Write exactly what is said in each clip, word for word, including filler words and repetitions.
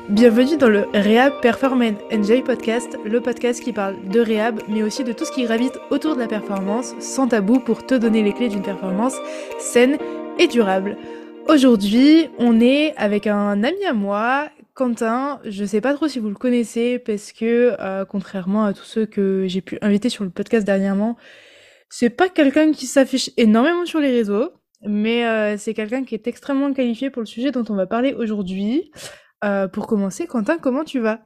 Bienvenue dans le Rehab Performance Enjoy Podcast, le podcast qui parle de Rehab, mais aussi de tout ce qui gravite autour de la performance, sans tabou pour te donner les clés d'une performance saine et durable. Aujourd'hui, on est avec un ami à moi, Quentin. Je sais pas trop si vous le connaissez parce que, euh, contrairement à tous ceux que j'ai pu inviter sur le podcast dernièrement, c'est pas quelqu'un qui s'affiche énormément sur les réseaux, mais euh, c'est quelqu'un qui est extrêmement qualifié pour le sujet dont on va parler aujourd'hui. Euh, pour commencer, Quentin, comment tu vas?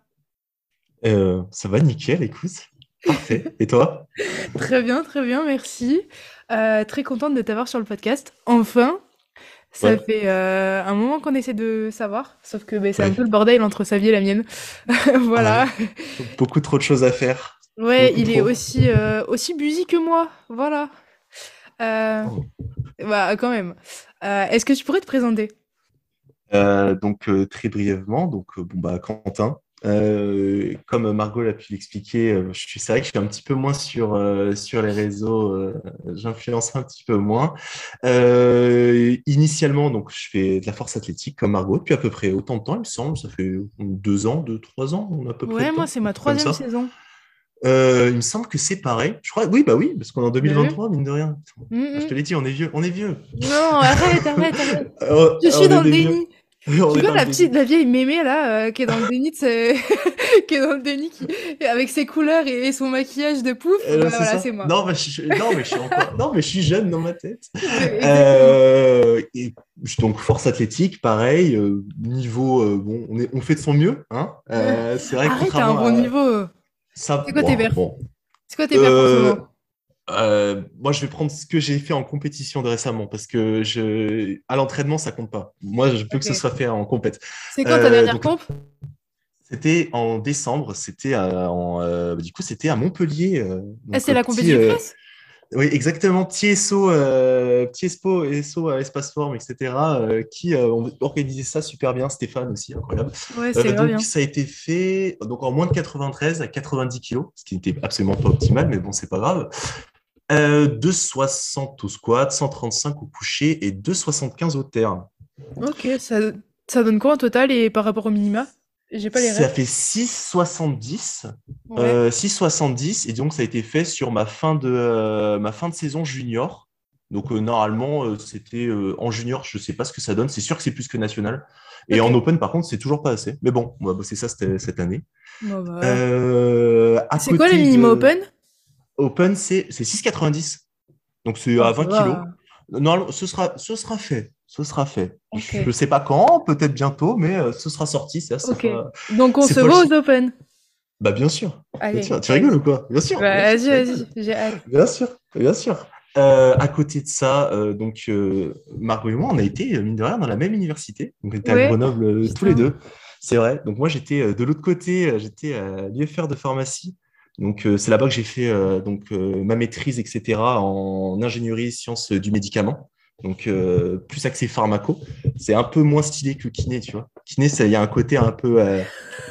Euh, ça va nickel, écoute. Parfait. Et toi? Très bien, très bien, merci. Euh, très contente de t'avoir sur le podcast. Enfin, ça Ouais, fait euh, un moment qu'on essaie de savoir, sauf que ben, c'est un peu ouais. le bordel entre sa vie et la mienne. Ah Voilà. ouais. Beaucoup trop de choses à faire. Ouais, Beaucoup il est trop. aussi, euh, aussi busy que moi. Voilà. Euh, Oh. bah, quand même. Euh, est-ce que tu pourrais te présenter? Euh, donc, euh, très brièvement, donc, euh, bon, bah, Quentin, euh, comme Margot l'a pu l'expliquer, euh, je suis, c'est vrai que je suis un petit peu moins sur, euh, sur les réseaux, euh, j'influence un petit peu moins. Euh, initialement, donc, je fais de la force athlétique comme Margot depuis à peu près autant de temps, il me semble. Ça fait deux ans, deux, trois ans, on a à peu près Ouais, de moi, temps, c'est un ma truc comme troisième ça. saison. Euh, il me semble que c'est pareil. Je crois, oui, bah oui, parce qu'on est en Bah oui. deux mille vingt-trois, mine de rien. Ah, je Mm, te l'ai dit, on est vieux, on est vieux. mm. Non, arrête, arrête, arrête. on, Je suis on est dans le des vieux. déni. On Tu est vois dans le la petite, déni. la vieille mémé là, euh, qui est dans le déni de ses- qui est dans le déni, qui... avec ses couleurs et, et son maquillage de pouf, Euh, bah c'est voilà, c'est ça. moi. Non, mais je, je- non, mais je suis encore. Non, mais je suis jeune dans ma tête. C'est exactement. Euh, et donc, force athlétique, pareil. Euh, niveau, euh, bon, on est, on fait de son mieux, hein. Euh, Euh, c'est vrai que Arrête, t'as un contrairement bon à niveau. ça, C'est quoi tes bon, perfs? bon. C'est quoi tes perfs en ce Euh, moment? Euh, moi, je vais prendre ce que j'ai fait en compétition de récemment parce que je, à l'entraînement, ça compte pas. Moi, je veux que ce Ok. soit fait en compète. C'est quand ta Euh, dernière donc, comp? c'était en décembre. C'était à- en, euh, du coup, c'était à Montpellier. euh, Ah, donc, c'est euh, la petit, compétition euh, Express? oui, exactement, petit S O, euh, petit Expo, S O à Espace Forme, et cetera. euh, qui euh, ont organisé ça super bien. Stéphane aussi, incroyable. Ouais, c'est Euh, grave donc, bien. ça a été fait donc en moins de quatre-vingt-treize à quatre-vingt-dix kilos, ce qui n'était absolument pas optimal, mais bon, c'est pas grave. Euh, deux virgule soixante au squat, cent trente-cinq au coucher et deux virgule soixante-quinze au terme. Ok, ça, ça donne quoi en total et par rapport au minima? J'ai pas les Ça refs. fait six virgule soixante-dix. Ouais. Euh, six virgule soixante-dix et donc ça a été fait sur ma fin de, euh, ma fin de saison junior. Donc euh, normalement, euh, c'était euh, en junior, je sais pas ce que ça donne. C'est sûr que c'est plus que national. Et Ok. en open, par contre, c'est toujours pas assez. Mais bon, on va bosser ça cette, cette année. Bon, bah voilà. Euh, à C'est quoi les côté minima de open? open, c'est c'est six virgule quatre-vingt-dix. Donc c'est Oh, à ça vingt kilos. va. Non, ce sera, ce sera fait. Ce sera fait. Ok. Je ne sais pas quand, peut-être bientôt, mais euh, ce sera sorti. Ça, ça Ok. fera- Donc on C'est se pas le voit aux son. open. Bah bien sûr. Bien Allez, sûr. Tu rigoles vas-y. ou quoi? Bien sûr, bien Bah, sûr, vas-y, je vas-y, rigole. j'ai hâte. Bien sûr, bien sûr. Euh, à côté de ça, euh, donc euh, Margot et moi, on a été, euh, mine de rien, dans la même université. Donc on était à Ouais, Grenoble euh, tous les putain. deux. C'est vrai. Donc moi, j'étais euh, de l'autre côté, euh, j'étais à l'U F R de pharmacie. Donc euh, c'est là-bas que j'ai fait euh, donc, euh, ma maîtrise, et cetera, en ingénierie sciences du médicament. Donc euh, plus axé pharmaco. C'est un peu moins stylé que kiné, tu vois. Kiné, ça- il y a un côté un peu, euh,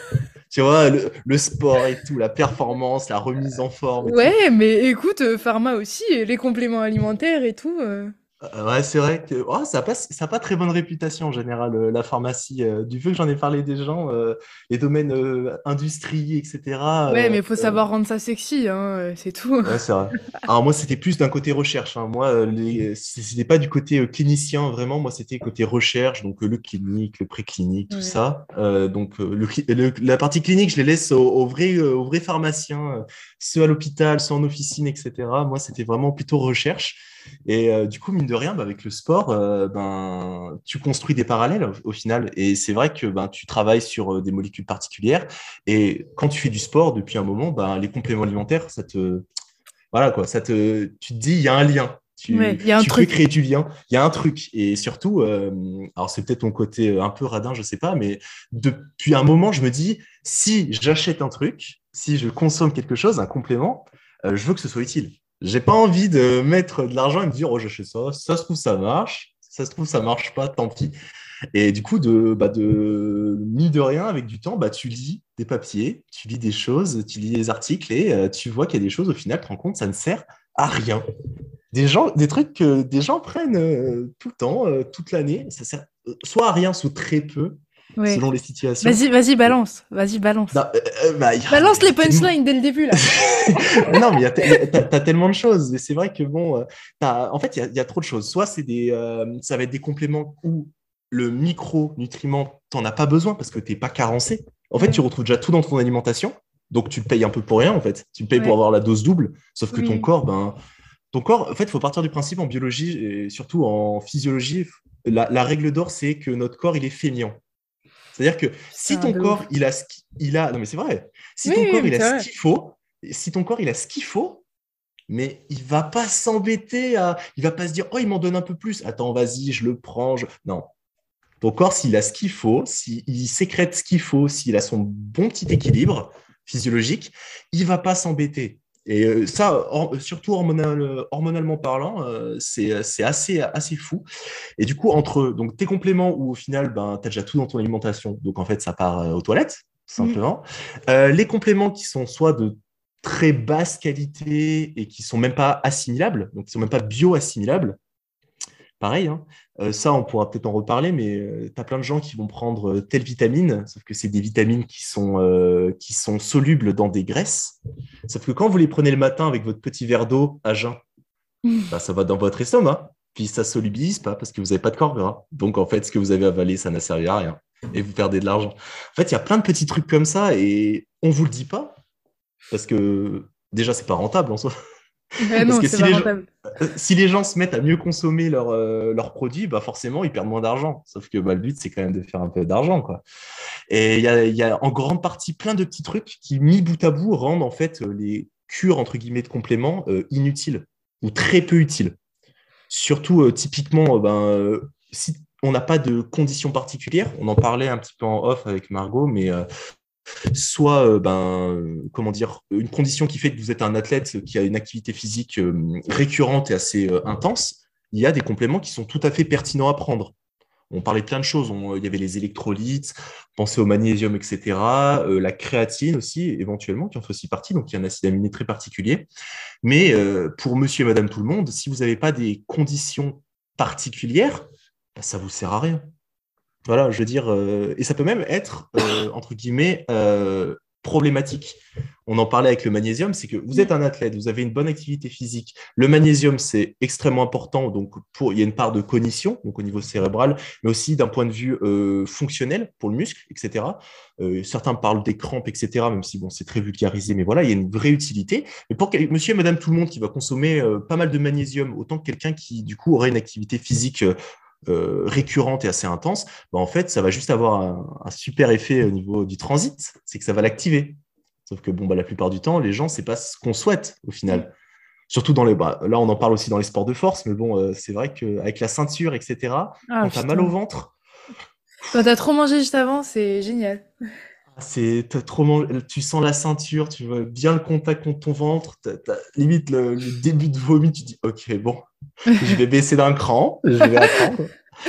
tu vois, le, le sport et tout, la performance, la remise en forme et tout. Ouais, mais écoute, euh, pharma aussi, et les compléments alimentaires et tout. euh. Euh, Ouais, c'est vrai que oh, ça n'a pas, ça a pas très bonne réputation en général, euh, la pharmacie. Euh, du peu que j'en ai parlé des gens, euh, les domaines euh, industrie, et cetera Ouais, euh, mais faut euh, savoir rendre ça sexy, hein, euh, c'est tout. ouais, c'est vrai. Alors moi, c'était plus d'un côté recherche, hein. Moi, euh, les... c'était pas du côté euh, clinicien vraiment. Moi, c'était côté recherche, donc euh, le clinique, le préclinique, tout Ouais. ça. Euh, donc euh, le, cli- le- la partie clinique, je les laisse aux, aux vrais, euh, aux vrais pharmaciens, euh, ceux à l'hôpital, ceux en officine, et cetera. Moi, c'était vraiment plutôt recherche. Et euh, du coup, mine de rien, bah, avec le sport, euh, ben, tu construis des parallèles au, au final. Et c'est vrai que ben, tu travailles sur euh, des molécules particulières. Et quand tu fais du sport depuis un moment, ben, les compléments alimentaires, ça te, voilà quoi, ça te, tu te dis, il y a un lien. Ouais, Tu, il y a un tu peux truc. créer du lien. Il y a un truc. Et surtout, euh, alors c'est peut-être mon côté euh, un peu radin, je sais pas, mais depuis un moment, je me dis, si j'achète un truc, si je consomme quelque chose, un complément, euh, je veux que ce soit utile. J'ai pas envie de mettre de l'argent et me dire, oh, j'achète ça, ça se trouve, ça marche, ça se trouve, ça marche pas, tant pis. Et du coup, de, bah de mine de rien, avec du temps, bah, tu lis des papiers, tu lis des choses, tu lis des articles et euh, tu vois qu'il y a des choses, au final, tu te rends compte, ça ne sert à rien. Des gens, des trucs que des gens prennent euh, tout le temps, euh, toute l'année, ça sert euh, soit à rien, soit très peu. Ouais. selon les situations. Vas-y, vas-y, balance. Vas-y, balance. Non, euh, euh, bah, y a- Balance y a les tellement- punchlines dès le début, là. non, mais il y a te- y a- t'as, t'as tellement de choses. Et c'est vrai que bon, euh, t'as- en fait, il y a, il y a trop de choses. Soit c'est des, euh, ça va être des compléments où le micronutriment, t'en as pas besoin parce que t'es pas carencé. En fait, tu Ouais. retrouves déjà tout dans ton alimentation. Donc, tu le payes un peu pour rien, en fait. Tu le payes pour Ouais. avoir la dose double. Sauf que ton Oui. corps, ben, ton corps, en fait, il faut partir du principe en biologie et surtout en physiologie. La, la règle d'or, c'est que notre corps, il est feignant. C'est-à-dire que si Putain, ton de corps, ouf. il a ce qu'il il a, non mais c'est vrai, si Oui, ton oui, corps, mais il a c'est ce vrai. qu'il faut, si ton corps, il a ce qu'il faut, mais il va pas s'embêter à, il va pas se dire, oh, il m'en donne un peu plus, attends, vas-y, je le prends, je... non. Ton corps, s'il a ce qu'il faut, s'il sécrète ce qu'il faut, s'il a son bon petit équilibre physiologique, il va pas s'embêter. Et euh, ça, or- surtout hormonal- hormonalement parlant, euh, c'est c'est assez, assez fou. Et du coup, entre donc, tes compléments où au final, ben, tu as déjà tout dans ton alimentation, donc en fait, ça part euh, aux toilettes, tout Mm. simplement. Euh, les compléments qui sont soit de très basse qualité et qui sont même pas assimilables, donc qui sont même pas bio-assimilables, pareil, hein. Euh, ça, on pourra peut-être en reparler, mais tu as plein de gens qui vont prendre euh, telle vitamine, sauf que c'est des vitamines qui sont, euh, qui sont solubles dans des graisses. Sauf que quand vous les prenez le matin avec votre petit verre d'eau à jeun, bah, ça va dans votre estomac. Puis ça solubilise pas parce que vous n'avez pas de corps gras. Donc en fait, ce que vous avez avalé, ça n'a servi à rien. Et vous perdez de l'argent. En fait, il y a plein de petits trucs comme ça et on vous le dit pas parce que déjà, c'est pas rentable en soi. Ouais, Parce non, que c'est si pas les gens, rentable. euh, si les gens se mettent à mieux consommer leurs euh, leurs produits, bah forcément, ils perdent moins d'argent. Sauf que bah, le but, c'est quand même de faire un peu d'argent, quoi. Et il y a, il y a en grande partie plein de petits trucs qui, mis bout à bout, rendent en fait euh, les cures, entre guillemets, de compléments euh, inutiles ou très peu utiles. Surtout, euh, typiquement, euh, ben, euh, si on n'a pas de conditions particulières, on en parlait un petit peu en off avec Margot, mais euh, soit, euh, ben, euh, comment dire, une condition qui fait que vous êtes un athlète qui a une activité physique euh, récurrente et assez euh, intense, il y a des compléments qui sont tout à fait pertinents à prendre. On parlait de plein de choses. On- il y avait les électrolytes, penser au magnésium, et cetera. Euh, la créatine aussi, éventuellement, qui en fait aussi partie. Donc, il y a un acide aminé très particulier. Mais euh, pour monsieur et madame tout le monde, si vous n'avez pas des conditions particulières, bah, ça ne vous sert à rien. Voilà, je veux dire, euh, et ça peut même être, euh, entre guillemets, euh, problématique. On en parlait avec le magnésium, c'est que vous êtes Mm. un athlète, vous avez une bonne activité physique. Le magnésium, c'est extrêmement important, donc pour, il y a une part de cognition, donc au niveau cérébral, mais aussi d'un point de vue euh, fonctionnel pour le muscle, et cetera. Euh, certains parlent des crampes, et cetera, même si bon, c'est très vulgarisé, mais voilà, il y a une vraie utilité. Mais pour quel- monsieur et madame tout le monde qui va consommer euh, pas mal de magnésium, autant que quelqu'un qui, du coup, aurait une activité physique euh, euh, récurrente et assez intense, bah, en fait, ça va juste avoir un, un super effet au niveau du transit, c'est que ça va l'activer. Sauf que bon, bah, la plupart du temps, les gens, c'est pas ce qu'on souhaite au Mm. final. Surtout dans les. Bah, là, on en parle aussi dans les sports de force, mais bon, euh, c'est vrai qu'avec la ceinture, et cetera, Ah quand tu as mal au putain. ventre, Quand t'as trop mangé juste avant, c'est génial. c'est t'as trop man- tu sens la ceinture, tu vois bien le contact contre ton ventre, t'as, t'as limite le, le début de vomi, tu dis ok, bon, je vais baisser d'un cran, je vais attendre.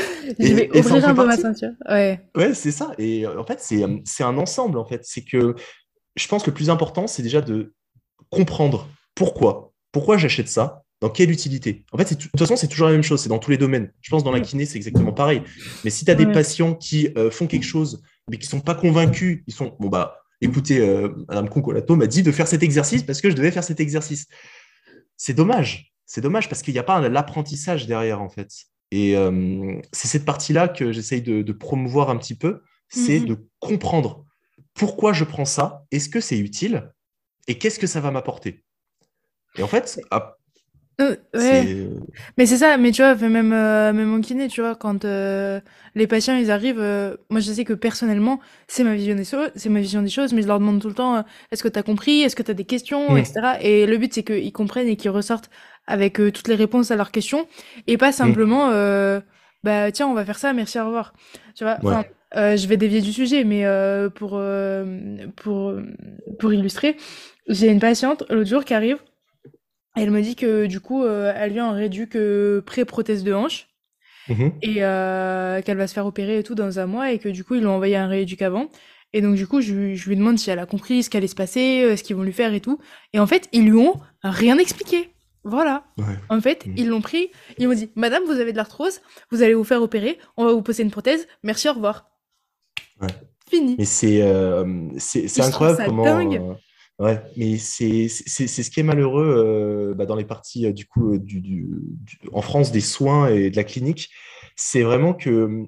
Je vais Et, et ça en ouvrir fait un peu ma partie. ceinture. Ouais. Ouais, c'est ça. Et euh, en fait, c'est euh, c'est un ensemble, en fait. C'est que je pense que le plus important, c'est déjà de comprendre pourquoi. Pourquoi j'achète ça? Dans quelle utilité? En fait, c'est tout- de toute façon, c'est toujours la même chose. C'est dans tous les domaines. Je pense dans la Mm. kiné, c'est exactement pareil. Mais si tu as des Ouais. patients qui euh, font quelque chose, mais qui sont pas convaincus, ils sont, bon, bah, écoutez, euh, Madame Concolato m'a dit de faire cet exercice parce que je devais faire cet exercice. C'est dommage. C'est dommage parce qu'il n'y a pas un- l'apprentissage derrière, en fait. Et euh, c'est cette partie-là que j'essaye de, de promouvoir un petit peu, c'est Mm, de comprendre pourquoi je prends ça, est-ce que c'est utile et qu'est-ce que ça va m'apporter. Et en fait, mm. ah, Euh, ouais. c'est... Mais c'est ça, mais tu vois, fait même, euh, même en kiné, tu vois, quand euh, les patients ils arrivent, euh, moi je sais que personnellement, c'est ma vision des choses, c'est ma vision des choses, mais je leur demande tout le temps, euh, est-ce que t'as compris, est-ce que t'as des questions, Hum, et cetera. Et le but c'est qu'ils comprennent et qu'ils ressortent avec euh, toutes les réponses à leurs questions, et pas hum, simplement, euh, bah tiens, on va faire ça, merci, au revoir. Tu vois, enfin, ouais. euh, je vais dévier du sujet, mais euh, pour, euh, pour, pour illustrer, j'ai une patiente l'autre jour qui arrive. Elle me dit que du coup, euh, elle vient en réduc euh, pré-prothèse de hanche Mhm. et euh, qu'elle va se faire opérer et tout dans un mois et que du coup, ils lui ont envoyé un rééduc avant. Et donc du coup, je, lui- je lui demande si elle a compris ce qui allait se passer, euh, ce qu'ils vont lui faire et tout. Et en fait, ils lui ont rien expliqué. Voilà. Ouais. En fait, Hum. ils l'ont pris, ils m'ont dit, Madame, vous avez de l'arthrose, vous allez vous faire opérer, on va vous poser une prothèse, merci, au revoir. Ouais. Fini. Mais c'est, euh, c'est, Et c'est je trouve incroyable ça comment. dingue. euh, ouais, mais c'est, c'est, c'est ce qui est malheureux euh, bah, dans les parties euh, du coup, euh, du, du- du- en France des soins et de la clinique. C'est vraiment que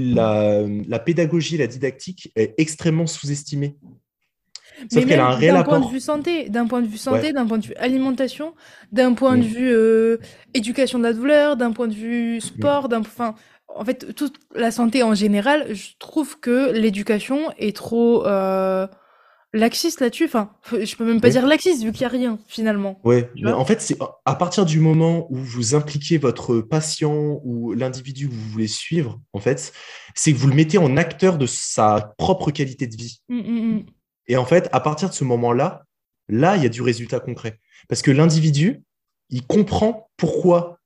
la, la pédagogie, la didactique est extrêmement sous-estimée. Mais Sauf qu'elle a même un réel d'un point de vue apport. santé, d'un point de vue Ouais. santé, d'un point de vue alimentation, d'un point de Mm, vue euh, éducation de la douleur, d'un point de vue mm. sport, d'un, enfin, en fait, toute la santé en général, je trouve que l'éducation est trop euh, laxiste là-dessus. Enfin, je peux même pas dire Oui. laxiste vu qu'il y a rien finalement. Ouais, Tu mais vois? en fait, c'est à partir du moment où vous impliquez votre patient ou l'individu que vous voulez suivre, en fait, c'est que vous le mettez en acteur de sa propre qualité de vie. Mm, mm, mm. Et en fait, à partir de ce moment-là, là, il y a du résultat concret. Parce que l'individu, il comprend pourquoi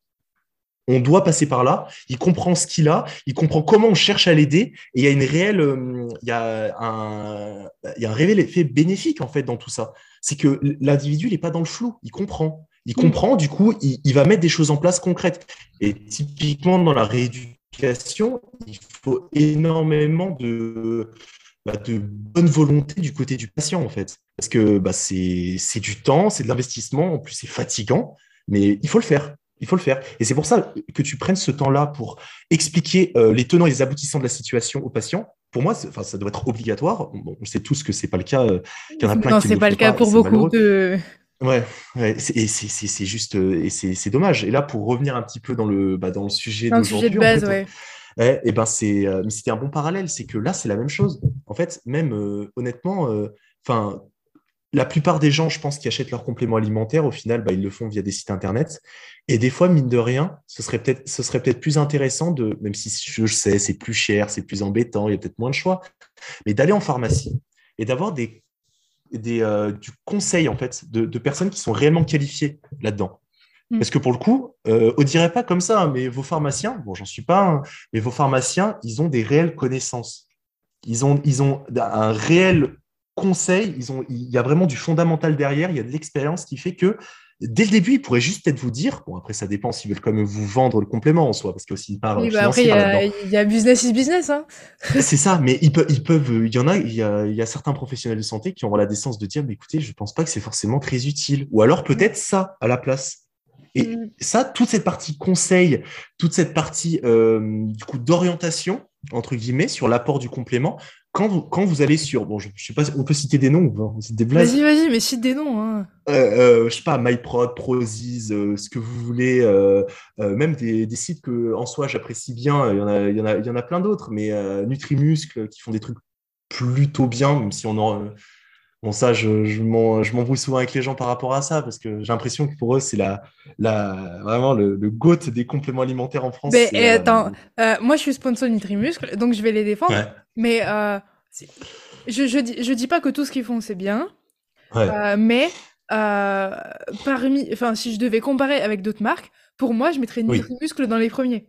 on doit passer par là, il comprend ce qu'il a, il comprend comment on cherche à l'aider, et il y a une réelle, euh, il y a un, il y a un réel effet bénéfique en fait dans tout ça. C'est que l'individu, il n'est pas dans le flou, il comprend. Il Mm. comprend, du coup, il, il va mettre des choses en place concrètes. Et typiquement, dans la rééducation, il faut énormément de, bah, de bonne volonté du côté du patient, en fait. Parce que bah, c'est, c'est du temps, c'est de l'investissement, en plus c'est fatigant, mais il faut le faire. Il faut le faire. Et c'est pour ça que tu prennes ce temps-là pour expliquer euh, les tenants et les aboutissants de la situation aux patients. Pour moi, enfin, ça doit être obligatoire. Bon, on sait tous que c'est pas le cas, euh, qu'il y en a plein Non, qui ne c'est le pas le font cas pas, et pour c'est beaucoup malheureux. de. Ouais, ouais, c'est, et c'est, c'est, c'est juste, euh, et c'est, c'est dommage. Et là, pour revenir un petit peu dans le, bah, dans le sujet Dans le sujet de d'aujourd'hui, en base, fait, ouais. ouais, et ben c'est, euh, mais c'était un bon parallèle, c'est que là, c'est la même chose. En fait, même euh, honnêtement, enfin, euh, la plupart des gens, je pense, qui achètent leurs compléments alimentaires, au final, bah, ils le font via des sites internet. Et des fois, mine de rien, ce serait peut-être, ce serait peut-être plus intéressant de, même si je sais, c'est plus cher, c'est plus embêtant, il y a peut-être moins de choix, mais d'aller en pharmacie et d'avoir des, des, euh, du conseil, en fait, de, de personnes qui sont réellement qualifiées là-dedans. Mm. Parce que pour le coup, euh, on dirait pas comme ça, hein, mais vos pharmaciens, bon, j'en suis pas un, mais vos pharmaciens, ils ont des réelles connaissances. Ils ont, ils ont un réel conseil, ils ont, il y a vraiment du fondamental derrière, il y a de l'expérience qui fait que dès le début, ils pourraient juste peut-être vous dire, bon, après, ça dépend s'ils veulent quand même vous vendre le complément en soi, parce qu'il y a aussi une part Oui, bah après, il financière y a, là-dedans. il y a business is business, hein. C'est ça, mais ils peuvent, ils peuvent, il y en a, il y a, il y a certains professionnels de santé qui auront la décence de dire, mais écoutez, je pense pas que c'est forcément très utile. Ou alors peut-être ça à la place. Et Mm. ça, toute cette partie conseil, toute cette partie euh, du coup d'orientation entre guillemets sur l'apport du complément, quand vous, quand vous allez sur, bon, je, je sais pas, on peut citer des noms, ou pas, on cite des blases, Vas-y, vas-y, mais cite des noms, hein. euh, euh, je sais pas, MyProd, Prozis, euh, ce que vous voulez, euh, euh, même des, des sites que en soi j'apprécie bien, il y en a, il y en a, il y en a plein d'autres, mais euh, Nutrimuscle qui font des trucs plutôt bien, même si on en, bon, ça, je, je m'en- je m'embrouille souvent avec les gens par rapport à ça, parce que j'ai l'impression que pour eux, c'est la, la, vraiment le, le GOAT des compléments alimentaires en France. Ben, C'est, et euh, attends, euh, moi je suis sponsor Nutrimuscle, donc je vais les défendre, ouais, mais euh, c'est- je, je dis, je dis pas que tout ce qu'ils font c'est bien, ouais, euh, mais euh, parmi, enfin, si je devais comparer avec d'autres marques, pour moi je mettrais oui, Nutrimuscle dans les premiers.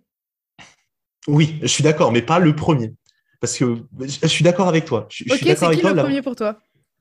oui, je suis d'accord, mais pas le premier. Parce que je, je suis d'accord avec toi. Je, je suis Ok, d'accord c'est avec qui toi. le la- premier pour toi?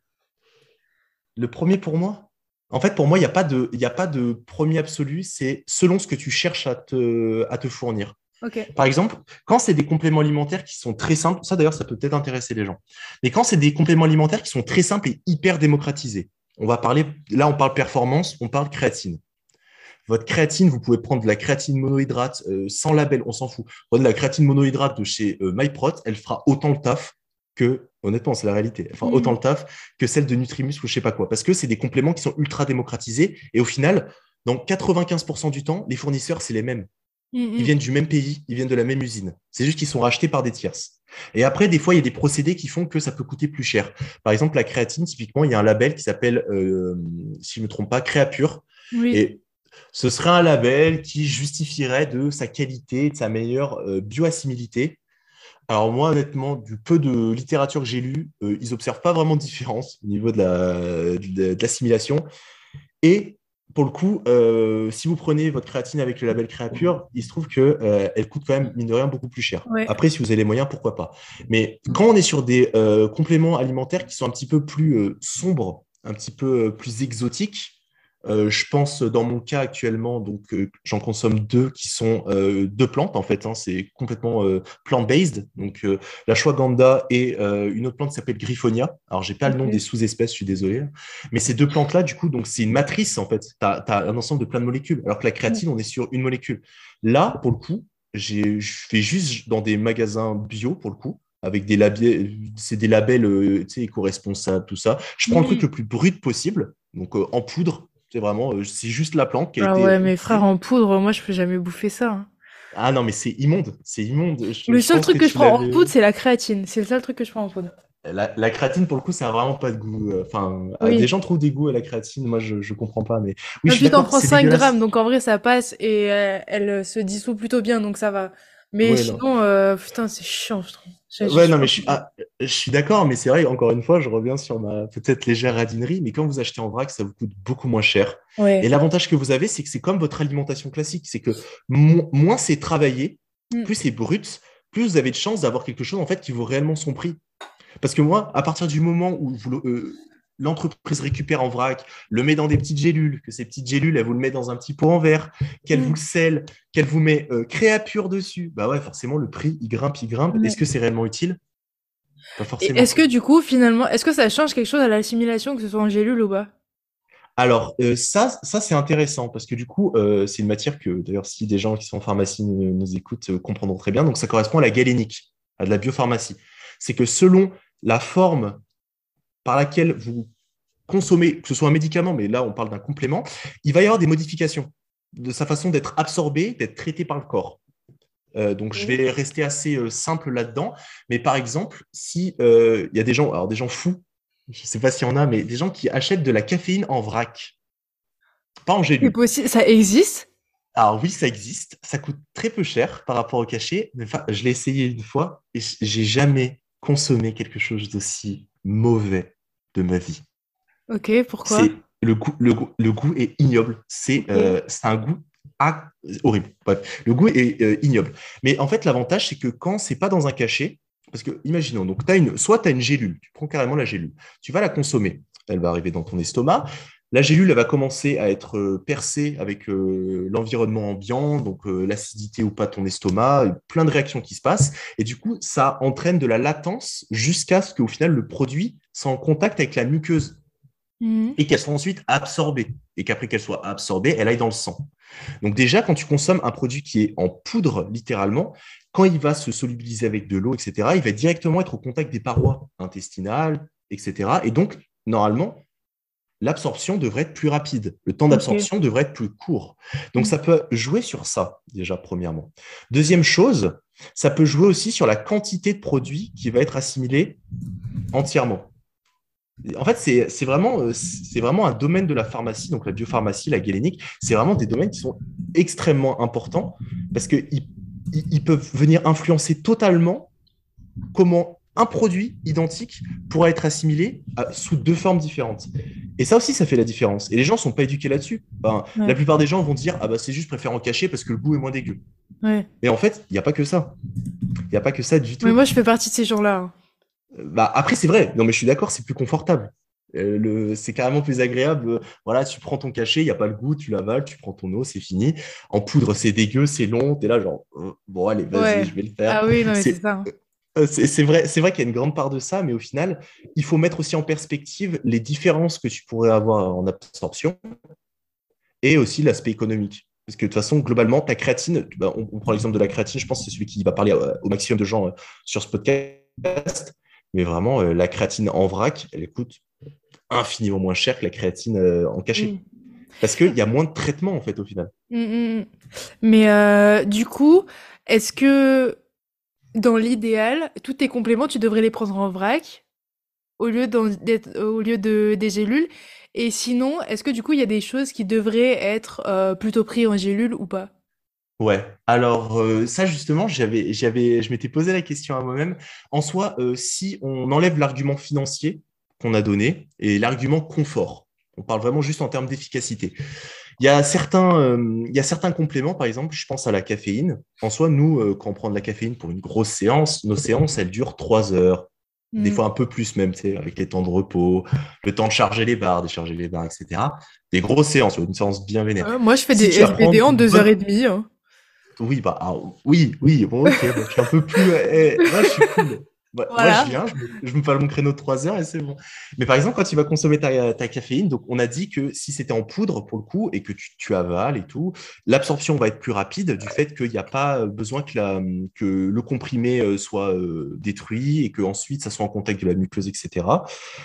le premier pour moi, en fait, pour moi, il n'y a pas de, il y a pas de premier absolu. C'est selon ce que tu cherches à te, à te fournir. Ok. Par exemple, quand c'est des compléments alimentaires qui sont très simples, ça d'ailleurs, ça peut peut-être intéresser les gens. Mais quand c'est des compléments alimentaires qui sont très simples et hyper démocratisés, on va parler, là, on parle performance, on parle créatine. Votre créatine, vous pouvez prendre de la créatine monohydrate euh, sans label, on s'en fout. Prenez de la créatine monohydrate de chez euh, MyProt, elle fera autant le taf que, honnêtement, c'est la réalité, elle fera autant Mhm. le taf que celle de Nutrimus ou je sais pas quoi. Parce que c'est des compléments qui sont ultra démocratisés et au final, dans quatre-vingt-quinze pour cent du temps, les fournisseurs, c'est les mêmes. Ils Mhm. viennent du même pays, ils viennent de la même usine. C'est juste qu'ils sont rachetés par des tierces. Et après, des fois, il y a des procédés qui font que ça peut coûter plus cher. Par exemple, la créatine, typiquement, il y a un label qui s'appelle, euh, si je ne me trompe pas, Créapure. Oui. Et ce serait un label qui justifierait de sa qualité, de sa meilleure euh, bioassimilité. Alors moi, honnêtement, du peu de littérature que j'ai lue, euh, ils n'observent pas vraiment de différence au niveau de la- de- de l'assimilation. Et pour le coup, euh, si vous prenez votre créatine avec le label Créapure, il se trouve qu'elle euh, elle coûte quand même, mine de rien, beaucoup plus cher. Ouais. Après, si vous avez les moyens, pourquoi pas. Mais quand on est sur des euh, compléments alimentaires qui sont un petit peu plus euh, sombres, un petit peu euh, plus exotiques, Euh, je pense dans mon cas actuellement, donc euh, j'en consomme deux qui sont euh, deux plantes en fait. Hein, c'est complètement euh, plant-based. Donc euh, la ashwagandha et euh, une autre plante qui s'appelle Griffonia. Alors j'ai pas le nom des Ok. sous-espèces, je suis désolé. Mais ces deux plantes-là, du coup, donc c'est une matrice en fait. Tu as un ensemble de plein de molécules. Alors que la créatine, on est sur une molécule. Là, pour le coup, j'ai, je fais juste dans des magasins bio pour le coup. Avec des labels, c'est des labels, euh, tu sais, éco-responsables, tout ça. Je prends le truc Mm. le plus brut possible, donc euh, en poudre. C'est vraiment, euh, c'est juste la plante qui a Ah été ouais, mes frères crue. en poudre, moi je peux jamais bouffer ça, hein. Ah non, mais c'est immonde, c'est immonde. Je, Le je seul pense que truc que je tu prends en poudre, l'avais. c'est la créatine. C'est le seul truc que je prends en poudre. La, la créatine, pour le coup, ça n'a vraiment pas de goût. euh, Enfin, euh, des Oui. gens trouvent des goûts à la créatine. Moi, je ne comprends pas. Mais oui, je Et suis puis t'en d'accord, prends c'est cinq grammes, dégueulasse. donc en vrai ça passe et euh, elle euh, se dissout plutôt bien, donc ça va. Mais Ouais, non. sinon, euh, putain, c'est chiant, je trouve. J'ai j'ai Ouais, non, mais chiant. je suis, ah, je suis d'accord, mais c'est vrai, encore une fois, je reviens sur ma peut-être légère radinerie, mais quand vous achetez en vrac, ça vous coûte beaucoup moins cher. Et Ouais. l'avantage que vous avez, c'est que c'est comme votre alimentation classique, c'est que mo- moins c'est travaillé, Mm. plus c'est brut, plus vous avez de chances d'avoir quelque chose en fait qui vaut réellement son prix. Parce que moi, à partir du moment où vous le- euh, l'entreprise récupère en vrac, le met dans des petites gélules, que ces petites gélules, elle vous le met dans un petit pot en verre, qu'elle vous le Mm. scelle, qu'elle vous met euh, Créapure dessus, bah ouais, forcément, le prix, il grimpe, il grimpe. Est-ce que Ouais. c'est réellement utile? Pas Et est-ce forcément. que du coup, finalement, est-ce que ça change quelque chose à l'assimilation, que ce soit en gélule ou pas? Alors, euh, ça, ça c'est intéressant parce que du coup, euh, c'est une matière que, d'ailleurs, si des gens qui sont en pharmacie nous, nous écoutent, euh, comprendront très bien. Donc, ça correspond à la galénique, à de la biopharmacie. C'est que selon la forme par laquelle vous consommez, que ce soit un médicament, mais là, on parle d'un complément, il va y avoir des modifications de sa façon d'être absorbé, d'être traité par le corps. Euh, donc, je Ok. vais rester assez euh, simple là-dedans. Mais par exemple, si euh, il y a des gens, alors des gens fous, je ne sais pas s'il y en a, mais des gens qui achètent de la caféine en vrac, pas en C'est gélule. possible, ça existe? Alors oui, ça existe. Ça coûte très peu cher par rapport au cachet. Mais enfin, je l'ai essayé une fois et j'ai jamais consommé quelque chose d'aussi mauvais de ma vie. Ok, pourquoi? C'est le goût, le goût, le goût est ignoble. C'est Ok. euh, c'est un goût ah, horrible. Bref, le goût est euh, ignoble. Mais en fait, l'avantage, c'est que quand c'est pas dans un cachet, parce que imaginons, donc as une, soit tu as une gélule, tu prends carrément la gélule, tu vas la consommer, elle va arriver dans ton estomac. La gélule, elle va commencer à être euh, percée avec euh, l'environnement ambiant, donc euh, l'acidité ou pas de ton estomac, plein de réactions qui se passent. Et du coup, ça entraîne de la latence jusqu'à ce qu'au final, le produit soit en contact avec la muqueuse Mhm. et qu'elle soit ensuite absorbée. Et qu'après qu'elle soit absorbée, elle aille dans le sang. Donc déjà, quand tu consommes un produit qui est en poudre, littéralement, quand il va se solubiliser avec de l'eau, et cetera, il va directement être au contact des parois intestinales, et cetera. Et donc, normalement, l'absorption devrait être plus rapide. Le temps Ok. d'absorption devrait être plus court. Donc, Mm. ça peut jouer sur ça, déjà, premièrement. Deuxième chose, ça peut jouer aussi sur la quantité de produit qui va être assimilé entièrement. En fait, c'est c'est vraiment, euh, c'est vraiment un domaine de la pharmacie, donc la biopharmacie, la galénique, c'est vraiment des domaines qui sont extrêmement importants parce qu'ils ils, ils peuvent venir influencer totalement comment un produit identique pourra être assimilé à- sous deux formes différentes. Et ça aussi, ça fait la différence. Et les gens ne sont pas éduqués là-dessus. Ben, la Ouais. plupart des gens vont dire, ah bah c'est juste, je préfère en cacher parce que le goût est moins dégueu. Ouais. Mais en fait, il n'y a pas que ça. Il n'y a pas que ça du Mais tout. moi, je fais partie de ces gens-là, hein. Bah, après, c'est vrai. Non, mais je suis d'accord, c'est plus confortable. Euh, le, c'est carrément plus agréable. Euh, Voilà, tu prends ton cachet, il n'y a pas le goût, tu l'avales, tu prends ton eau, c'est fini. En poudre, c'est dégueu, c'est long. Tu es là, genre, euh, bon, allez, vas-y, Ouais. je vais le faire. Ah oui, non, mais c'est C'est, ça, hein. euh, c'est, c'est vrai, c'est vrai qu'il y a une grande part de ça, mais au final, il faut mettre aussi en perspective les différences que tu pourrais avoir en absorption et aussi l'aspect économique. Parce que de toute façon, globalement, ta créatine, bah, on, on prend l'exemple de la créatine, je pense que c'est celui qui va parler euh, au maximum de gens euh, sur ce podcast. Mais vraiment, euh, la créatine en vrac, elle coûte infiniment moins cher que la créatine euh, en cachet. Mm. Parce qu'il y a moins de traitement, en fait, au final. Mm, mm, mm. Mais euh, du coup, est-ce que dans l'idéal, tous tes compléments, tu devrais les prendre en vrac au lieu d'en- d'être, au lieu de des gélules? Et sinon, est-ce que du coup, il y a des choses qui devraient être euh, plutôt prises en gélule ou pas? Ouais. Alors, euh, ça, justement, j'avais, j'avais, je m'étais posé la question à moi-même. En soi, euh, si on enlève l'argument financier qu'on a donné et l'argument confort, on parle vraiment juste en termes d'efficacité. Il y a certains, euh, il y a certains compléments, par exemple, je pense à la caféine. En soi, nous, euh, quand on prend de la caféine pour une grosse séance, nos séances, elles durent trois heures. Des Mm. fois un peu plus même, tu sais, avec les temps de repos, le temps de charger les barres, décharger les barres, et cetera. Des grosses séances, une séance bien vénère. Euh, moi, je fais Si des tu vas prendre S B D en une deux heures bonne... et demie. Hein. Oui, bah, ah, oui, oui, bon, ok, moi, je suis un peu plus... eh, moi, je suis cool. Moi, moi, je Voilà. viens, je me, je me fais mon créneau de trois heures et c'est bon. Mais par exemple, quand tu vas consommer ta, ta caféine, donc on a dit que si c'était en poudre pour le coup et que tu, tu avales et tout, l'absorption va être plus rapide du fait qu'il n'y a pas besoin que, la, que le comprimé euh, soit euh, détruit et que ensuite ça soit en contact de la muqueuse, et cetera.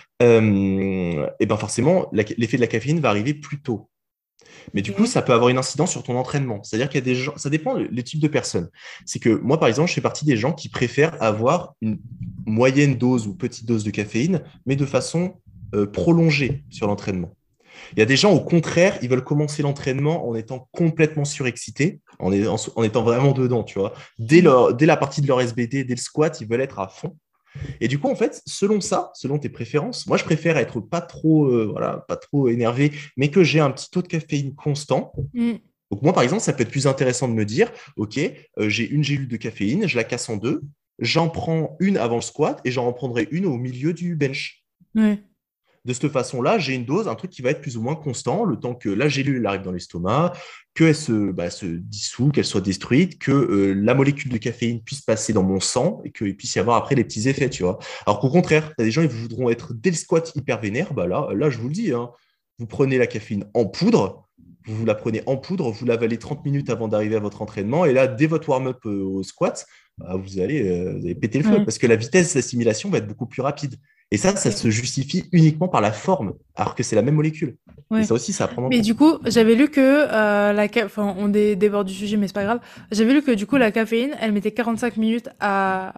Euh, et ben forcément, la- l'effet de la caféine va arriver plus tôt. Mais du coup, Ok. ça peut avoir une incidence sur ton entraînement. C'est-à-dire qu'il y a des gens, ça dépend les types de personnes. C'est que moi, par exemple, je fais partie des gens qui préfèrent avoir une moyenne dose ou petite dose de caféine, mais de façon euh, prolongée sur l'entraînement. Il y a des gens, au contraire, ils veulent commencer l'entraînement en étant complètement surexcités, en, est- en, en étant vraiment dedans, tu vois. Dès, Mm. leur, dès la partie de leur S B D, dès le squat, ils veulent être à fond. Et du coup, en fait, selon ça, selon tes préférences, moi, je préfère être pas trop, euh, voilà, pas trop énervé, mais que j'ai un petit taux de caféine constant. Mm. Donc moi, par exemple, ça peut être plus intéressant de me dire, OK, euh, j'ai une gélule de caféine, je la casse en deux, j'en prends une avant le squat et j'en reprendrai une au milieu du bench. Ouais. De cette façon-là, j'ai une dose, un truc qui va être plus ou moins constant, le temps que la gélule elle arrive dans l'estomac, qu'elle se, bah, se dissout, qu'elle soit détruite, que euh, la molécule de caféine puisse passer dans mon sang et qu'il puisse y avoir après les petits effets, tu vois. Alors qu'au contraire, tu as des gens qui voudront être dès le squat hyper vénère, bah là, là, je vous le dis, hein, vous prenez la caféine en poudre, vous vous la prenez en poudre, vous l'avalez trente minutes avant d'arriver à votre entraînement, et là, dès votre warm-up euh, au squat, bah, vous, allez, euh, vous allez péter le feu, Ouais. parce que la vitesse d'assimilation va être beaucoup plus rapide. Et ça, ça se justifie uniquement par la forme, alors que c'est la même molécule. Et Ouais. ça aussi, ça à prendre en Mais compte. du coup, j'avais lu que euh, la ca... enfin, on dé- déborde du sujet, mais c'est pas grave. J'avais lu que du coup, la caféine, elle mettait quarante-cinq minutes à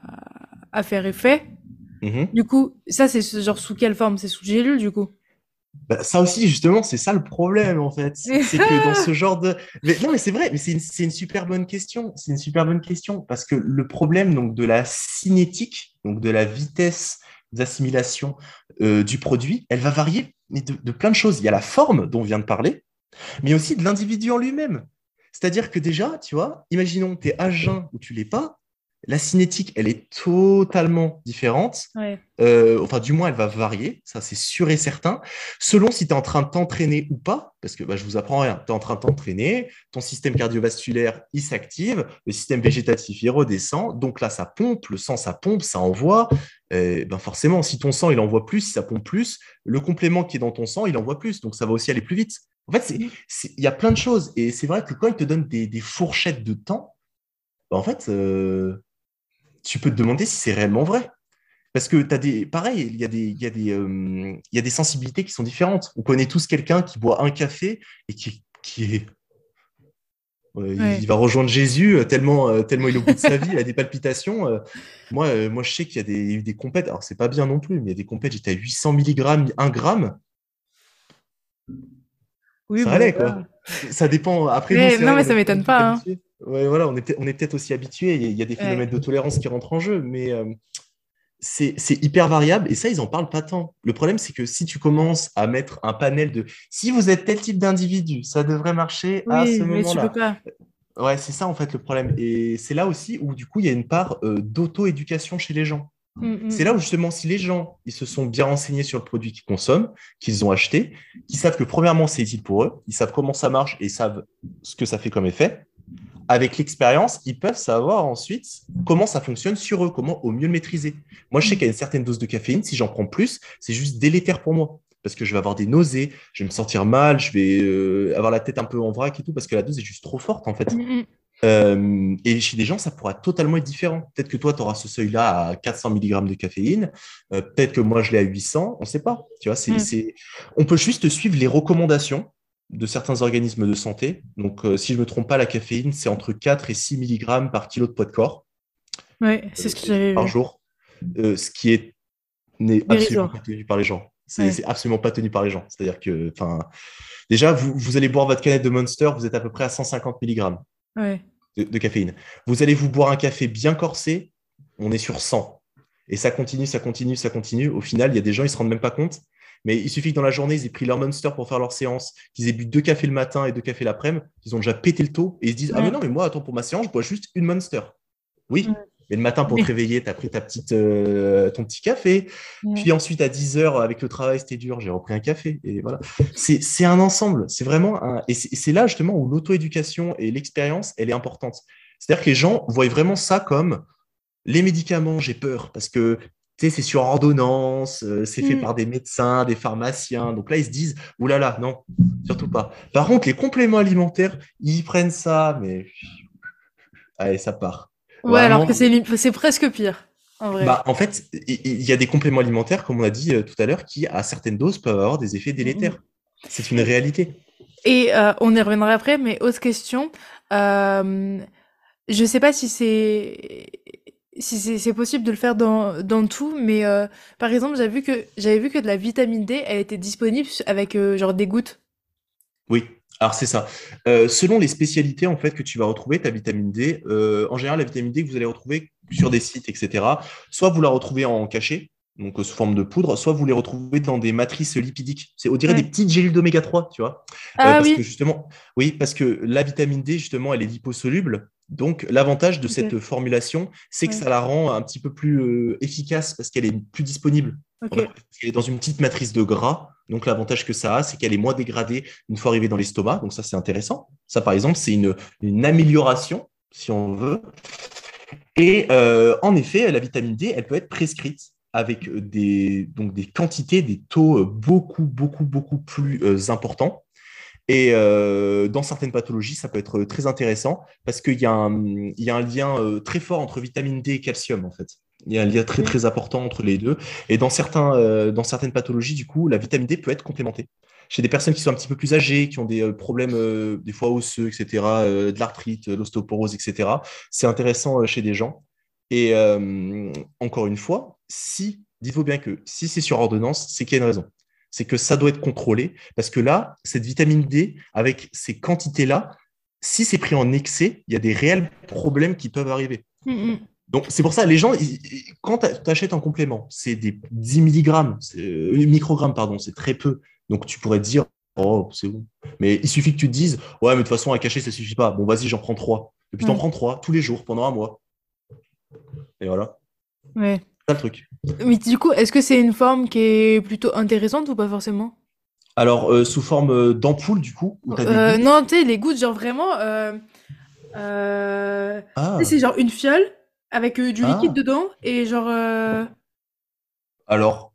à faire effet. Mhm. Du coup, ça, c'est ce- genre sous quelle forme? C'est sous gélule, du coup. Bah, ça aussi, justement, c'est ça le problème, en fait. C'est que dans ce genre de... Mais, non, mais c'est vrai, mais c'est une, c'est une super bonne question. C'est une super bonne question. Parce que le problème donc, de la cinétique, donc de la vitesse d'assimilation euh, du produit, elle va varier mais de, de plein de choses. Il y a la forme dont on vient de parler, mais aussi de l'individu en lui-même. C'est-à-dire que déjà, tu vois, imaginons que tu es à jeun ou tu l'es pas, la cinétique, elle est totalement différente. Ouais. Euh, enfin, du moins, elle va varier, ça c'est sûr et certain, selon si tu es en train de t'entraîner ou pas, parce que bah, je vous apprends rien, tu es en train de t'entraîner, ton système cardiovasculaire, il s'active, le système végétatif, il redescend, donc là, ça pompe, le sang, ça pompe, ça envoie. Euh, ben forcément, si ton sang, il envoie plus, si ça pompe plus, le complément qui est dans ton sang, il envoie plus, donc ça va aussi aller plus vite. En fait, c'est, Mm. c'est- il y a plein de choses, et c'est vrai que quand ils te donnent des, des fourchettes de temps, ben, en fait, euh, tu peux te demander si c'est réellement vrai. Parce que tu as des. Pareil, il y a des, il y a des, euh, il y a des sensibilités qui sont différentes. On connaît tous quelqu'un qui boit un café et qui, qui est. euh, il Ouais. va rejoindre Jésus euh, tellement, euh, tellement il est au bout de sa vie, il a des palpitations. euh. moi, euh, moi, je sais qu'il y a des, des compètes. Alors, c'est pas bien non plus, mais il y a des compètes, j'étais à huit cents milligrammes, un gramme. Oui, Ça bon, allait, voilà. quoi. Ça dépend. Après, nous, Mais c'est non, vrai mais qu'on est ça peut-être un m'étonne peu pas, hein. habitués. Ouais, voilà, on est peut-être on est peut-être aussi habitués. Il y a- il y a des Ouais. phénomènes de tolérance qui rentrent en jeu, mais. euh, c'est c'est hyper variable et ça, ils en parlent pas tant. Le problème, c'est que si tu commences à mettre un panel de si vous êtes tel type d'individu, ça devrait marcher à ce Oui, mais tu peux moment-là. pas. Ouais, c'est ça en fait le problème. Et c'est là aussi où du coup, il y a une part euh, d'auto-éducation chez les gens. Mm, C'est là où mm, justement, si les gens ils se sont bien renseignés sur le produit qu'ils consomment, qu'ils ont acheté, qu'ils savent que premièrement, c'est utile pour eux, ils savent comment ça marche et ils savent ce que ça fait comme effet, avec l'expérience, ils peuvent savoir ensuite comment ça fonctionne sur eux, comment au mieux le maîtriser. Moi, je sais mm. qu'à une certaine dose de caféine, si j'en prends plus, c'est juste délétère pour moi. Parce que je vais avoir des nausées, je vais me sentir mal, je vais euh, avoir la tête un peu en vrac et tout, parce que la dose est juste trop forte, en fait. Mm, mm. Euh, et chez des gens, ça pourra totalement être différent. Peut-être que toi, tu auras ce seuil-là à quatre cents milligrammes de caféine. Euh, peut-être que moi, je l'ai à huit cents. On ne sait pas. Tu vois, c'est, Mm. c'est... On peut juste suivre les recommandations de certains organismes de santé. Donc, euh, si je ne me trompe pas, la caféine, c'est entre quatre et six milligrammes par kilo de poids de corps Ouais, c'est euh, ce que j'avais par vu. jour, euh, ce qui est, n'est absolument pas Dérisoire. tenu par les gens. C'est, Ouais, c'est absolument pas tenu par les gens. C'est-à-dire que, enfin, déjà, vous, vous allez boire votre canette de Monster, vous êtes à peu près à cent cinquante milligrammes ouais. de, de caféine. Vous allez vous boire un café bien corsé, on est sur cent. Et ça continue, ça continue, ça continue. Au final, il y a des gens, ils ne se rendent même pas compte. Mais il suffit que dans la journée, ils aient pris leur Monster pour faire leur séance, qu'ils aient bu deux cafés le matin et deux cafés l'après-midi, ils ont déjà pété le taux et ils se disent ah, mais Ouais. non, mais moi, attends, pour ma séance, je bois juste une Monster. Oui, Ouais. Mais le matin, pour te Oui. réveiller, tu as pris ta petite, euh, ton petit café. Ouais. Puis ensuite, à dix heures, avec le travail, c'était dur, j'ai repris un café. Et voilà. C'est, c'est un ensemble. C'est vraiment un... Et c'est, c'est là, justement, où l'auto-éducation et l'expérience, elle est importante. C'est-à-dire que les gens voient vraiment ça comme les médicaments, j'ai peur, parce que tu sais, c'est sur ordonnance, euh, c'est fait Mm. par des médecins, des pharmaciens. Donc là, ils se disent, oulala, là là, non, surtout pas. Par contre, les compléments alimentaires, ils prennent ça, mais allez, ça part. Ouais, alors Vraiment, que c'est lim- c'est presque pire, en vrai. bah, en fait, il il y, a des compléments alimentaires, comme on a dit euh, tout à l'heure, qui, à certaines doses, peuvent avoir des effets Mm, mm. délétères. C'est une réalité. Et euh, on y reviendra après, mais autre question. Euh, je sais pas si c'est si c'est c'est possible de le faire dans, dans tout, mais euh, par exemple, j'avais vu que j'avais vu que de la vitamine D, elle était disponible avec euh, genre des gouttes. Oui, alors c'est ça. Euh, selon les spécialités en fait que tu vas retrouver, ta vitamine D, euh, en général, la vitamine D que vous allez retrouver sur des sites, et cetera, soit vous la retrouvez en cachet, donc euh, sous forme de poudre, soit vous les retrouvez dans des matrices lipidiques. C'est, on dirait des Ouais. petites gélules d'oméga trois, tu vois. Euh, Ah parce que oui. justement, oui, parce que la vitamine D, justement, elle est liposoluble. Donc, l'avantage de Ok. cette formulation, c'est que Ouais. ça la rend un petit peu plus euh, efficace parce qu'elle est plus disponible. Ok. En fait, parce qu'elle est dans une petite matrice de gras. Donc, l'avantage que ça a, c'est qu'elle est moins dégradée une fois arrivée dans l'estomac. Donc, ça, c'est intéressant. Ça, par exemple, c'est une, une amélioration, si on veut. Et euh, en effet, la vitamine D, elle peut être prescrite avec des, donc des quantités, des taux beaucoup, beaucoup, beaucoup plus euh, importants. Et euh, dans certaines pathologies, ça peut être très intéressant parce qu'il y a un, il y a un lien euh, très fort entre vitamine D et calcium, en fait. Il y a un lien très, Ok. très important entre les deux. Et dans, certains, euh, dans certaines pathologies, du coup, la vitamine D peut être complémentée. Chez des personnes qui sont un petit peu plus âgées, qui ont des euh, problèmes, euh, des fois osseux, et cetera, euh, de l'arthrite, euh, l'ostéoporose, et cetera, c'est intéressant euh, chez des gens. Et euh, encore une fois, si, dites-vous bien que si c'est sur ordonnance, c'est qu'il y a une raison. C'est que ça doit être contrôlé parce que là, cette vitamine D, avec ces quantités-là, si c'est pris en excès, il y a des réels problèmes qui peuvent arriver. Mm, mm. Donc, c'est pour ça, les gens, ils- ils- quand tu achètes un complément, c'est des dix milligrammes, c'est- euh, microgrammes, pardon, c'est très peu. Donc, tu pourrais te dire, oh, c'est bon. Mais il suffit que tu te dises, ouais, mais de toute façon, un cachet, ça suffit pas. Bon, vas-y, j'en prends trois. Et puis, tu en Ouais. prends trois tous les jours pendant un mois. Et voilà, Ouais. c'est ça le truc. Mais du coup, est-ce que c'est une forme qui est plutôt intéressante ou pas forcément? Alors, euh, sous forme euh, d'ampoule, du coup, où tu as des Euh, gouttes. non, tu sais, les gouttes, genre vraiment, euh, euh, tu sais, c'est Ah, genre une fiole avec euh, du liquide ah. dedans et genre, euh, Alors,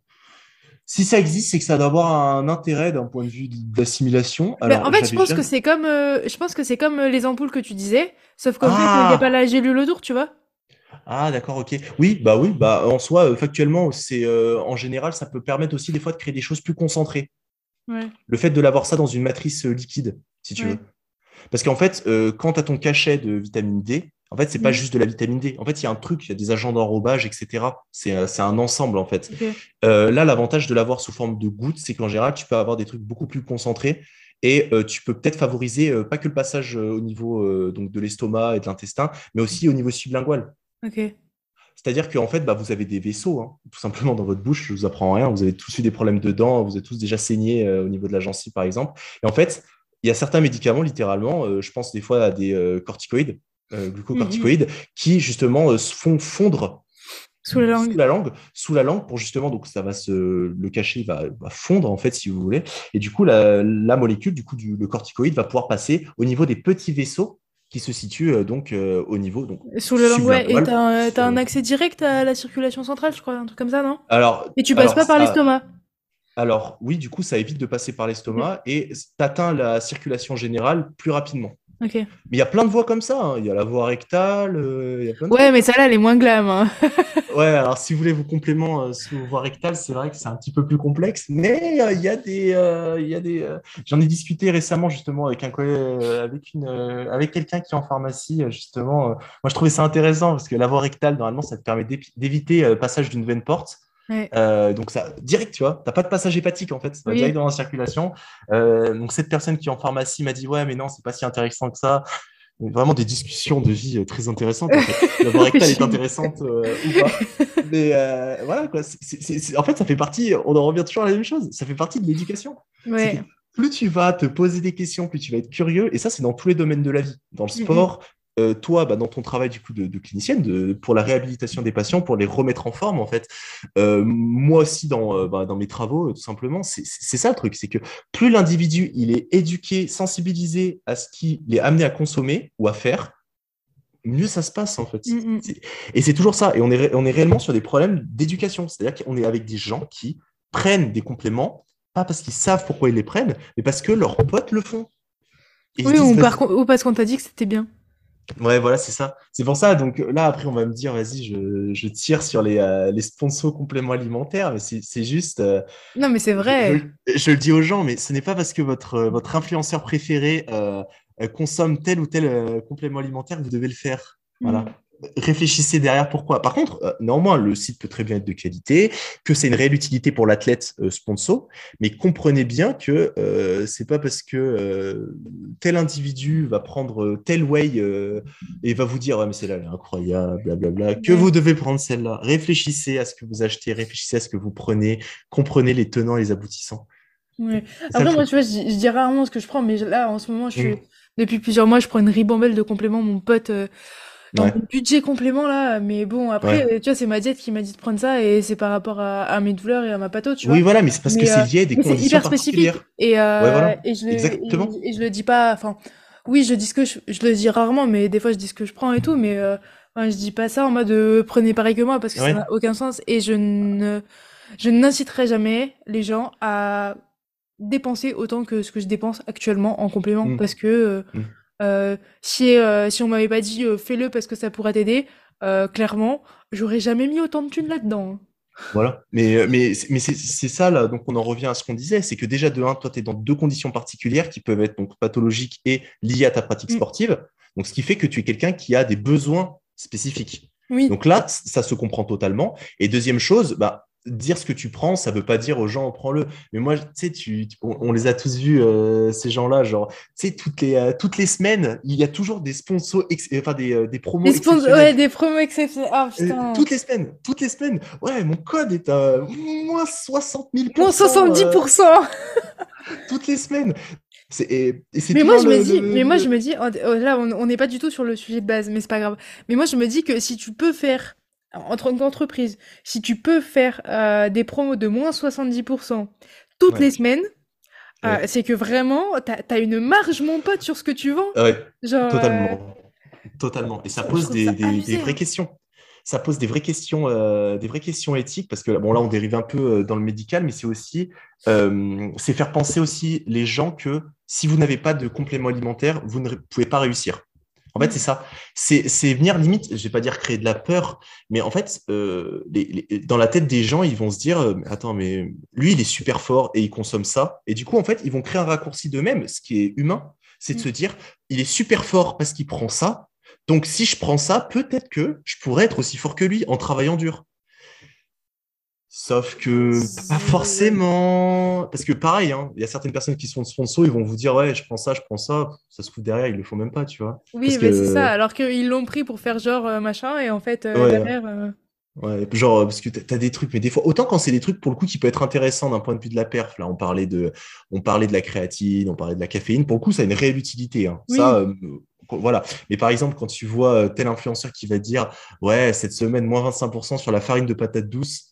si ça existe, c'est que ça doit avoir un intérêt d'un point de vue d'assimilation. ben, en Alors, fait, je j'avais pense que jamais. c'est comme, euh, je pense que c'est comme euh, les ampoules que tu disais, sauf qu'en fait, il n'y a pas Ah! la gélule autour, tu vois? Ah, d'accord, ok. Oui, bah oui, bah en soi, euh, factuellement, c'est euh, en général, ça peut permettre aussi des fois de créer des choses plus concentrées. Ouais, Le fait de l'avoir ça dans une matrice euh, liquide, si tu ouais. veux. Parce qu'en fait, euh, quand tu as ton cachet de vitamine D, en fait, c'est pas Mhm. juste de la vitamine D. En fait, il y a un truc, il y a des agents d'enrobage, et cetera. C'est euh, c'est un ensemble, en fait. Ok. Euh, là, l'avantage de l'avoir sous forme de gouttes, c'est qu'en général, tu peux avoir des trucs beaucoup plus concentrés et euh, tu peux peut-être favoriser euh, pas que le passage euh, au niveau euh, donc de l'estomac et de l'intestin, mais aussi au niveau sublingual. Ok. C'est-à-dire qu'en fait, bah, vous avez des vaisseaux, hein, tout simplement dans votre bouche, je vous apprends rien, vous avez tous eu des problèmes de dents, vous êtes tous déjà saignés euh, au niveau de la gencive, par exemple. Et en fait, il y a certains médicaments, littéralement, euh, je pense des fois à des euh, corticoïdes, euh, Mhm. glucocorticoïdes, qui justement euh, se font fondre Sous la sous langue. la langue, sous la langue pour justement, donc ça va se, le cachet va, va fondre en fait, si vous voulez. Et du coup, la, la molécule, du coup, du, le corticoïde va pouvoir passer au niveau des petits vaisseaux qui se situent euh, donc euh, au niveau donc Sous la langue, ouais. Et sublingual. t'as un, t'as un Euh, accès direct à la circulation centrale, je crois, un truc comme ça, non? alors, Et tu passes alors pas par ça, l'estomac. alors oui, du coup, ça évite de passer par Ok. l'estomac et tu atteins la circulation générale plus rapidement. Ok. Mais il y a plein de voies comme ça, hein. Il y a la voie rectale, euh, il y a plein de Ouais, trucs, mais hein. celle-là, elle est moins glam, hein. Ouais, alors si vous voulez vos compléments euh, sous voie rectale, c'est vrai que c'est un petit peu plus complexe, mais euh, il y a des, euh, il y a des. euh, J'en ai discuté récemment justement avec un collègue, euh, avec une, euh, avec quelqu'un qui est en pharmacie euh, justement. euh, Moi, je trouvais ça intéressant parce que la voie rectale, normalement, ça te permet d'épi- d'éviter euh, le passage d'une veine porte. Ouais. Euh, donc ça direct, tu vois, t'as pas de passage hépatique en fait, ça va direct Oui. dans la circulation. Euh, donc cette personne qui est en pharmacie m'a dit ouais, mais non, c'est pas si intéressant que ça. Vraiment des discussions de vie euh, très intéressantes en fait. La voie rectale est J'im- intéressante euh, ou pas. Mais euh, voilà quoi. C'est- c'est- c'est- En fait, ça fait partie, on en revient toujours à la même chose. Ça fait partie de l'éducation. C'est que Ouais. plus tu vas te poser des questions, plus tu vas être curieux. Et ça, c'est dans tous les domaines de la vie. Dans le Mm, mm. sport, euh, toi, bah, dans ton travail du coup de, de clinicienne, de, pour la réhabilitation des patients, pour les remettre en forme, en fait, euh, moi aussi dans, euh, bah, dans mes travaux, euh, tout simplement, c'est c'est ça le truc, c'est que plus l'individu il est éduqué, sensibilisé à ce qu'il est amené à consommer ou à faire, mieux ça se passe en fait. Mm, C'est- Et c'est toujours ça. Et on est, ré- on est réellement sur des problèmes d'éducation. C'est-à-dire qu'on est avec des gens qui prennent des compléments, pas parce qu'ils savent pourquoi ils les prennent, mais parce que leurs potes le font. Et ils se Oui, disent, ou, par vas-y. con- ou parce qu'on t'a dit que c'était bien. Ouais, voilà, c'est ça. C'est pour ça. Donc là, après, on va me dire, vas-y, je, je tire sur les, euh, les sponsors compléments alimentaires. Mais c'est c'est juste, euh, Non, mais c'est je, je- vrai. je le dis aux gens, mais ce n'est pas parce que votre, euh, votre influenceur préféré euh, euh, consomme tel ou tel euh, complément alimentaire que vous devez le faire. Voilà. Mm. Réfléchissez derrière pourquoi. Par contre, euh, néanmoins, le site peut très bien être de qualité, que c'est une réelle utilité pour l'athlète euh, sponsor, mais comprenez bien que euh, c'est pas parce que euh, tel individu va prendre euh, tel whey euh, et va vous dire ah, mais celle-là elle est incroyable, blablabla, que Ouais. vous devez prendre celle-là. Réfléchissez à ce que vous achetez, réfléchissez à ce que vous prenez, comprenez les tenants et les aboutissants. Ouais. C'est ça le Après, moi, tu truc. vois, je, dis je dis rarement ce que je prends, mais je- là, en ce moment, je suis, Mmh. depuis plusieurs mois, je prends une ribambelle de compléments, mon pote, euh, dans Ouais, mon budget complément, là. Mais bon, après, ouais. euh, tu vois, c'est ma diète qui m'a dit de prendre ça, et c'est par rapport à, à mes douleurs et à ma patho, tu Oui, vois. voilà, mais c'est parce que Mais, c'est euh, lié à des mais c'est conditions hyper spécifique. particulières. Et, Ouais, euh, voilà. et je le, Exactement. et, et je le dis pas, enfin, oui, je dis ce que je, je le dis rarement, mais des fois, je dis ce que je prends et tout, mais, euh, enfin, je dis pas ça en mode, euh, prenez pareil que moi, parce que ça n'a Ouais. aucun sens, et je ne, je n'inciterai jamais les gens à dépenser autant que ce que je dépense actuellement en complément Mmh. parce que euh, Mmh. euh, si euh, si on m'avait pas dit euh, fais-le parce que ça pourra t'aider, euh, clairement j'aurais jamais mis autant de thunes là-dedans, hein. Voilà. Mais, euh, mais, mais c'est c'est ça, là. Donc, on en revient à ce qu'on disait. C'est que déjà, de un, toi, tu es dans deux conditions particulières qui peuvent être donc pathologiques et liées à ta pratique Mm. sportive. Donc, ce qui fait que tu es quelqu'un qui a des besoins spécifiques. Oui. Donc là, ça se comprend totalement. Et deuxième chose, bah, dire ce que tu prends, ça veut pas dire aux gens, prends-le. Mais moi, tu sais, tu, tu- on, on les a tous vus, euh, ces gens-là, genre, tu sais, toutes les, euh, toutes les semaines, il y a toujours des sponsors, ex- enfin, des, euh, des Des promos sponsors, exceptionnels. ouais, des promos exceptionnels. Ah Euh, putain. toutes les semaines, toutes les semaines. Ouais, mon code est à moins soixante mille Moins pour cent soixante-dix euh, pour cent. toutes les semaines. C'est, et, et c'est Mais moi toujours je me le, dis, le, mais moi je me le- dis, oh, oh, là on on n'est pas du tout sur le sujet de base, mais c'est pas grave. Mais moi je me dis que si tu peux faire, en tant qu'entreprise, si tu peux faire euh, des promos de moins soixante-dix pour cent toutes Ouais, les semaines, Euh, ouais, c'est que vraiment, t'as, t'as une marge, mon pote, sur ce que tu vends. ouais, Genre, euh, totalement. Totalement. Et ça je je pose trouve des, ça des, des abusé, vraies hein. questions. Ça pose des vraies questions, euh, des vraies questions éthiques, parce que bon, là, on dérive un peu euh, dans le médical, mais c'est aussi, euh, c'est faire penser aussi les gens que si vous n'avez pas de complément alimentaire, vous ne pouvez pas réussir. En fait, c'est Mm. ça. C'est, c'est venir limite, je vais pas dire créer de la peur, mais en fait, euh, les- les- dans la tête des gens, ils vont se dire, euh, attends, mais lui, il est super fort et il consomme ça. Et du coup, en fait, ils vont créer un raccourci d'eux-mêmes, ce qui est humain, c'est de Mm. se dire, il est super fort parce qu'il prend ça. Donc, si je prends ça, peut-être que je pourrais être aussi fort que lui en travaillant dur. Sauf que pas C'est- forcément. Parce que pareil, hein, il y a certaines personnes qui sont sponsors, ils vont vous dire, ouais, je prends ça, je prends ça. Ça se fout derrière, ils le font même pas, tu vois. Parce Oui, bah, c'est ça. que, Alors qu'ils l'ont pris pour faire genre euh, machin, et en fait, euh, ouais, derrière. euh, ouais, genre, parce que t'as, as des trucs, mais des fois, autant quand c'est des trucs pour le coup qui peut être intéressant d'un point de vue de la perf. Là, on parlait de, on parlait de la créatine, on parlait de la caféine. Pour le coup, ça a une réelle utilité, hein. Ça, Oui. euh, voilà. Mais par exemple, quand tu vois euh, tel influenceur qui va dire, ouais, cette semaine, moins vingt-cinq pour cent sur la farine de patate douce.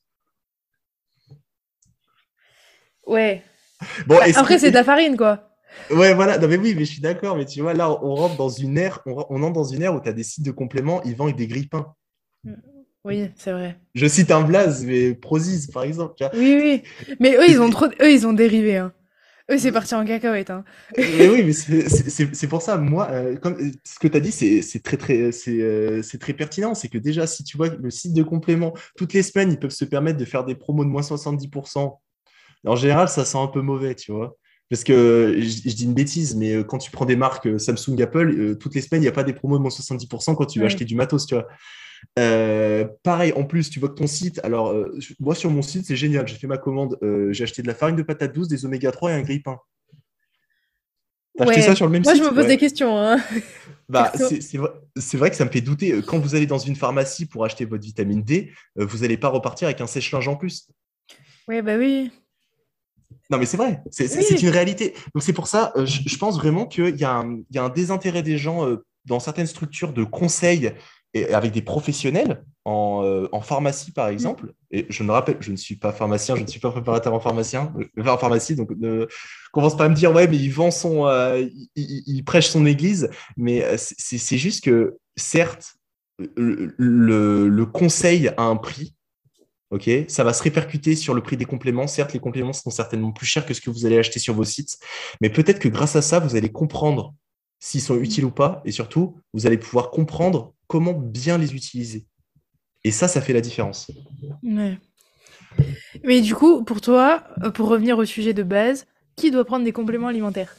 Ouais. Bon, Bah, est-ce que, après, c'est de la farine, quoi. ouais, voilà, non, mais oui, mais je suis d'accord, mais tu vois, là, on rentre dans une ère, on, on entre dans une ère où tu as des sites de compléments, ils vendent des grille-pains. Mm. Oui, c'est vrai. Je cite un blaze, mais Prozis, par exemple, tu vois. Oui, oui. Mais eux, Et ils ont c'est- trop, eux, ils ont dérivé, hein. Eux, c'est parti en cacahuète, hein. mais oui, mais c'est c'est- c'est- c'est pour ça, moi, euh, comme, euh, ce que tu as dit, c'est c'est très, très, c'est euh, c'est très pertinent. C'est que déjà, si tu vois le site de compléments, toutes les semaines, ils peuvent se permettre de faire des promos de moins soixante-dix pour cent. En général, ça sent un peu mauvais, tu vois. Parce que je, je dis une bêtise, mais euh, quand tu prends des marques euh, Samsung, Apple, euh, toutes les semaines, il n'y a pas des promos de moins soixante-dix pour cent quand tu veux Ouais. acheter du matos, tu vois. Euh, pareil, en plus, tu vois que ton site, alors euh, je- moi sur mon site, c'est génial. J'ai fait ma commande, euh, j'ai acheté de la farine de patate douce, des oméga trois et un grille-pain. T'as acheté ça Ouais. sur le même Moi, je me site? pose des Ouais. questions, hein. Bah, Perso. c'est c'est vrai, c'est vrai que ça me fait douter. Euh, Quand vous allez dans une pharmacie pour acheter votre vitamine D, euh, vous n'allez pas repartir avec un sèche-linge en plus. Ouais, bah oui. Non, mais c'est vrai, c'est c'est- c'est Oui. une réalité. Donc, c'est pour ça, euh, je, je pense vraiment qu'il y a un, il y a un désintérêt des gens euh, dans certaines structures de conseil et avec des professionnels en, euh, en pharmacie, par exemple. Et je me rappelle, je ne suis pas pharmacien, je ne suis pas préparateur en pharmacien, euh, en pharmacie, donc ne commence pas à me dire, ouais, mais il vend son, euh, il, il- il prêche son église. Mais euh, c'est c'est juste que, certes, le, le- le conseil a un prix. Ok, ça va se répercuter sur le prix des compléments. Certes, les compléments seront certainement plus chers que ce que vous allez acheter sur vos sites, mais peut-être que grâce à ça, vous allez comprendre s'ils sont utiles ou pas, et surtout, vous allez pouvoir comprendre comment bien les utiliser. Et ça, ça fait la différence. Ouais. Mais du coup, pour toi, euh, pour revenir au sujet de base, qui doit prendre des compléments alimentaires?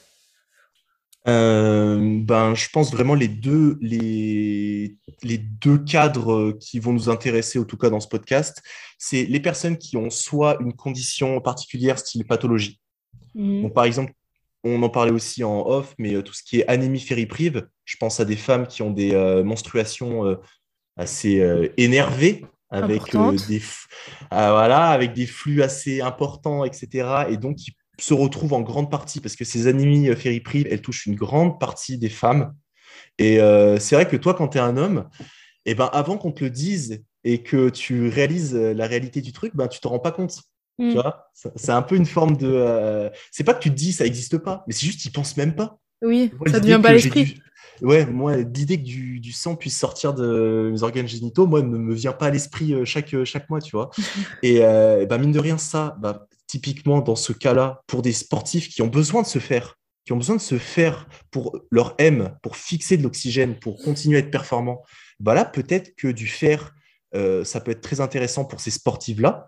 Euh, ben, je pense vraiment les deux, les, les deux cadres euh, qui vont nous intéresser, en tout cas dans ce podcast, c'est les personnes qui ont soit une condition particulière, style pathologie. Mhm. Donc, par exemple, on en parlait aussi en off, mais euh, tout ce qui est anémie fériprive, je pense à des femmes qui ont des euh, menstruations euh, assez euh, énervées, avec, euh, Importante. des, f- ah, voilà, avec des flux assez importants, et cetera. Et donc, qui se retrouvent en grande partie, parce que ces anémies euh, fériprives, elles touchent une grande partie des femmes. Et euh, c'est vrai que toi, quand tu es un homme, eh ben, avant qu'on te le dise et que tu réalises euh, la réalité du truc, ben, tu te rends pas compte. Tu Mm. vois, c'est c'est un peu une forme de. Euh, C'est pas que tu te dis ça n'existe pas, mais c'est juste qu'ils pensent même pas. Oui, Moi, ça ne l'idée vient pas à que j'ai l'esprit. dû. Ouais, moi, l'idée que du, du sang puisse sortir de mes organes génitaux, moi, ne me vient pas à l'esprit euh, chaque, euh, chaque mois, tu vois. Et euh, bah, mine de rien, ça, bah, typiquement dans ce cas-là, pour des sportifs qui ont besoin de se faire, qui ont besoin de se faire pour leur M, pour fixer de l'oxygène, pour continuer à être performants, bah là, peut-être que du fer, euh, ça peut être très intéressant pour ces sportifs-là.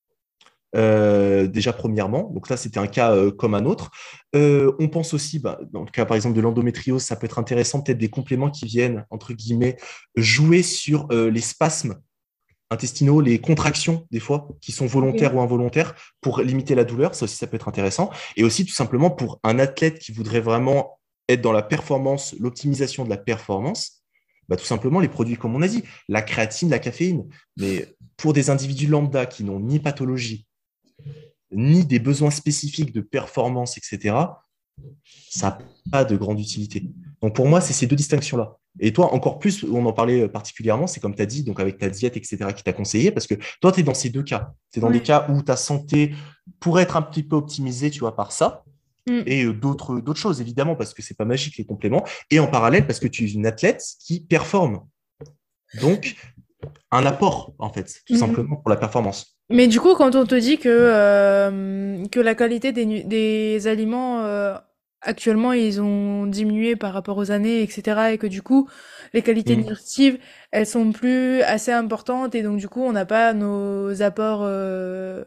Euh, déjà premièrement, donc là c'était un cas euh, comme un autre. Euh, on pense aussi, bah, dans le cas par exemple de l'endométriose, ça peut être intéressant peut-être des compléments qui viennent, entre guillemets, jouer sur euh, les spasmes intestinaux, les contractions des fois, qui sont volontaires Ok. ou involontaires, pour limiter la douleur, ça aussi ça peut être intéressant. Et aussi tout simplement pour un athlète qui voudrait vraiment être dans la performance, l'optimisation de la performance, bah, tout simplement les produits comme on a dit, la créatine, la caféine. Mais pour des individus lambda qui n'ont ni pathologie, ni des besoins spécifiques de performance, et cetera, ça n'a pas de grande utilité. Donc pour moi, c'est ces deux distinctions-là. Et toi, encore plus, on en parlait particulièrement, c'est comme tu as dit, donc avec ta diète, et cetera, qui t'a conseillé, parce que toi, tu es dans ces deux cas. Tu es dans des Ouais. cas où ta santé pourrait être un petit peu optimisée, tu vois, par ça, Mm. et euh, d'autres d'autres choses, évidemment, parce que c'est pas magique, les compléments, et en parallèle, parce que tu es une athlète qui performe. Donc, un apport, en fait, tout Mm. simplement pour la performance. Mais du coup, quand on te dit que, euh, que la qualité des, nu- des aliments, euh, actuellement, ils ont diminué par rapport aux années, et cetera, et que du coup, les qualités Mm. nutritives, elles sont plus assez importantes, et donc du coup, on n'a pas nos apports, euh,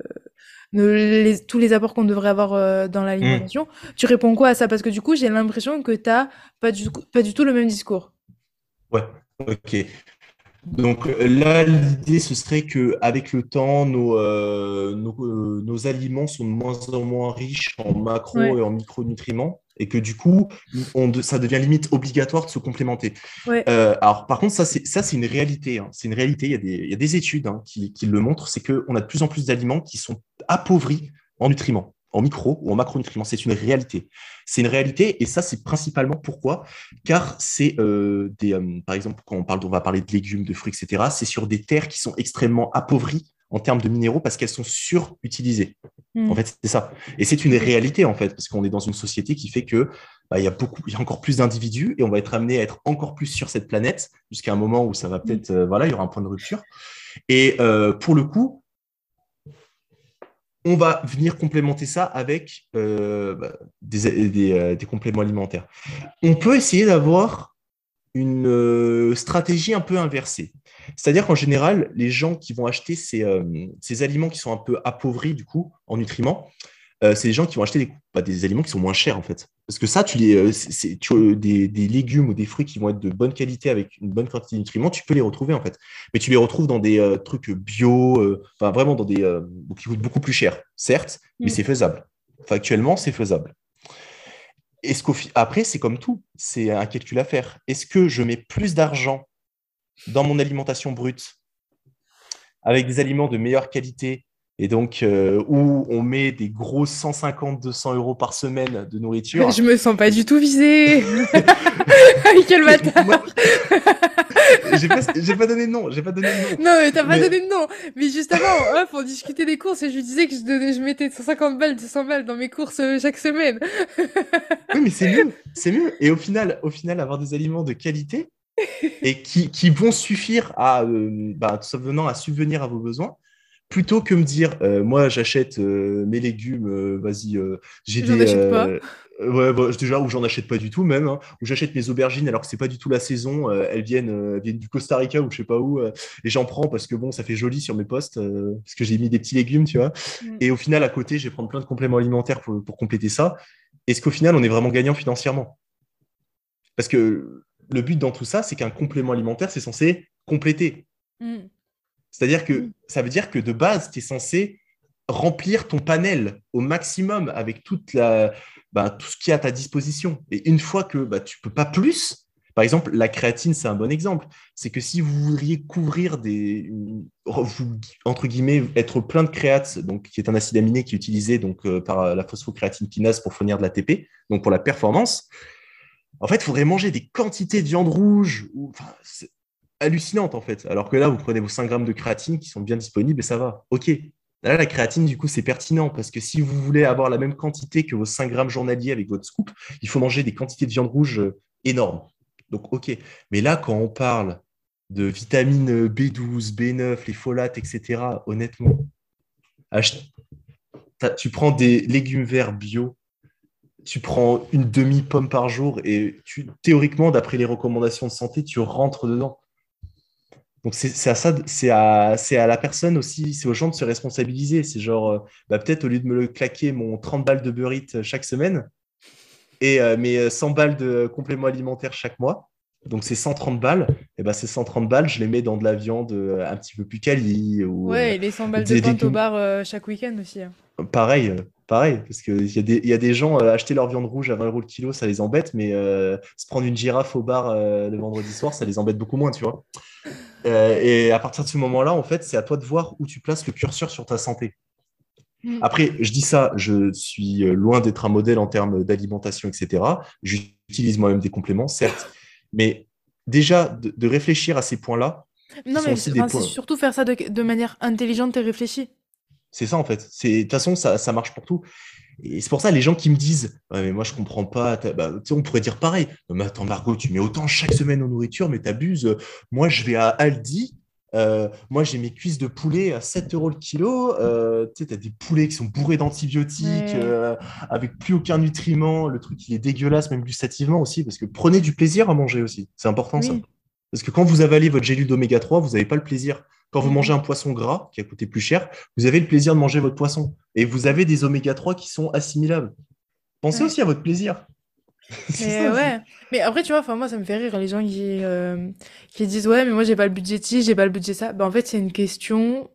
nos- les- tous les apports qu'on devrait avoir, euh, dans Mm. l'alimentation. Tu réponds quoi à ça? Parce que du coup, j'ai l'impression que t'as pas du, coup- pas du tout le même discours. Ouais, ok. Donc euh, là, l'idée, ce serait qu'avec le temps, nos, euh, nos, euh, nos aliments sont de moins en moins riches en macro Ouais, et en micronutriments, et que du coup, on de- ça devient limite obligatoire de se complémenter. ouais. Euh, alors, par contre, ça, c'est ça, c'est une réalité, hein. C'est une réalité. Il y a des, il y a des études, hein, qui, qui le montrent. C'est qu'on a de plus en plus d'aliments qui sont appauvris en nutriments, en micro ou en macronutriments. C'est une réalité. C'est une réalité, et ça, c'est principalement pourquoi? Car c'est euh, des, euh, par exemple, quand on parle, on va parler de légumes, de fruits, et cetera. C'est sur des terres qui sont extrêmement appauvries en termes de minéraux parce qu'elles sont surutilisées. En Mm. fait, c'est ça. Et c'est une Ok. réalité, en fait, parce qu'on est dans une société qui fait que bah, il y a beaucoup, il y a encore plus d'individus et on va être amené à être encore plus sur cette planète jusqu'à un moment où ça va Mm. peut-être, euh, voilà, il y aura un point de rupture. Et euh, pour le coup, on va venir complémenter ça avec euh, bah, des, des, euh, des compléments alimentaires. On peut essayer d'avoir une euh, stratégie un peu inversée. C'est-à-dire qu'en général, les gens qui vont acheter ces, euh, ces aliments qui sont un peu appauvris du coup en nutriments, euh, c'est les gens qui vont acheter des, bah, des aliments qui sont moins chers en fait. Parce que ça, tu les, euh, c'est, c'est- tu, euh, des, des légumes ou des fruits qui vont être de bonne qualité avec une bonne quantité de nutriments, tu peux les retrouver en fait. Mais tu les retrouves dans des euh, trucs bio, euh, enfin vraiment dans des euh, qui coûtent beaucoup plus cher, certes, mais Mm. c'est faisable. Factuellement, c'est faisable. Est-ce qu'au fi- Après, c'est comme tout, c'est un calcul à faire. Est-ce que je mets plus d'argent dans mon alimentation brute avec des aliments de meilleure qualité Et donc, euh, où on met des gros cent cinquante, deux cents euros par semaine de nourriture. Je me sens pas du tout visée. Quel Mais moi, bâtard. j'ai pas, j'ai pas donné de nom, j'ai pas donné de nom. Non, mais t'as pas Mais donné de nom. Mais justement, hop, on discutait des courses et je lui disais que je, donnais, je mettais cent cinquante balles, deux cents balles dans mes courses euh, chaque semaine. oui, mais c'est mieux, c'est mieux. Et au final, au final, avoir des aliments de qualité et qui, qui vont suffire à, euh, bah, tout simplement à subvenir à vos besoins, plutôt que me dire, euh, moi, j'achète euh, mes légumes, euh, vas-y, euh, j'ai J'en des, achète pas. euh, ouais, bah, déjà, ou j'en achète pas du tout même, hein, ou j'achète mes aubergines alors que c'est pas du tout la saison, euh, elles viennent, euh, elles viennent du Costa Rica ou je sais pas où, euh, et j'en prends parce que bon, ça fait joli sur mes posts, euh, parce que j'ai mis des petits légumes, tu vois. Mm. Et au final, à côté, je vais prendre plein de compléments alimentaires pour, pour compléter ça. Est-ce qu'au final, on est vraiment gagnant financièrement? Parce que le but dans tout ça, c'est qu'un complément alimentaire, c'est censé compléter. Mm. C'est-à-dire que Oui. ça veut dire que de base, tu es censé remplir ton panel au maximum avec toute la, bah, tout ce qui est à ta disposition. Et une fois que bah, tu ne peux pas plus, par exemple, la créatine, c'est un bon exemple. C'est que si vous voudriez couvrir des, vous, entre guillemets, être plein de créate, donc, qui est un acide aminé qui est utilisé donc, euh, par la phosphocréatine kinase pour fournir de l'A T P, donc pour la performance, en fait, il faudrait manger des quantités de viande rouge. Ou, enfin, c'est hallucinante, en fait. Alors que là, vous prenez vos cinq grammes de créatine qui sont bien disponibles et ça va. OK. Là, la créatine, du coup, c'est pertinent parce que si vous voulez avoir la même quantité que vos cinq grammes journaliers avec votre scoop, il faut manger des quantités de viande rouge euh, énormes. Donc, OK. Mais là, quand on parle de vitamines B douze, B neuf, les folates, et cetera, honnêtement, ach- t'as- tu prends des légumes verts bio, tu prends une demi-pomme par jour et tu, théoriquement, d'après les recommandations de santé, tu rentres dedans. Donc, c'est c'est à ça, c'est à, c'est à la personne aussi, c'est aux gens de se responsabiliser. C'est genre, euh, bah, peut-être au lieu de me le claquer mon trente balles de beurrite chaque semaine et euh, mes cent balles de compléments alimentaires chaque mois, donc c'est cent trente balles, et ben ces cent trente balles, je les mets dans de la viande euh, un petit peu plus quali ou euh, Ouais, et les cent balles de des pinte au légumes. bar euh, chaque week-end aussi, hein. Pareil, euh, pareil, parce qu'il y a des, y a des gens, euh, acheter leur viande rouge à vingt euros le kilo, ça les embête, mais euh, se prendre une girafe au bar euh, le vendredi soir, ça les embête beaucoup moins, tu vois. Euh, et à partir de ce moment-là, en fait, c'est à toi de voir où tu places le curseur sur ta santé. Mm. Après, je dis ça, je suis loin d'être un modèle en termes d'alimentation, et cetera. J'utilise moi-même des compléments, certes, mais déjà de, de réfléchir à ces points-là, qui Non, sont mais aussi c'est des enfin, c'est points. surtout faire ça de, de manière intelligente et réfléchie. C'est ça en fait. C'est de toute façon ça, ça marche pour tout. Et c'est pour ça les gens qui me disent ouais, mais moi je comprends pas. t'as- Bah, tu sais, on pourrait dire pareil. Non, mais attends Margot, tu mets autant chaque semaine en nourriture, mais t'abuses. Moi je vais à Aldi. euh, moi j'ai mes cuisses de poulet à sept euros le kilo. Euh, tu sais, t'as des poulets qui sont bourrés d'antibiotiques, Ouais. euh, avec plus aucun nutriment. Le truc il est dégueulasse même gustativement aussi parce que prenez du plaisir à manger aussi. C'est important ça. Oui. Parce que quand vous avalez votre gélule d'oméga trois, vous n'avez pas le plaisir. Quand vous Mm, mangez mm. un poisson gras qui a coûté plus cher, vous avez le plaisir de manger votre poisson. Et vous avez des oméga trois qui sont assimilables. Pensez Ouais. aussi à votre plaisir. C'est Mais ça aussi. ouais. Mais après, tu vois, enfin, moi, ça me fait rire les gens qui, euh, qui disent, ouais, mais moi, j'ai pas le budget ci, j'ai pas le budget ça. Ben, en fait, c'est une question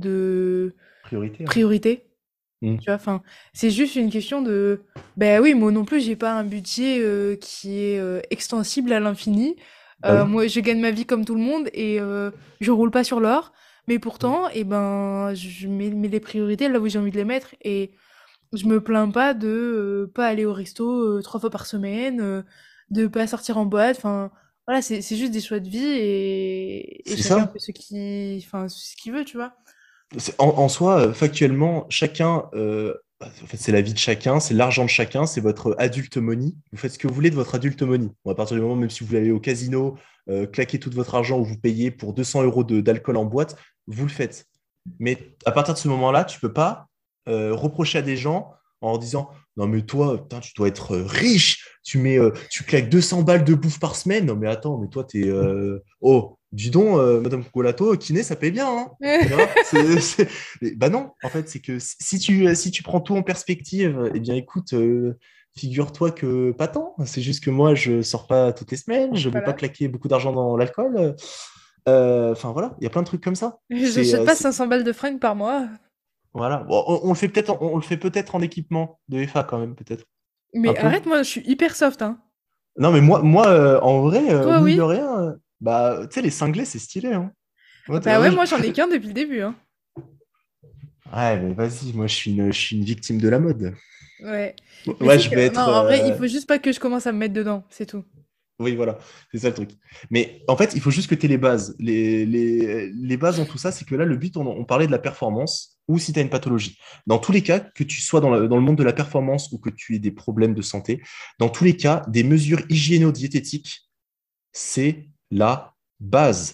de Priorité, hein. priorité. Mm. Tu vois, enfin, c'est juste une question de, ben oui, moi non plus, j'ai pas un budget euh, qui est euh, extensible à l'infini. Bah Euh, oui. moi, je gagne ma vie comme tout le monde et euh, je roule pas sur l'or. Mais Mm. pourtant, eh ben, je mets, mets les priorités là où j'ai envie de les mettre et je me plains pas de euh, pas aller au resto euh, trois fois par semaine, euh, de pas sortir en boîte. Enfin, voilà, c'est c'est juste des choix de vie et, et C'est chacun ça. fait ce qui, enfin, ce qu'il veut, tu vois. C'est- En, en soi, euh, factuellement, chacun, euh, bah, en fait, c'est la vie de chacun, c'est l'argent de chacun, c'est votre adulte money. Vous faites ce que vous voulez de votre adulte money. Bon, à partir du moment, même si vous voulez aller au casino, euh, claquer tout votre argent ou vous payez pour deux cents euros de- d'alcool en boîte, vous le faites. Mais à partir de ce moment-là, tu peux pas euh, reprocher à des gens en leur disant non, mais toi, putain, tu dois être euh, riche, tu mets, euh, tu claques deux cents balles de bouffe par semaine. Non, mais attends, mais toi, t'es. euh, Oh, dis donc, euh, Madame Colato, kiné, ça paye bien, hein. Tu vois, c'est, c'est- mais, bah non, en fait, c'est que si tu, si tu prends tout en perspective, eh bien, écoute, euh, figure-toi que pas tant. C'est juste que moi, je sors pas toutes les semaines, je vais pas Voilà. claquer beaucoup d'argent dans l'alcool. Euh, Enfin, voilà, il y a plein de trucs comme ça. C'est, J'achète euh, pas c'est- cinq cents balles de fringues par mois. voilà. Bon, on, on le fait peut-être, en- on, le fait peut-être en équipement de F A quand même, peut-être. Un Mais peu. arrête, moi, je suis hyper soft, hein. Non, mais moi, moi euh, en vrai, euh, Toi, mine de oui? rien, euh, bah, tu sais, les cinglés, c'est stylé, hein. Moi, t- Bah moi, ouais, je- moi, j'en ai qu'un depuis le début, hein. Ouais, mais vas-y, moi, je suis une, je suis une victime de la mode. Ouais. Mais Ouais, c'est je vais que, non, être. en vrai, il euh, faut juste pas que je commence à me mettre dedans, c'est tout. Oui, voilà, c'est ça le truc. Mais en fait, il faut juste que tu aies les bases. Les, les, les bases dans tout ça, c'est que là, le but, on, on parlait de la performance ou si tu as une pathologie. Dans tous les cas, que tu sois dans, la- dans le monde de la performance ou que tu aies des problèmes de santé, dans tous les cas, des mesures hygiéno-diététiques, c'est la base.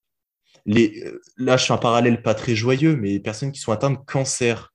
Les, euh, là, je fais un parallèle pas très joyeux, mais les personnes qui sont atteintes de cancer,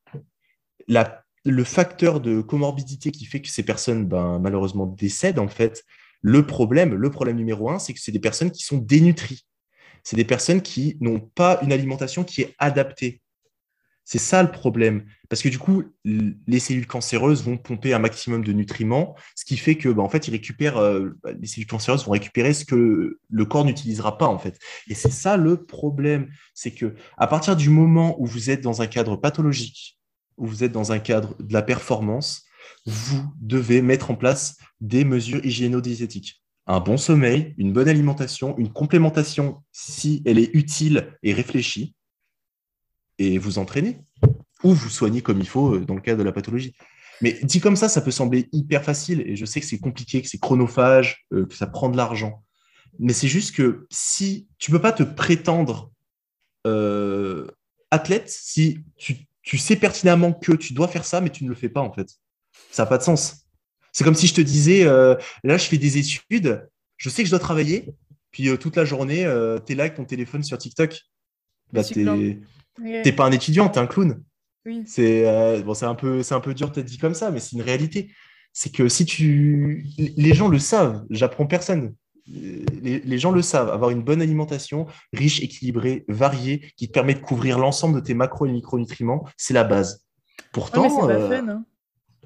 la, le facteur de comorbidité qui fait que ces personnes, ben, malheureusement, décèdent, en fait, le problème, le problème numéro un, c'est que c'est des personnes qui sont dénutries. C'est des personnes qui n'ont pas une alimentation qui est adaptée. C'est ça le problème. Parce que du coup, les cellules cancéreuses vont pomper un maximum de nutriments, ce qui fait que, ben, en fait, ils récupèrent, euh, les cellules cancéreuses vont récupérer ce que le corps n'utilisera pas, en fait. Et c'est ça le problème. C'est que à partir du moment où vous êtes dans un cadre pathologique, où vous êtes dans un cadre de la performance, vous devez mettre en place des mesures hygiéno-diététiques. Un bon sommeil, une bonne alimentation, une complémentation si elle est utile et réfléchie, et vous entraîner ou vous soigner comme il faut euh, dans le cas de la pathologie. Mais dit comme ça, ça peut sembler hyper facile et je sais que c'est compliqué, que c'est chronophage, euh, que ça prend de l'argent. Mais c'est juste que si tu peux pas te prétendre euh, athlète si tu, tu sais pertinemment que tu dois faire ça, mais tu ne le fais pas en fait. Ça n'a pas de sens. C'est comme si je te disais, euh, là, je fais des études, je sais que je dois travailler, puis euh, toute la journée, euh, tu es là avec ton téléphone sur TikTok. Et Bah, tu glandes. t'es, t'es Ok. pas un étudiant, t'es un clown. Oui. C'est euh, bon, c'est un peu, c'est un peu dur peut-être dit comme ça, mais c'est une réalité. C'est que si tu, les gens le savent, j'apprends personne. Les, les gens le savent, avoir une bonne alimentation, riche, équilibrée, variée, qui te permet de couvrir l'ensemble de tes macro et micronutriments, c'est la base. Ouais, mais c'est Pourtant, pas euh, fun, hein.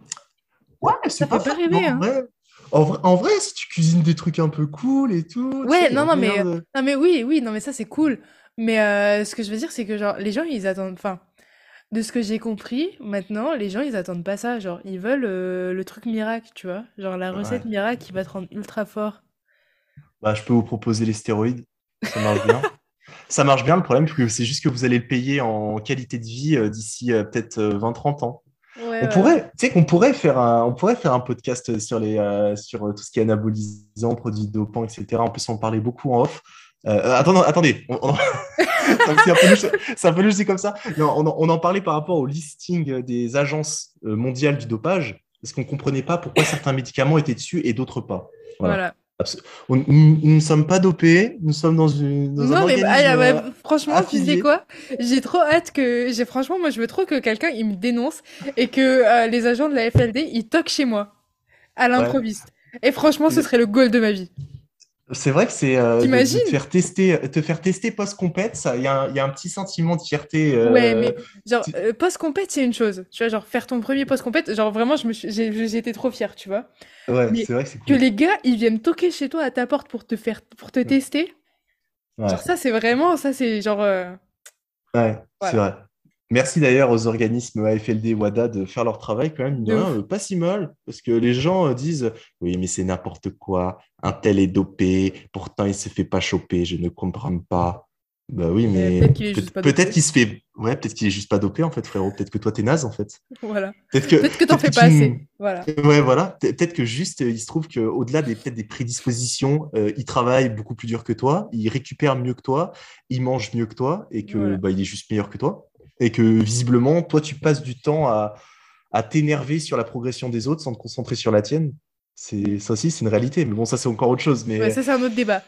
ouais, Ça c'est fait pas pas fun, mais rêver, en hein. vrai, en vrai, en vrai, si tu cuisines des trucs un peu cool et tout, tu sais, Ouais, il y a non, non, moyen mais, de. non, mais oui, oui, non, mais ça, c'est cool. Mais euh, ce que je veux dire, c'est que, genre, les gens, ils attendent, enfin, de ce que j'ai compris, maintenant, les gens, ils attendent pas ça. Genre, ils veulent euh, le truc miracle, tu vois. Genre, la recette Ouais. miracle qui va te rendre ultra fort. Bah, je peux vous proposer les stéroïdes, ça marche bien. Ça marche bien, le problème, c'est que c'est juste que vous allez le payer en qualité de vie euh, d'ici euh, peut-être euh, vingt trente ans. Ouais, On voilà. pourrait, tu sais qu'on pourrait faire un, on pourrait faire un podcast sur, les, euh, sur euh, tout ce qui est anabolisant, produits dopants, et cetera. On peut s'en parler beaucoup en off. Euh, euh, attends, attendez, on- on- c'est un peu louche, c'est un peu louche dit comme ça. Non, on, en on en parlait par rapport au listing des agences euh, mondiales du dopage, parce qu'on ne comprenait pas pourquoi certains médicaments étaient dessus et d'autres pas. Voilà. Voilà. Abs- on- nous nous ne sommes pas dopés, nous sommes dans, une- dans un Non, mais ah, organisme ah, euh, bah, franchement, tu sais affilié. quoi? J'ai trop hâte que. J'ai franchement, moi, je veux trop que quelqu'un il me dénonce et que euh, les agents de la F L D ils toquent chez moi à Ouais. l'improviste. Et franchement, ce serait le goal de ma vie. C'est vrai que c'est euh, de, de te T'imagines? faire tester, te faire tester post-compète, ça, il y, a un il y a un petit sentiment de fierté. Ouais, euh, mais genre, tu- euh, post-compète, c'est une chose. Tu vois, genre, faire ton premier post-compète, genre, vraiment, je me suis, j'ai, j'ai été trop fière, tu vois. Ouais, Mais c'est vrai que c'est que cool. les gars, ils viennent toquer chez toi à ta porte pour te faire, pour te tester, genre, Ouais, ça, c'est vraiment, ça, c'est genre, euh, ouais, c'est voilà, vrai. Merci d'ailleurs aux organismes A F L D, WADA de faire leur travail quand même, mine de de rien, ouf. euh, pas si mal, parce que les gens euh, disent, oui, mais c'est n'importe quoi, un tel est dopé, pourtant il se fait pas choper, je ne comprends pas. Bah oui, Mais mais peut-être qu'il est peut- juste pas peut-être dopé. qu'il se fait, ouais, peut-être qu'il est juste pas dopé en fait, frérot, peut-être que toi t'es naze en fait. Voilà. Peut-être que, Peut-être que t'en peut-être que fais pas tu, assez. Voilà. ouais, voilà. Pe- Peut-être que juste, euh, il se trouve qu'au-delà des, peut-être des prédispositions, euh, il travaille beaucoup plus dur que toi, il récupère mieux que toi, il mange mieux que toi, et que Voilà. bah, il est juste meilleur que toi. Et que visiblement, toi, tu passes du temps à, à t'énerver sur la progression des autres sans te concentrer sur la tienne. C'est, ça aussi, c'est une réalité. Mais bon, ça, c'est encore autre chose. Ouais, Mais ça, c'est un autre débat.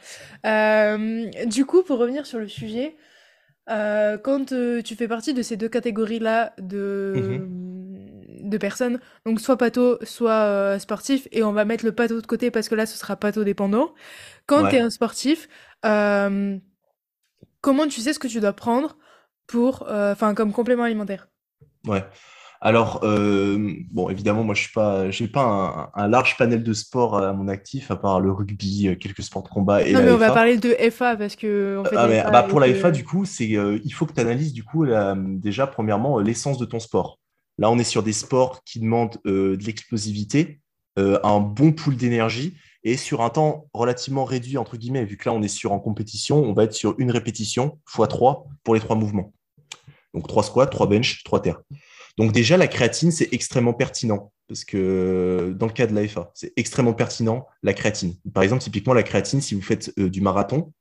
Euh, du coup, pour revenir sur le sujet, euh, quand euh, tu fais partie de ces deux catégories-là de, Mhm. de personnes, donc soit patho, soit euh, sportif, et on va mettre le patho de côté parce que là, ce sera patho dépendant. Quand tu es Ouais, un sportif, euh, comment tu sais ce que tu dois prendre pour, euh, enfin, comme complément alimentaire? ouais. Alors, euh, bon, évidemment, moi, je suis pas, j'ai pas un, un large panel de sports à mon actif, à part le rugby, euh, quelques sports de combat et Non, mais on la va F A. parler de F A parce que on fait de Ah, la mais, F A bah, et pour la F A, que. du coup, c'est, euh, il faut que tu analyses du coup la- déjà, premièrement, euh, l'essence de ton sport. Là, on est sur des sports qui demandent euh, de l'explosivité, euh, un bon pool d'énergie et sur un temps relativement réduit, entre guillemets, vu que là, on est sur en compétition, on va être sur une répétition fois trois pour les trois mouvements. Donc, trois squats, trois bench, trois terres. Donc, déjà, la créatine, c'est extrêmement pertinent parce que dans le cas de l'A F A, c'est extrêmement pertinent, la créatine. Par exemple, typiquement, la créatine, si vous faites euh, du marathon,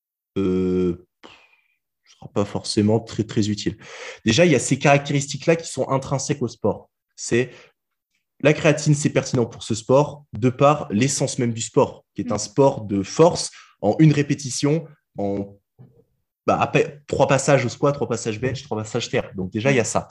euh, ce ne sera pas forcément très, très utile. Déjà, il y a ces caractéristiques-là qui sont intrinsèques au sport. C'est la créatine, c'est pertinent pour ce sport de par l'essence même du sport, qui est un sport de force en une répétition, en bah, après, trois passages au squat, trois passages bench, trois passages terre. Donc déjà, il y a ça.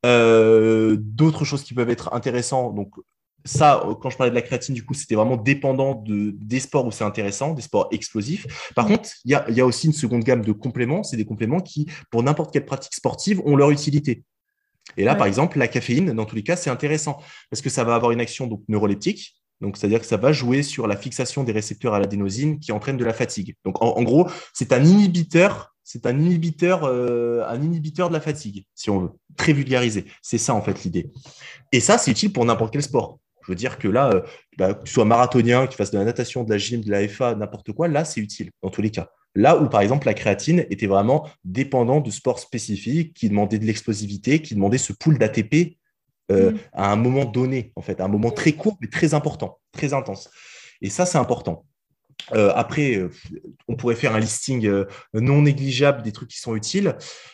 Euh, d'autres choses qui peuvent être intéressantes. Donc ça, quand je parlais de la créatine, du coup, c'était vraiment dépendant de, des sports où c'est intéressant, des sports explosifs. Par contre, il y a, y a aussi une seconde gamme de compléments. C'est des compléments qui, pour n'importe quelle pratique sportive, ont leur utilité. Et là, ouais. par exemple, la caféine, dans tous les cas, c'est intéressant parce que ça va avoir une action donc, neuroleptique. Donc, c'est-à-dire que ça va jouer sur la fixation des récepteurs à l'adénosine qui entraîne de la fatigue. Donc, en, en gros, c'est un inhibiteur, c'est un inhibiteur, euh, un inhibiteur de la fatigue, si on veut, très vulgarisé. C'est ça, en fait, l'idée. Et ça, c'est utile pour n'importe quel sport. Je veux dire que là, euh, bah, que tu sois marathonien, que tu fasses de la natation, de la gym, de la F A, n'importe quoi, là, c'est utile, dans tous les cas. Là où, par exemple, la créatine était vraiment dépendant de sports spécifiques qui demandaient de l'explosivité, qui demandaient ce pool d'A T P euh, mmh. à un moment donné, en fait, à un moment très court, mais très important, très intense. Et ça, c'est important. Euh, après, euh, on pourrait faire un listing euh, non négligeable des trucs qui sont utiles.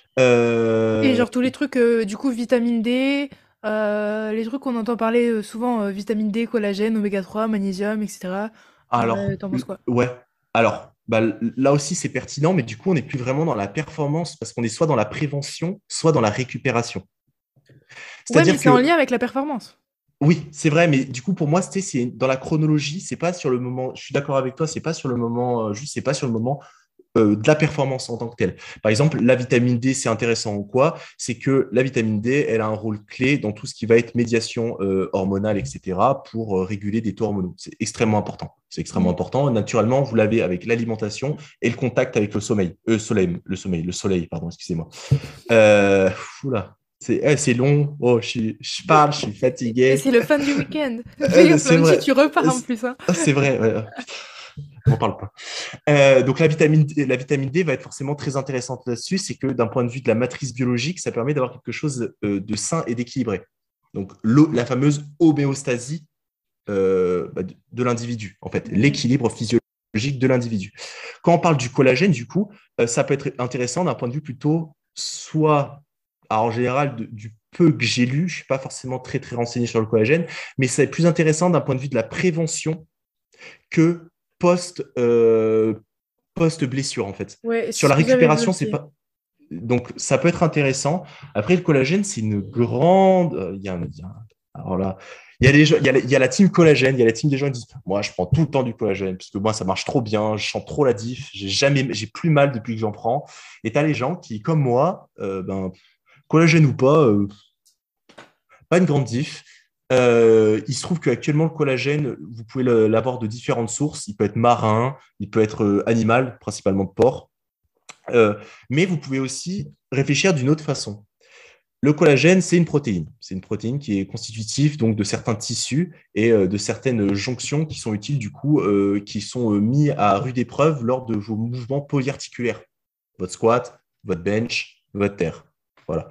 Euh... Et genre tous les trucs, euh, du coup, vitamine D, euh, les trucs qu'on entend parler euh, souvent, euh, vitamine D, collagène, oméga trois, magnésium, et cetera. Alors, euh, t'en penses quoi? Ouais. Alors, bah, là aussi, c'est pertinent, mais du coup, on n'est plus vraiment dans la performance parce qu'on est soit dans la prévention, soit dans la récupération. C'est-à-dire ouais, mais que... c'est en lien avec la performance. Oui, c'est vrai, mais du coup, pour moi, c'était c'est dans la chronologie, c'est pas sur le moment, je suis d'accord avec toi, c'est pas sur le moment, euh, juste, c'est pas sur le moment euh, de la performance en tant que telle. Par exemple, la vitamine D, c'est intéressant ou quoi? C'est que la vitamine D, elle a un rôle clé dans tout ce qui va être médiation euh, hormonale, et cetera, pour euh, réguler des taux hormonaux. C'est extrêmement important. C'est extrêmement mmh. important. Naturellement, vous l'avez avec l'alimentation et le contact avec le sommeil. Euh, soleil, le sommeil, le soleil, pardon, excusez-moi. Euh, oula. C'est, eh, c'est long. Oh, je, suis, je parle, je suis fatigué. Et c'est le fin du week-end. Euh, c'est vrai. Tu repars en plus. Hein. C'est vrai. Ouais. On n'en parle pas. Euh, donc, la vitamine, D, la vitamine D va être forcément très intéressante là-dessus. C'est que d'un point de vue de la matrice biologique, ça permet d'avoir quelque chose euh, de sain et d'équilibré. Donc, la fameuse homéostasie euh, bah, de, de l'individu, en fait, l'équilibre physiologique de l'individu. Quand on parle du collagène, du coup, euh, ça peut être intéressant d'un point de vue plutôt soit... Alors, en général, de, du peu que j'ai lu, je ne suis pas forcément très, très renseigné sur le collagène, mais c'est plus intéressant d'un point de vue de la prévention que post, euh, post-blessure, en fait. Ouais, sur la récupération, c'est pas... Donc, ça peut être intéressant. Après, le collagène, c'est une grande... Il y a, il y a... Alors là... Il y, a les gens, il, y a la, il y a la team collagène, il y a la team des gens qui disent « Moi, je prends tout le temps du collagène, parce que moi, ça marche trop bien, je sens trop la diff, j'ai jamais, j'ai plus mal depuis que j'en prends. » Et tu as les gens qui, comme moi, euh, ben, collagène ou pas, euh, pas une grande diff. Euh, il se trouve qu'actuellement, le collagène, vous pouvez l'avoir de différentes sources. Il peut être marin, il peut être euh, animal, principalement de porc. Euh, mais vous pouvez aussi réfléchir d'une autre façon. Le collagène, c'est une protéine. C'est une protéine qui est constitutive donc, de certains tissus et euh, de certaines jonctions qui sont utiles, du coup, euh, qui sont euh, mis à rude épreuve lors de vos mouvements polyarticulaires. Votre squat, votre bench, votre terre. Voilà.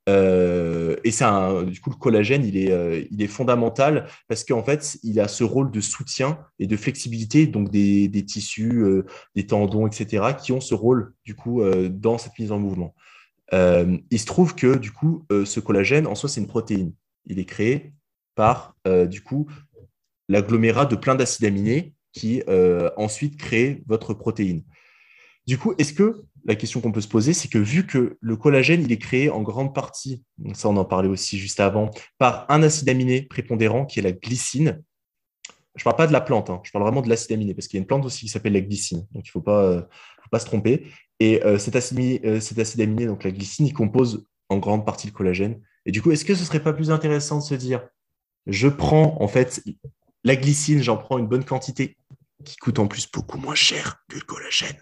Euh, et c'est un, du coup, le collagène, il est, euh, il est fondamental parce qu'en fait, il a ce rôle de soutien et de flexibilité, donc des, des tissus, euh, des tendons, et cetera, qui ont ce rôle, du coup, euh, dans cette mise en mouvement. Euh, il se trouve que du coup, euh, ce collagène, en soi, c'est une protéine. Il est créé par euh, du coup l'agglomérat de plein d'acides aminés qui euh, ensuite créent votre protéine. Du coup, est-ce que la question qu'on peut se poser, c'est que vu que le collagène, il est créé en grande partie, donc ça on en parlait aussi juste avant, par un acide aminé prépondérant qui est la glycine. Je ne parle pas de la plante, hein, je parle vraiment de l'acide aminé parce qu'il y a une plante aussi qui s'appelle la glycine, donc il ne faut pas, euh, faut pas se tromper. Et euh, cet, acide, euh, cet acide aminé, donc la glycine, il compose en grande partie le collagène. Et du coup, est-ce que ce ne serait pas plus intéressant de se dire, je prends en fait la glycine, j'en prends une bonne quantité qui coûte en plus beaucoup moins cher que le collagène.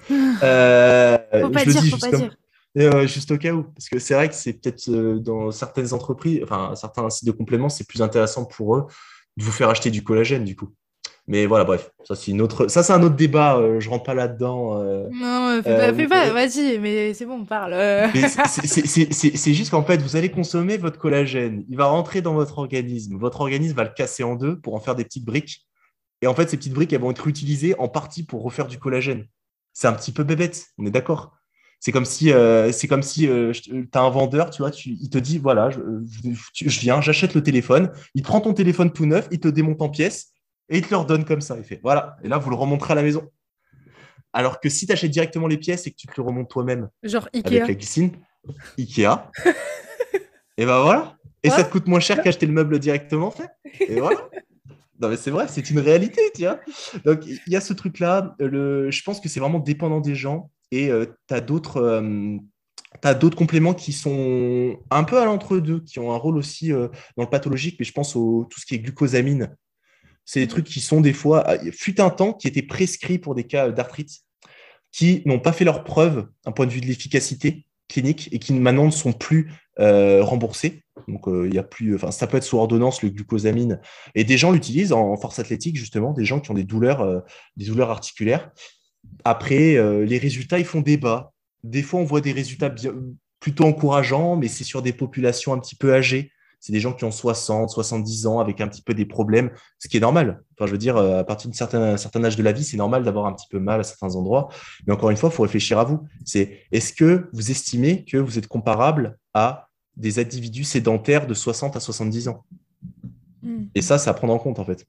euh, faut pas je dire, le dis faut juste, pas comme, dire. euh, juste au cas où, parce que c'est vrai que c'est peut-être euh, dans certaines entreprises, enfin certains sites de compléments, c'est plus intéressant pour eux de vous faire acheter du collagène du coup. Mais voilà, bref, ça c'est une autre, ça c'est un autre débat. Euh, je rentre pas là-dedans. Euh, Non, fais pas, euh, fais pas, vas-y, mais c'est bon, on parle. euh. mais c'est c'est- c'est- c'est- c'est juste qu'en fait, vous allez consommer votre collagène. Il va rentrer dans votre organisme. Votre organisme va le casser en deux pour en faire des petites briques. Et en fait, ces petites briques, elles vont être utilisées en partie pour refaire du collagène. C'est un petit peu bébête, on est d'accord. C'est comme si, euh, c'est comme si euh, tu as un vendeur, tu vois, tu- il te dit, voilà, je, je- je viens, j'achète le téléphone, il prend ton téléphone tout neuf, il te démonte en pièces et il te le redonne comme ça. Il fait, voilà. Et là, vous le remonterez à la maison. Alors que si tu achètes directement les pièces et que tu te le remontes toi-même Genre avec Ikea. la glycine, Ikea, et ben voilà. Et ça Quoi? te coûte moins cher qu'acheter le meuble directement fait. Et voilà. Non, mais c'est vrai, c'est une réalité, tu vois. Donc, il y a ce truc-là. Le... Je pense que c'est vraiment dépendant des gens. Et euh, tu as d'autres euh, t'as d'autres compléments qui sont un peu à l'entre-deux, qui ont un rôle aussi euh, dans le pathologique, mais je pense au tout ce qui est glucosamine. C'est des trucs qui sont des fois, ah, il fut un temps, qui étaient prescrits pour des cas d'arthrite, qui n'ont pas fait leur preuve d'un point de vue de l'efficacité clinique et qui maintenant ne sont plus euh, remboursés. Donc, euh, il y a plus, enfin, ça peut être sous ordonnance, le glucosamine. Et des gens l'utilisent en, en force athlétique, justement, des gens qui ont des douleurs, euh, des douleurs articulaires. Après, euh, les résultats, ils font débat. Des fois, on voit des résultats bien, plutôt encourageants, mais c'est sur des populations un petit peu âgées. C'est des gens qui ont soixante, soixante-dix ans avec un petit peu des problèmes, ce qui est normal. Enfin, je veux dire, euh, à partir d'un certain, certain âge de la vie, c'est normal d'avoir un petit peu mal à certains endroits. Mais encore une fois, il faut réfléchir à vous. C'est est-ce que vous estimez que vous êtes comparable à des individus sédentaires de soixante à soixante-dix ans? Hmm. Et ça, c'est à prendre en compte, en fait.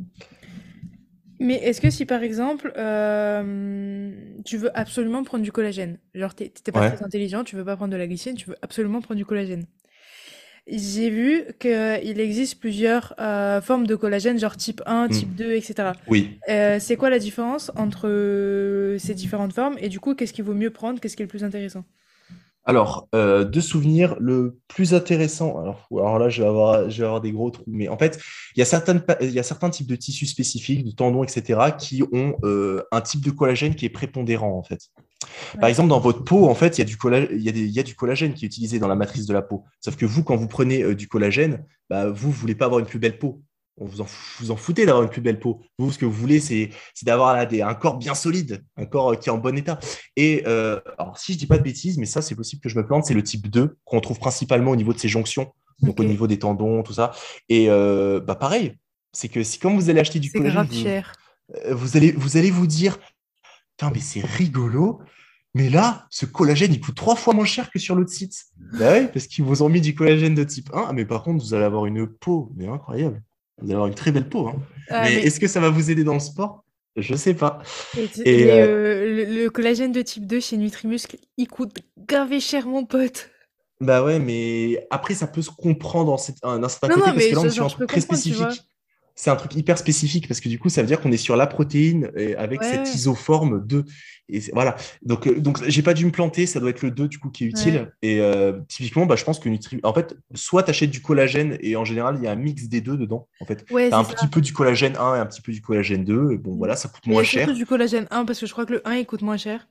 Mais est-ce que si par exemple, euh, tu veux absolument prendre du collagène, genre t'es t'es pas Ouais. très intelligent, tu veux pas prendre de la glycine, tu veux absolument prendre du collagène. J'ai vu qu'il existe plusieurs euh, formes de collagène, genre type un, type Hmm. deux, et cetera. Oui. Euh, c'est quoi la différence entre euh, ces différentes formes et du coup, qu'est-ce qu'il vaut mieux prendre, qu'est-ce qui est le plus intéressant? Alors, euh, de souvenirs, le plus intéressant, alors, alors là, je vais avoir, je vais avoir des gros trous, mais en fait, il y a certaines, pa- il y a certains types de tissus spécifiques, de tendons, et cetera, qui ont euh, un type de collagène qui est prépondérant, en fait. Par Ouais. exemple, dans votre peau, en fait, il y a du collagène, il y a des- il y a du collagène qui est utilisé dans la matrice de la peau. Sauf que vous, quand vous prenez euh, du collagène, bah, vous ne voulez pas avoir une plus belle peau. On vous en, fou- vous en foutez d'avoir une plus belle peau. Vous, ce que vous voulez, c'est c'est d'avoir là, des- un corps bien solide, un corps euh, qui est en bon état. Et euh, alors, si je dis pas de bêtises, mais ça, c'est possible que je me plante, c'est le type deux qu'on trouve principalement au niveau de ses jonctions, donc Ok. au niveau des tendons, tout ça. Et euh, bah, pareil, c'est que si quand vous allez acheter du C'est collagène, grave vous, cher. euh, vous allez, vous allez vous dire, putain, mais c'est rigolo. Mais là, ce collagène, il coûte trois fois moins cher que sur l'autre site. Bah oui, parce qu'ils vous ont mis du collagène de type un. Mais par contre, vous allez avoir une peau, mais incroyable. Vous allez avoir une très belle peau, hein. Ah, Mais mais est-ce que ça va vous aider dans le sport? Je sais pas. et, tu- Et et, euh, euh, le, le collagène de type deux chez Nutrimuscle, il coûte gavé cher, mon pote. bah ouais, mais après, ça peut se comprendre en cet- d'un certain Non, côté non, parce mais que là, on je- est sur genre, un je peux truc très comprendre, tu vois. spécifique. C'est un truc hyper spécifique parce que du coup, ça veut dire qu'on est sur la protéine et avec Ouais, cette ouais, isoforme deux. Et c'est- voilà. Donc, euh, donc j'ai pas dû me planter. Ça doit être le deux du coup qui est ouais. utile. Et euh, typiquement, bah, je pense que Nutri... en fait, soit tu achètes du collagène et en général, il y a un mix des deux dedans. En fait, tu Ouais, as c'est un petit ça. peu du collagène un et un petit peu du collagène deux. Et bon, Mm. voilà, ça coûte moins Mais surtout cher. du collagène un, parce que je crois que le un, il coûte moins cher.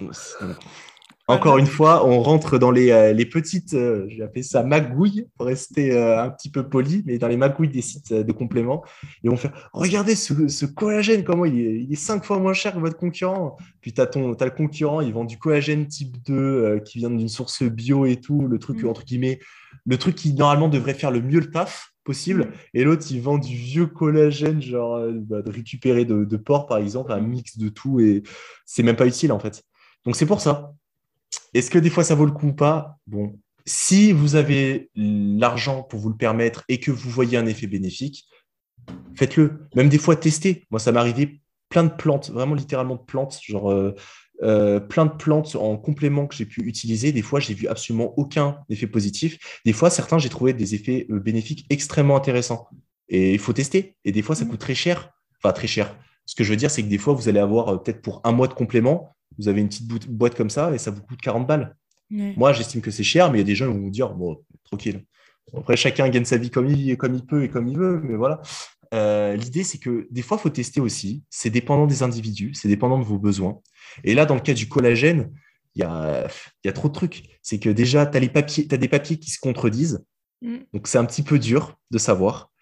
Encore Voilà. une fois, on rentre dans les, euh, les petites, euh, j'ai appelé ça magouilles, pour rester euh, un petit peu poli, mais dans les magouilles des sites euh, de compléments. Et on fait, regardez ce, ce collagène, comment il est, il est cinq fois moins cher que votre concurrent. Puis tu as, t'as le concurrent, il vend du collagène type deux euh, qui vient d'une source bio et tout, le truc, Mm. entre guillemets, le truc qui normalement devrait faire le mieux le taf possible. Mm. Et l'autre, il vend du vieux collagène, genre euh, bah, de récupérer de, de porc, par exemple, un Mm. mix de tout. Et c'est même pas utile, en fait. Donc c'est pour ça. Est-ce que des fois ça vaut le coup ou pas? Bon, si vous avez l'argent pour vous le permettre et que vous voyez un effet bénéfique, faites-le. Même des fois, testez. Moi, ça m'est arrivé plein de plantes, vraiment littéralement de plantes, genre euh, euh, plein de plantes en complément que j'ai pu utiliser. Des fois, j'ai vu absolument aucun effet positif. Des fois, certains, j'ai trouvé des effets euh, bénéfiques extrêmement intéressants. Et il faut tester. Et des fois, ça Mm. coûte très cher. Enfin, très cher. Ce que je veux dire, c'est que des fois, vous allez avoir euh, peut-être pour un mois de complément, vous avez une petite bout- boîte comme ça et ça vous coûte quarante balles. Ouais. Moi, j'estime que c'est cher, mais il y a des gens qui vont vous dire, bon, tranquille. Après, chacun gagne sa vie comme il, comme il peut et comme il veut, mais voilà. Euh, l'idée, c'est que des fois, il faut tester aussi. C'est dépendant des individus, c'est dépendant de vos besoins. Et là, dans le cas du collagène, il y a, il y a trop de trucs. C'est que déjà, tu as les papiers, t'as des papiers qui se contredisent. Mm. Donc, c'est un petit peu dur de savoir.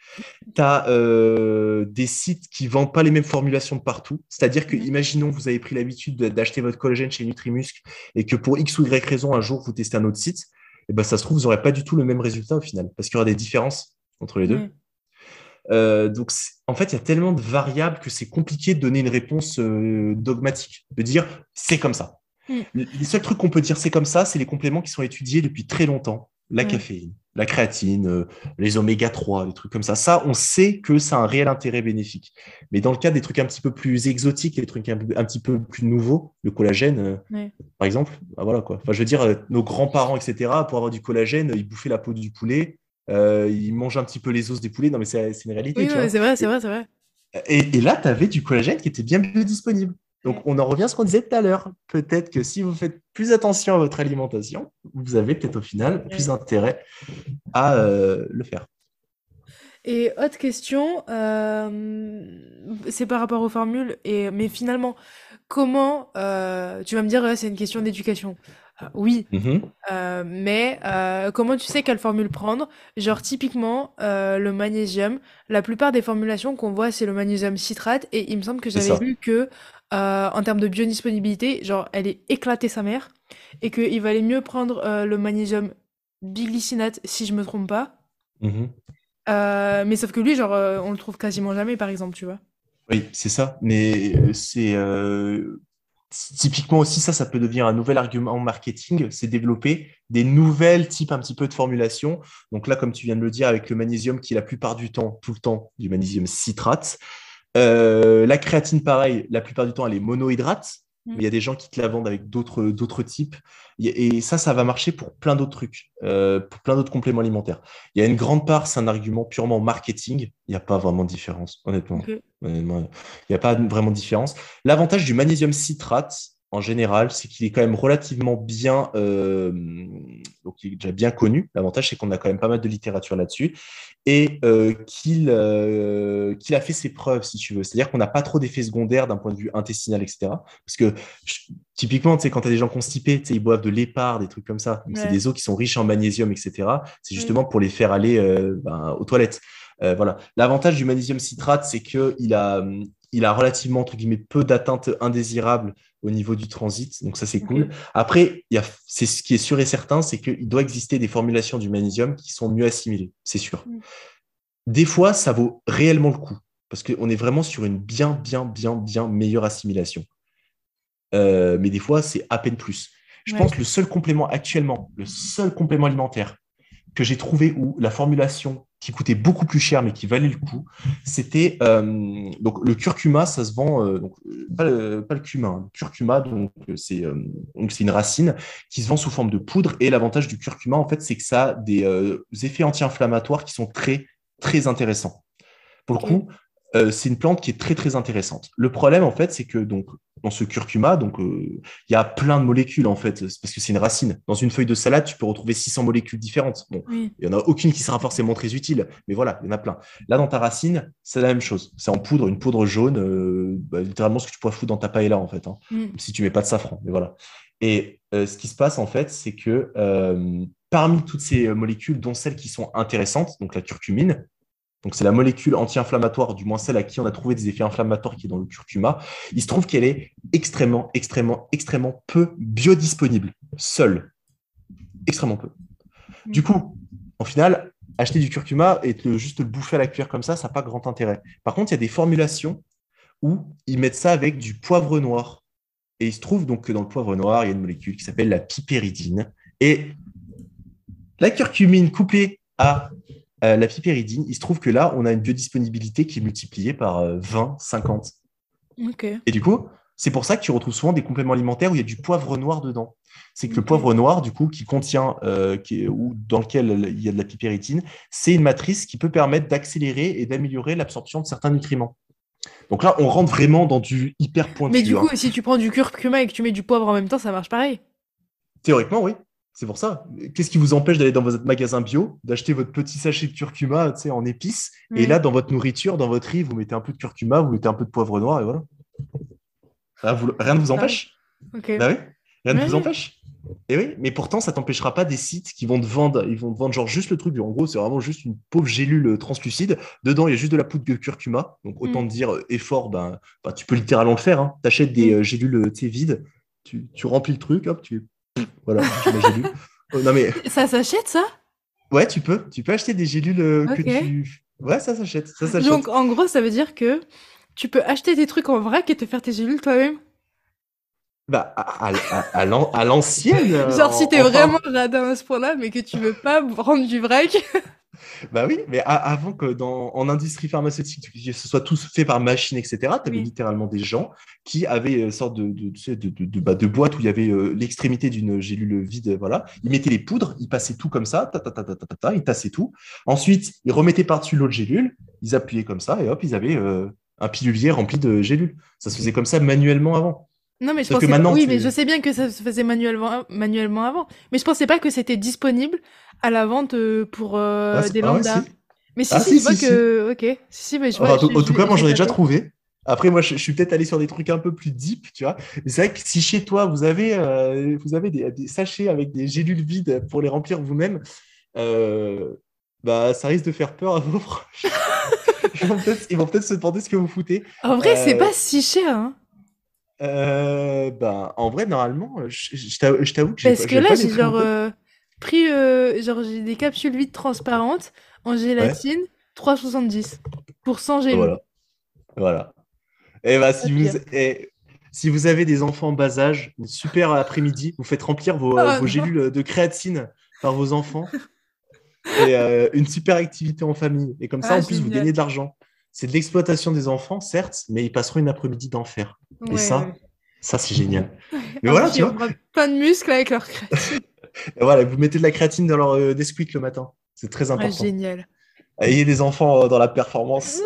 Tu as euh, des sites qui vendent pas les mêmes formulations de partout. C'est-à-dire que, Mhm. imaginons que vous avez pris l'habitude de- d'acheter votre collagène chez Nutrimuscle et que pour X ou Y raison, un jour, vous testez un autre site, et ben, ça se trouve, vous n'aurez pas du tout le même résultat au final, parce qu'il y aura des différences entre les deux. Ouais. Euh, donc, c'est- en fait, il y a tellement de variables que c'est compliqué de donner une réponse euh, dogmatique, de dire c'est comme ça. Mm. Les seuls trucs qu'on peut dire c'est comme ça, c'est les compléments qui sont étudiés depuis très longtemps. La Ouais. caféine, la créatine, euh, les oméga trois, des trucs comme ça. Ça, on sait que ça a un réel intérêt bénéfique. Mais dans le cas des trucs un petit peu plus exotiques, les trucs un, un petit peu plus nouveaux, le collagène, euh, Ouais. par exemple, bah voilà quoi. Enfin, je veux dire, euh, nos grands-parents, et cetera, pour avoir du collagène, ils bouffaient la peau du poulet, euh, ils mangent un petit peu les os des poulets. Non, mais c'est c'est une réalité, Oui, tu non, mais vois. c'est vrai, c'est Et, vrai, c'est vrai. et, et là, tu avais du collagène qui était bien biodisponible. Donc, Ouais. on en revient à ce qu'on disait tout à l'heure. Peut-être que si vous faites plus attention à votre alimentation, vous avez peut-être au final plus Ouais. intérêt à euh, le faire. Et autre question, euh, c'est par rapport aux formules, et, mais finalement, comment, euh, tu vas me dire, ouais, c'est une question d'éducation. Ah, oui, Mhm. euh, mais euh, comment tu sais quelle formule prendre? Genre, typiquement, euh, le magnésium, la plupart des formulations qu'on voit, c'est le magnésium citrate, et il me semble que C'est j'avais ça. lu que, euh, en termes de biodisponibilité, genre, elle est éclatée sa mère, et qu'il valait mieux prendre euh, le magnésium biglycinate, si je me trompe pas. Mhm. Euh, mais sauf que lui, genre, euh, on le trouve quasiment jamais, par exemple, tu vois. Oui, c'est ça. Mais euh, c'est euh, typiquement aussi ça, ça peut devenir un nouvel argument marketing. C'est développer des nouvelles types un petit peu de formulations. Donc là, comme tu viens de le dire, avec le magnésium qui est la plupart du temps, tout le temps, du magnésium citrate. Euh, la créatine, pareil, la plupart du temps, elle est monohydrate, Mm. mais il y a des gens qui te la vendent avec d'autres d'autres types. Et ça, ça va marcher pour plein d'autres trucs, euh, pour plein d'autres compléments alimentaires. Il y a une grande part, c'est un argument purement marketing. Il n'y a pas vraiment de différence, honnêtement. Ok. Honnêtement, il n'y a pas vraiment de différence. L'avantage du magnésium citrate, en général, c'est qu'il est quand même relativement bien, euh, donc il est déjà bien connu. L'avantage, c'est qu'on a quand même pas mal de littérature là-dessus et euh, qu'il euh, qu'il a fait ses preuves, si tu veux. C'est-à-dire qu'on n'a pas trop d'effets secondaires d'un point de vue intestinal, et cetera. Parce que je- typiquement, tu sais, quand tu as des gens constipés, tu sais, ils boivent de l'épar, des trucs comme ça. Donc, c'est Ouais. des eaux qui sont riches en magnésium, et cetera. C'est Oui. justement pour les faire aller euh, ben, aux toilettes. Euh, voilà. L'avantage du magnésium citrate, c'est qu'il a, il a relativement, entre guillemets, peu d'atteintes indésirables au niveau du transit. Donc, ça, c'est cool. Ok. Après, il y a, c'est ce qui est sûr et certain, c'est qu'il doit exister des formulations du magnésium qui sont mieux assimilées. C'est sûr. Mm. Des fois, ça vaut réellement le coup parce qu'on est vraiment sur une bien, bien, bien, bien meilleure assimilation. Euh, mais des fois, c'est à peine plus. Je pense Ouais. que le seul complément actuellement, le seul complément alimentaire que j'ai trouvé où la formulation qui coûtait beaucoup plus cher mais qui valait le coup, c'était euh, donc le curcuma, ça se vend euh, donc euh, pas le, pas le cumin, hein, le curcuma donc euh, c'est euh, donc c'est une racine qui se vend sous forme de poudre et l'avantage du curcuma en fait c'est que ça a des euh, effets anti-inflammatoires qui sont très très intéressants. Pour le Ok. coup, euh, c'est une plante qui est très très intéressante. Le problème en fait, c'est que donc dans ce curcuma, donc euh, il y a plein de molécules en fait, parce que c'est une racine. Dans une feuille de salade, tu peux retrouver six cents molécules différentes. Bon, Oui. il y en a aucune qui sera forcément très utile, mais voilà, il y en a plein. Là, dans ta racine, c'est la même chose. C'est en poudre, une poudre jaune, euh, bah, littéralement ce que tu pourrais foutre dans ta paella en fait, hein, Mm. si tu mets pas de safran. Mais voilà. Et euh, ce qui se passe en fait, c'est que euh, parmi toutes ces molécules, dont celles qui sont intéressantes, donc la curcumine, donc c'est la molécule anti-inflammatoire, du moins celle à qui on a trouvé des effets inflammatoires qui est dans le curcuma, il se trouve qu'elle est extrêmement, extrêmement, extrêmement peu biodisponible, seule, extrêmement peu. Du Mm. coup, au final, acheter du curcuma et te, juste le bouffer à la cuillère comme ça, ça n'a pas grand intérêt. Par contre, il y a des formulations où ils mettent ça avec du poivre noir. Et il se trouve donc que dans le poivre noir, il y a une molécule qui s'appelle la piperidine. Et la curcumine couplée à euh, la piperidine, il se trouve que là, on a une biodisponibilité qui est multipliée par euh, vingt, cinquante. Ok. Et du coup, c'est pour ça que tu retrouves souvent des compléments alimentaires où il y a du poivre noir dedans. C'est que le Ok. poivre noir, du coup, qui contient, euh, qui est- ou dans lequel il y a de la piperidine, c'est une matrice qui peut permettre d'accélérer et d'améliorer l'absorption de certains nutriments. Donc là, on rentre vraiment dans du hyper Mais du pointu, coup, hein. si tu prends du curcuma et que tu mets du poivre en même temps, ça marche pareil. Théoriquement, oui. C'est pour ça. Qu'est-ce qui vous empêche d'aller dans votre magasin bio, d'acheter votre petit sachet de curcuma, tu sais, en épices, et Ouais. là, dans votre nourriture, dans votre riz, vous mettez un peu de curcuma, vous mettez un peu de poivre noir, et voilà. Ah, vous- rien ne vous Pareil. empêche? Ok. Bah oui, rien ne vous Ouais. empêche. Et oui, mais pourtant, ça t'empêchera pas des sites qui vont te vendre, ils vont te vendre genre juste le truc. En gros, c'est vraiment juste une pauvre gélule translucide. Dedans, il y a juste de la poudre de curcuma. Donc, autant Mm. te dire, euh, effort, ben, ben, tu peux littéralement le faire. Hein. Tu achètes des Mm. euh, gélules euh, tu sais, vides, tu, tu remplis le truc, hop, tu voilà, j'ai ma gélule. Oh, non, mais Ça s'achète, ça? ouais, tu peux. Tu peux acheter des gélules euh, que Ok. tu. Ouais, ça s'achète, ça Donc, s'achète. en gros, ça veut dire que tu peux acheter des trucs en vrac et te faire tes gélules toi-même. Bah, à, à- à- à l'an- à l'ancienne, euh, Genre, si en, t'es en vraiment pharm- radin à ce point-là, mais que tu veux pas prendre du vrac. Bah oui, mais a- avant que dans, en industrie pharmaceutique, que ce soit tout fait par machine, et cetera, tu avais Oui. littéralement des gens qui avaient une sorte de, de, tu sais, de, de, de- bah, de boîte où il y avait euh, l'extrémité d'une gélule vide. Voilà. Ils mettaient les poudres, ils passaient tout comme ça, ta, ta, ta, ta, ta, ta, ta, ils tassaient tout. Ensuite, ils remettaient par-dessus l'autre gélule, ils appuyaient comme ça, et hop, ils avaient euh, un pilulier rempli de gélules. Ça se faisait comme ça manuellement avant. Non, mais je Sauf que pensais pas. maintenant, Oui, mais je tu... sais bien que ça se faisait manuellement, manuellement avant. Mais je pensais pas que c'était disponible à la vente euh, pour Ah, euh, c'est- des ah ouais, lambda. si. Mais si, Ah si, si, je vois si, si. que. Ok. Si, si, mais je vois. Enfin, en Je, tout en tout cas, je, moi, je j'en vais ai déjà taper. trouvé. Après, moi, je, je suis peut-être allé sur des trucs un peu plus deep, tu vois. Mais c'est vrai que si chez toi, vous avez, euh, vous avez des, des sachets avec des gélules vides pour les remplir vous-même, euh, bah, ça risque de faire peur à vos proches. Ils vont peut-être, ils vont peut-être se demander ce que vous foutez. En vrai, c'est Euh, pas si cher, hein. euh, bah, en vrai, normalement, je, je t'avoue je t'avoue que j'ai Parce pas, que j'ai là, pas les j'ai prix en genre tête. euh, pris. Euh, genre, j'ai des capsules vides transparentes en Ouais, gélatine, trois virgule soixante-dix pour cent gélules. voilà, voilà. Et bah, Pas si vous, pire. et si vous avez des enfants en bas âge, une super après-midi, vous faites remplir vos, euh, Oh vos non. gélules de créatine par vos enfants et euh, une super activité en famille. Et comme ça, Ah, en plus, vous gagnez génial. de l'argent. C'est de l'exploitation des enfants, certes, mais ils passeront une après-midi d'enfer. Et Ouais, ça, ouais. ça, c'est génial. Mais En voilà, plus, tu ils vont vois. prendre plein de muscles avec leur créatine. Et voilà, vous mettez de la créatine dans leur euh, Nesquik le matin. C'est très Ah, important. génial. Ayez des enfants euh, dans la performance.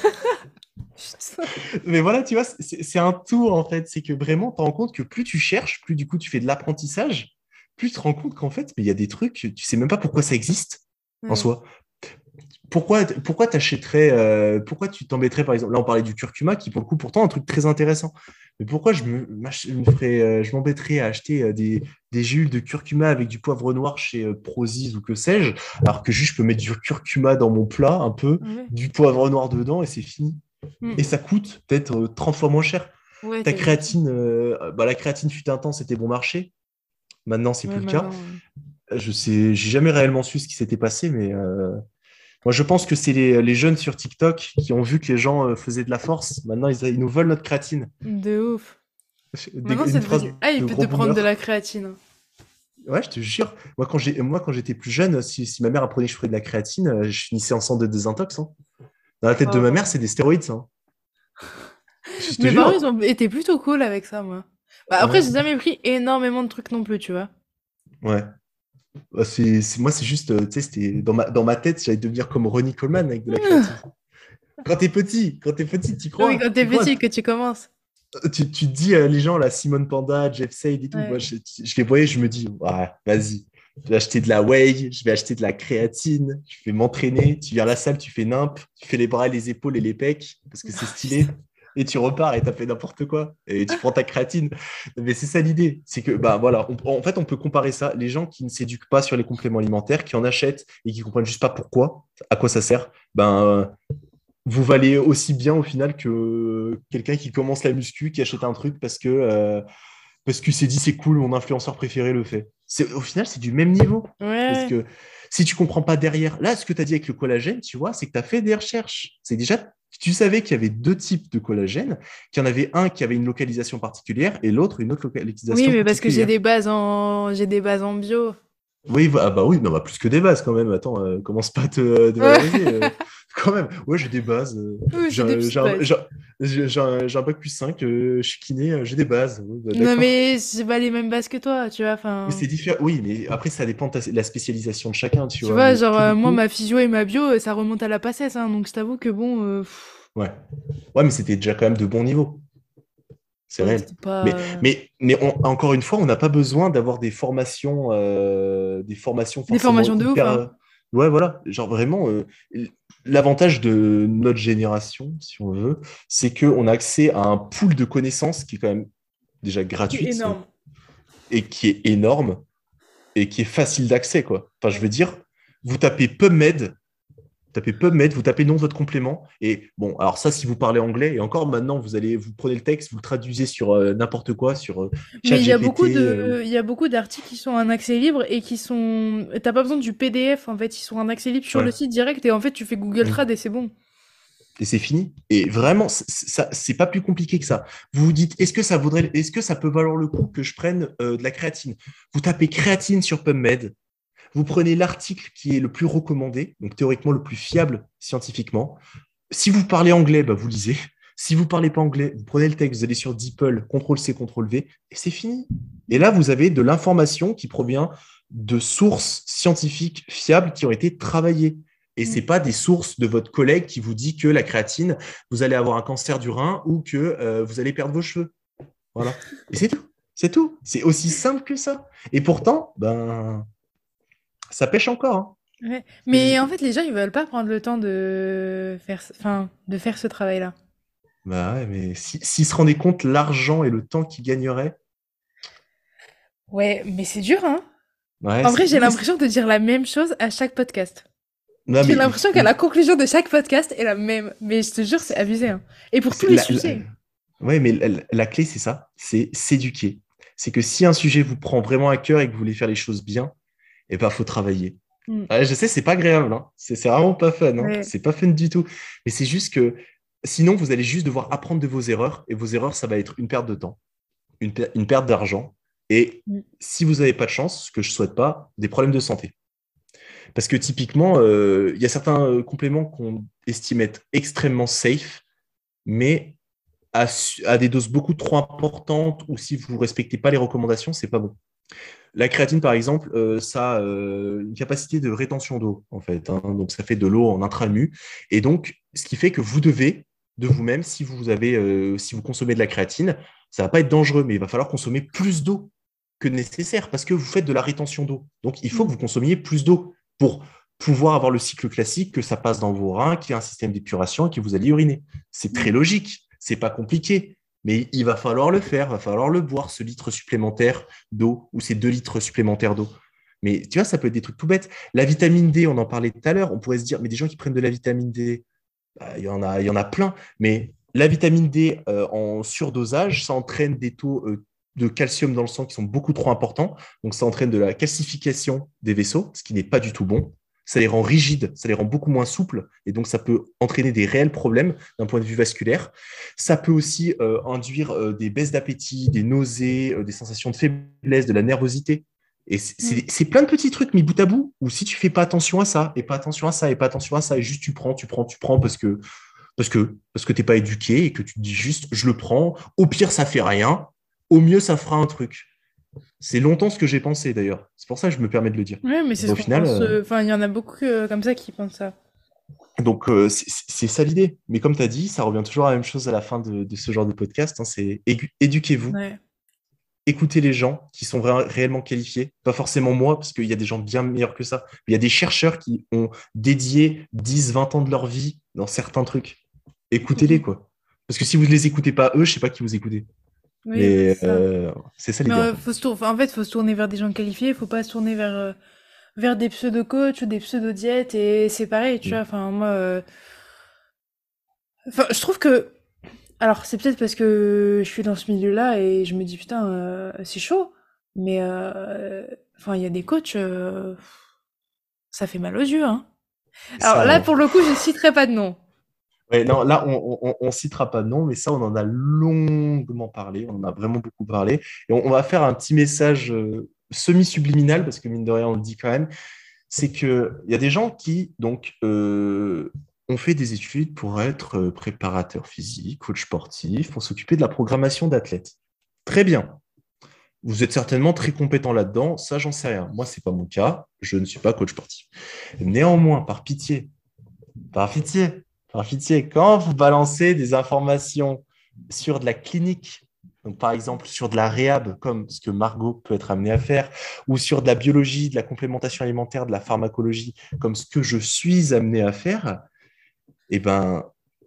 Putain. Mais voilà, tu vois, c'est c'est un tout en fait. C'est que vraiment, tu te rends compte que plus tu cherches, plus du coup tu fais de l'apprentissage, plus tu te rends compte qu'en fait, mais il y a des trucs, tu sais même pas pourquoi ça existe en Ouais. soi. Pourquoi, pourquoi t'achèterais, euh, pourquoi tu t'embêterais par exemple, là on parlait du curcuma qui pour le coup pourtant un truc très intéressant. Mais pourquoi je me, m'ach- me ferais, euh, je m'embêterais à acheter euh, des, des gélules de curcuma avec du poivre noir chez euh, Prozis ou que sais-je, alors que juste je peux mettre du curcuma dans mon plat un peu, Ouais. du poivre noir dedans et c'est fini. Mm. Et ça coûte peut-être euh, trente fois moins cher. Ouais, Ta t'as raison. créatine, euh, bah, la créatine fut un temps, c'était bon marché. Maintenant, c'est Ouais, plus le cas. maintenant. euh. Je sais, j'ai jamais réellement su ce qui s'était passé, mais euh, moi, je pense que c'est les, les jeunes sur TikTok qui ont vu que les gens euh, faisaient de la force. Maintenant, ils, ils nous volent notre créatine. De ouf. Des- Maintenant, c'est une phrase devenu de hype gros de prendre de boomer. la créatine. Ouais, je te jure. Moi, quand j'ai, moi, quand j'étais plus jeune, si, si ma mère apprenait que je ferais de la créatine, euh, je finissais en centre de désintox. Hein. Dans la tête de ma mère, Oh. c'est des stéroïdes, ça. Hein. Je te Mes parents, ils jure. ont été plutôt cool avec ça, moi. Bah, après, Ouais. j'ai jamais pris énormément de trucs non plus, tu vois. Ouais. Bah, c'est, c'est- moi, c'est juste, euh, tu sais, c'était dans ma, dans ma tête, j'allais devenir comme Ronnie Coleman avec de la créatine. Quand t'es petit, quand t'es petit, tu Oui, crois, quand t'es tu crois. petit, que tu commences. Tu, tu te dis, euh, les gens, là, Simone Panda, Jeff Sade et tout, moi, Ouais. je, je les voyais, je me dis, ouais, vas-y, je vais acheter de la whey, je vais acheter de la créatine, je vais m'entraîner, tu viens à la salle, tu fais nimp, tu fais les bras, les épaules et les pecs, parce que c'est stylé, et tu repars et t'as fait n'importe quoi, et tu prends ta créatine. Mais c'est ça l'idée, c'est que, bah voilà, on- en fait, on peut comparer ça, les gens qui ne s'éduquent pas sur les compléments alimentaires, qui en achètent et qui comprennent juste pas pourquoi, à quoi ça sert, ben, euh, vous valez aussi bien au final que quelqu'un qui commence la muscu, qui achète un truc parce que euh, parce qu'il s'est dit c'est cool, mon influenceur préféré le fait. C'est, au final, c'est du même niveau. Parce Ouais. que si tu comprends pas derrière, là, ce que tu as dit avec le collagène, tu vois, c'est que tu as fait des recherches. C'est déjà, tu savais qu'il y avait deux types de collagène, qu'il y en avait un qui avait une localisation particulière et l'autre une autre Oui, localisation mais parce que j'ai particulière. des bases en, j'ai des bases en bio. Oui, bah, ah bah oui, non, bah plus que des bases quand même. Attends, euh, commence pas à te euh, dévaloriser. euh, quand même, ouais, j'ai des bases. euh, Oui, j'ai j'ai des un, j'ai petites un- bases. j'ai un- j'ai- j'ai un- j'ai un bac plus cinq, euh, je suis kiné, euh, j'ai des bases. Oui, bah, Non, d'accord. mais c'est pas les mêmes bases que toi, tu vois. Mais Enfin, c'est différent. Oui, mais après, ça dépend de ta- la spécialisation de chacun, tu tu vois. vois, Mais genre, pour le euh, moi, coup, ma physio et ma bio, euh, ça remonte à la passesse, hein, donc je t'avoue que bon, euh, pff, ouais. Ouais, mais c'était déjà quand même de bon niveau. C'est ouais, réel. c'était Mais, pas. mais, mais on- encore une fois, on n'a pas besoin d'avoir des formations, euh, des formations Des forcément formations de ouf, hein. hyper. Ouais, voilà. Genre vraiment, euh, l'avantage de notre génération, si on veut, c'est qu'on a accès à un pool de connaissances qui est quand même déjà Qui est gratuite donc, énorme. et qui est énorme. et qui est facile d'accès, quoi. Enfin, je veux dire, vous tapez PubMed, tapez PubMed, vous tapez nom de votre complément. Et bon, alors ça, si vous parlez anglais, et encore maintenant, vous allez, vous prenez le texte, vous le traduisez sur euh, n'importe quoi, sur euh, Mais il y a beaucoup ChatGPT. Euh, de, il y a beaucoup d'articles qui sont en accès libre et qui sont, t'as pas besoin du P D F, en fait, ils sont en accès libre sur le ouais. site direct et en fait, tu fais Google Mm. Trad et c'est bon. Et c'est fini. Et vraiment, c- ça, c'est pas plus compliqué que ça. Vous vous dites, est-ce que ça vaudrait, est-ce que ça peut valoir le coup que je prenne euh, de la créatine? Vous tapez créatine sur PubMed, vous prenez l'article qui est le plus recommandé, donc théoriquement le plus fiable scientifiquement. Si vous parlez anglais, bah, vous lisez. Si vous parlez pas anglais, vous prenez le texte, vous allez sur DeepL, contrôle C, contrôle V, et c'est fini. Et là, vous avez de l'information qui provient de sources scientifiques fiables qui ont été travaillées. Et ce Mm. n'est pas des sources de votre collègue qui vous dit que la créatine, vous allez avoir un cancer du rein ou que euh, vous allez perdre vos cheveux. Voilà. Et c'est tout. C'est tout. C'est aussi simple que ça. Et pourtant, ben, ça pêche encore. Hein. Ouais. Mais en fait, les gens, ils veulent pas prendre le temps de faire, ce- enfin, de faire ce travail-là. Bah ouais, mais si- s'ils se rendaient compte l'argent et le temps qu'ils gagneraient, Ouais, mais c'est dur, hein. ouais, En vrai, c'est... j'ai non, mais c'est- l'impression de dire la même chose à chaque podcast. non, J'ai mais l'impression que la conclusion de chaque podcast est la même. Mais je te jure, c'est abusé, hein. Et pour tous c'est les la, la- sujets. ouais, mais la, la clé, c'est ça, c'est s'éduquer. C'est que si un sujet vous prend vraiment à cœur et que vous voulez faire les choses bien, eh ben, faut travailler. Mm. Ouais, je sais, c'est pas agréable, hein. C'est c'est vraiment pas fun, hein. Ouais. C'est pas fun du tout. Mais c'est juste que sinon, vous allez juste devoir apprendre de vos erreurs et vos erreurs, ça va être une perte de temps, une, per- une perte d'argent et Mm. si vous n'avez pas de chance, ce que je souhaite pas, des problèmes de santé. Parce que typiquement, euh, il y a certains euh, compléments qu'on estime être extrêmement safe, mais à, su- à des doses beaucoup trop importantes ou si vous ne respectez pas les recommandations, c'est pas bon. La créatine, par exemple, euh, ça a euh, une capacité de rétention d'eau, en fait. Hein. Donc, ça fait de l'eau en intramu. Et donc, ce qui fait que vous devez, de vous-même, si vous avez, euh, si vous consommez de la créatine, ça va pas être dangereux, mais il va falloir consommer plus d'eau que nécessaire parce que vous faites de la rétention d'eau. Donc, il faut Mm. que vous consommiez plus d'eau pour pouvoir avoir le cycle classique, que ça passe dans vos reins, qu'il y ait un système d'épuration et que vous allez uriner. C'est très Mm. logique, c'est pas compliqué. Mais il va falloir le faire, il va falloir le boire, ce litre supplémentaire d'eau ou ces deux litres supplémentaires d'eau. Mais tu vois, ça peut être des trucs tout bêtes. La vitamine D, on en parlait tout à l'heure, on pourrait se dire, mais des gens qui prennent de la vitamine D, bah, il y en a, il y en a plein. Mais la vitamine D euh, en surdosage, ça entraîne des taux euh, de calcium dans le sang qui sont beaucoup trop importants. Donc, ça entraîne de la calcification des vaisseaux, ce qui n'est pas du tout bon. Ça les rend rigides, ça les rend beaucoup moins souples, et donc ça peut entraîner des réels problèmes d'un point de vue vasculaire. Ça peut aussi euh, induire euh, des baisses d'appétit, des nausées, euh, des sensations de faiblesse, de la nervosité. Et c'est- Mm. c'est c'est plein de petits trucs mis bout à bout, où si tu fais pas attention à ça, et pas attention à ça, et pas attention à ça, et juste tu prends, tu prends, tu prends, parce que parce que parce que t'es pas éduqué, et que tu te dis juste, je le prends, au pire ça fait rien, au mieux ça fera un truc. C'est longtemps ce que j'ai pensé d'ailleurs. C'est pour ça que je me permets de le dire. Ouais, mais c'est Mais ce au qu'on final, pense. euh, euh, Enfin, il y en a beaucoup euh, comme ça qui pensent ça. donc euh, c'est c'est ça l'idée. Mais comme tu as dit, ça revient toujours à la même chose à la fin de, de ce genre de podcast. Hein, c'est égu- éduquez-vous, Ouais. écoutez les gens qui sont vra- réellement qualifiés. Pas forcément moi, parce qu'il y a des gens bien meilleurs que ça. Mais il y a des chercheurs qui ont dédié dix, vingt ans de leur vie dans certains trucs. Écoutez-les, Mhm. quoi. Parce que si vous ne les écoutez pas, eux, je sais pas qui vous écoutez. Oui, bah, Mais c'est ça. euh, c'est ça Mais l'idée, en euh, fait. faut se tour- enfin, en fait, faut se tourner vers des gens qualifiés. Faut pas se tourner vers euh, vers des pseudo-coachs ou des pseudo-diètes. Et c'est pareil, tu Mm. vois. Enfin, moi, euh, enfin, je trouve que alors, c'est peut-être parce que je suis dans ce milieu-là et je me dis, putain, euh, c'est chaud. Mais, euh, enfin, il y a des coachs, euh, ça fait mal aux yeux, hein. Alors Ça, là, euh, pour le coup, je citerai pas de nom. ouais, non, là, on, on, on citera pas de nom, mais ça, on en a longuement parlé, on en a vraiment beaucoup parlé. Et on, on va faire un petit message euh, semi-subliminal, parce que mine de rien, on le dit quand même, c'est qu'il y a des gens qui, donc, euh, ont fait des études pour être euh, préparateur physique, coach sportif, pour s'occuper de la programmation d'athlètes. Très bien. Vous êtes certainement très compétent là-dedans, ça, j'en sais rien. Moi, c'est pas mon cas, je ne suis pas coach sportif. Néanmoins, par pitié, par pitié, par pitié, quand vous balancez des informations sur de la clinique, donc par exemple sur de la réhab, comme ce que Margot peut être amenée à faire, ou sur de la biologie, de la complémentation alimentaire, de la pharmacologie, comme ce que je suis amené à faire, eh ben,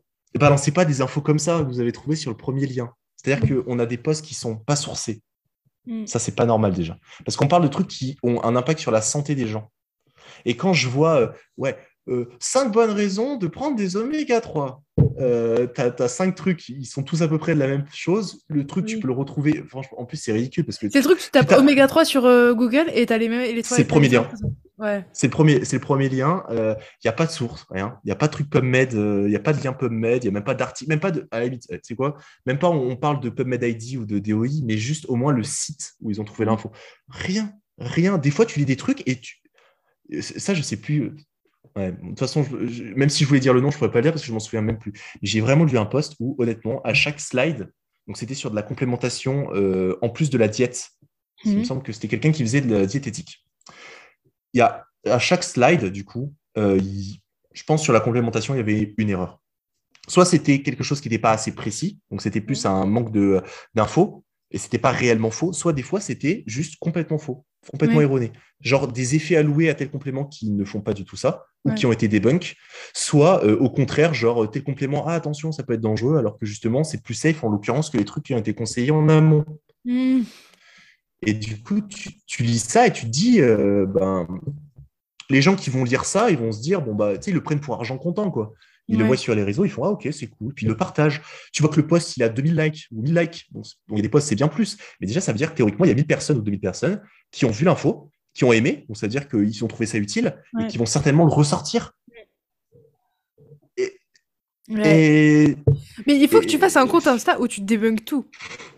balancez pas des infos comme ça que vous avez trouvées sur le premier lien. C'est-à-dire qu'on a des posts qui sont pas sourcés. Mm. Ça, c'est pas normal déjà. Parce qu'on parle de trucs qui ont un impact sur la santé des gens. Et quand je vois, euh, ouais, euh, cinq bonnes raisons de prendre des oméga trois, euh, t'as, t'as cinq trucs, ils sont tous à peu près de la même chose. Le truc, tu peux Oui. le retrouver. Franchement, en plus, c'est ridicule parce que C'est le truc, tu tu tapes t'as- oméga trois sur euh, Google et t'as les, mêmes, les, trois, c'est le t'as les premier cinq lien. raisons. Ouais. C'est le premier, c'est le premier lien. Il euh, n'y a pas de source, rien. Il n'y a pas de truc PubMed, il euh, n'y a pas de lien PubMed, il n'y a même pas d'article, même pas de. À la limite, tu sais quoi? Même pas on, on parle de PubMed I D ou de D O I, mais juste au moins le site où ils ont trouvé Mm. l'info. Rien, rien. Des fois, tu lis des trucs et tu. Ça, je sais plus. Ouais, de toute façon, je- je- même si je voulais dire le nom, je ne pourrais pas le dire parce que je m'en souviens même plus. J'ai vraiment lu un post où, honnêtement, à chaque slide, donc c'était sur de la complémentation euh, en plus de la diète. Il me Mhm. semble que c'était quelqu'un qui faisait de la diététique. Il y a à chaque slide, du coup, euh, il- je pense sur la complémentation, il y avait une erreur. Soit c'était quelque chose qui n'était pas assez précis, donc c'était plus Mhm. un manque de, d'infos, et c'était pas réellement faux, soit des fois c'était juste complètement faux, complètement Oui, erroné. Genre des effets alloués à tel complément qui ne font pas du tout ça, ou qui ouais. ont été débunk, soit euh, au contraire, genre tel complément, ah attention, ça peut être dangereux, alors que justement c'est plus safe en l'occurrence que les trucs qui ont été conseillés en amont. Mm. Et du coup, tu, tu lis ça et tu te dis, euh, ben, les gens qui vont lire ça, ils vont se dire, bon, bah, tu sais, ils le prennent pour argent comptant, quoi. Ils le voient Ouais. sur les réseaux, ils font, ah, ok, c'est cool. Puis ils le partagent. Tu vois que le post, il a deux mille likes ou mille likes. Bon, bon, il y a des posts, c'est bien plus. Mais déjà, ça veut dire que théoriquement, il y a mille personnes ou deux mille personnes qui ont vu l'info, qui ont aimé. Donc, ça veut dire qu'ils ont trouvé ça utile et Ouais. qui vont certainement le ressortir. Et, Ouais. et, Mais il faut que tu fasses un et... compte Insta où tu débunkes tout.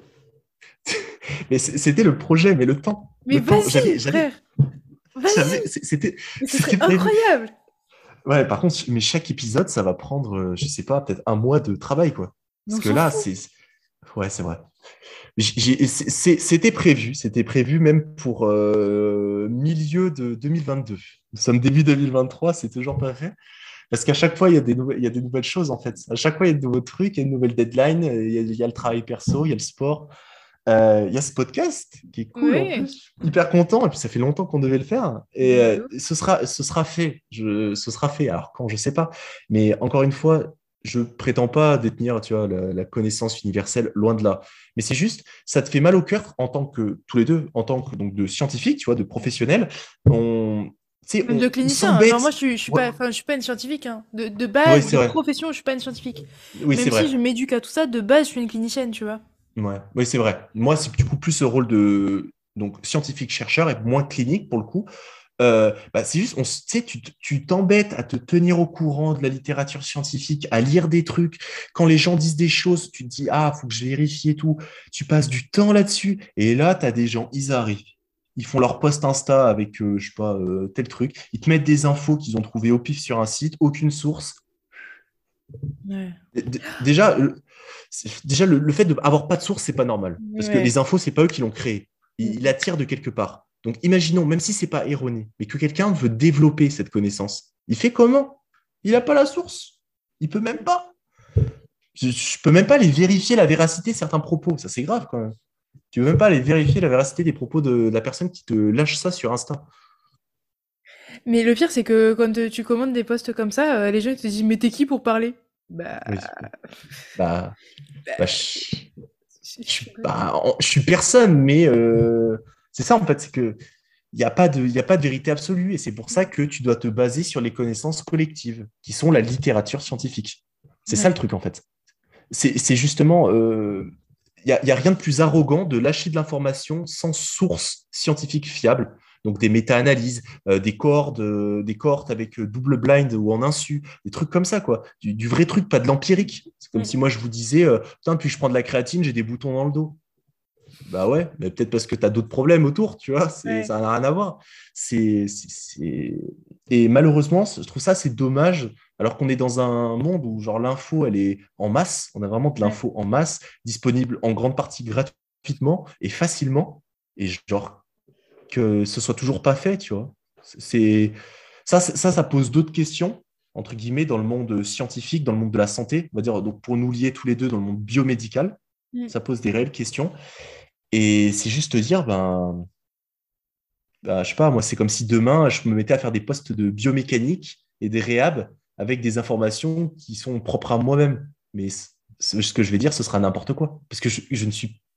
mais c'était le projet, mais le temps. Mais Le temps, j'avais, vas-y, j'avais, frère. j'avais, Vas-y. c'était, Mais ce serait c'était prévu. incroyable. Ouais, par contre, mais chaque épisode, ça va prendre, euh, je sais pas, peut-être un mois de travail, quoi. Mais Parce on que s'en là, fout. c'est, ouais, c'est vrai. J'ai- c'est- C'était prévu, c'était prévu même pour euh, milieu de deux mille vingt-deux. Nous sommes début deux mille vingt-trois, c'est toujours pas vrai. Parce qu'à chaque fois, il y a des nouvelles, il y a des nouvelles choses, en fait. À chaque fois, il y a de nouveaux trucs, il y a une nouvelle deadline, il y a, il y a le travail perso, il y a le sport. Euh, il y a ce podcast qui est cool en Oui. plus, hyper content, et puis ça fait longtemps qu'on devait le faire. Et Mais euh, de ouf. ce sera, ce sera fait, je, ce sera fait. Alors quand, je sais pas. Mais encore une fois, je prétends pas détenir, tu vois, la, la connaissance universelle, loin de là. Mais c'est juste, ça te fait mal au cœur en tant que, tous les deux, en tant que donc, de scientifiques, tu vois, de professionnels. On, tu sais, Même on, de on clinicien, hein. Genre s'embête. moi je suis, je suis Ouais, pas, enfin je suis pas une scientifique, hein. De, de ouais, base, c'est de vrai. profession, je suis pas une scientifique. Oui, c'est Même si je vrai. m'éduque à tout ça, de base je suis une clinicienne, tu vois. Ouais, oui, c'est vrai. Moi, c'est du coup plus ce rôle de donc scientifique chercheur et moins clinique pour le coup. Euh, bah, c'est juste, on, s- tu sais, tu t- tu t'embêtes à te tenir au courant de la littérature scientifique, à lire des trucs. Quand les gens disent des choses, tu te dis, ah, faut que je vérifie et tout. Tu passes du temps là-dessus. Et là, tu as des gens, ils arrivent. Ils font leur post Insta avec, euh, je sais pas, euh, tel truc. Ils te mettent des infos qu'ils ont trouvées au pif sur un site, aucune source. Ouais. D- d- Déjà, le, c'est- déjà le, le fait d'avoir pas de source, c'est pas normal. Parce que Ouais. les infos, c'est pas eux qui l'ont créé. Ils ils la tirent de quelque part. Donc, imaginons, même si c'est pas erroné, mais que quelqu'un veut développer cette connaissance, il fait comment? Il n'a pas la source. Il peut même pas. Je, je peux même pas aller vérifier la véracité de certains propos. Ça, c'est grave quand même. Tu veux même pas aller vérifier la véracité des propos de, de la personne qui te lâche ça sur Insta. Mais le pire c'est que quand euh, tu commandes des posts comme ça, euh, les gens ils te disent mais t'es qui pour parler? Bah, Oui. Bah, bah, je, je- je, je- bah, en- je suis personne, mais euh, c'est ça en fait, c'est que il n'y a pas de, il y a pas de vérité absolue et c'est pour ça que tu dois te baser sur les connaissances collectives, qui sont la littérature scientifique. C'est ça le ouais. truc en fait. C'est c'est justement, euh, il n'y a, il y a rien de plus arrogant de lâcher de l'information sans source scientifique fiable. Donc des méta-analyses, euh, des cohortes, euh, des cohortes avec euh, double blind ou en insu, des trucs comme ça, quoi. Du, du vrai truc, pas de l'empirique. C'est comme Mm. si moi je vous disais, euh, putain, depuis que je prends de la créatine, j'ai des boutons dans le dos. Bah ouais, mais peut-être parce que tu as d'autres problèmes autour, tu vois, c'est, Ouais. ça n'a rien à voir. C'est, c'est, c'est- Et malheureusement, je trouve ça c'est dommage, alors qu'on est dans un monde où genre l'info, elle est en masse, on a vraiment de Ouais. l'info en masse, disponible en grande partie gratuitement et facilement, et genre que ce soit toujours pas fait, tu vois. C'est... Ça, c'est- ça, ça pose d'autres questions, entre guillemets, dans le monde scientifique, dans le monde de la santé, on va dire, donc pour nous lier tous les deux dans le monde biomédical, Mm. ça pose des réelles questions. Et c'est juste te dire, ben, bah, je sais pas, moi, c'est comme si demain, je me mettais à faire des postes de biomécanique et des réhab avec des informations qui sont propres à moi-même. Mais c- ce ce que je vais dire, ce sera n'importe quoi. Parce que je, je ne suis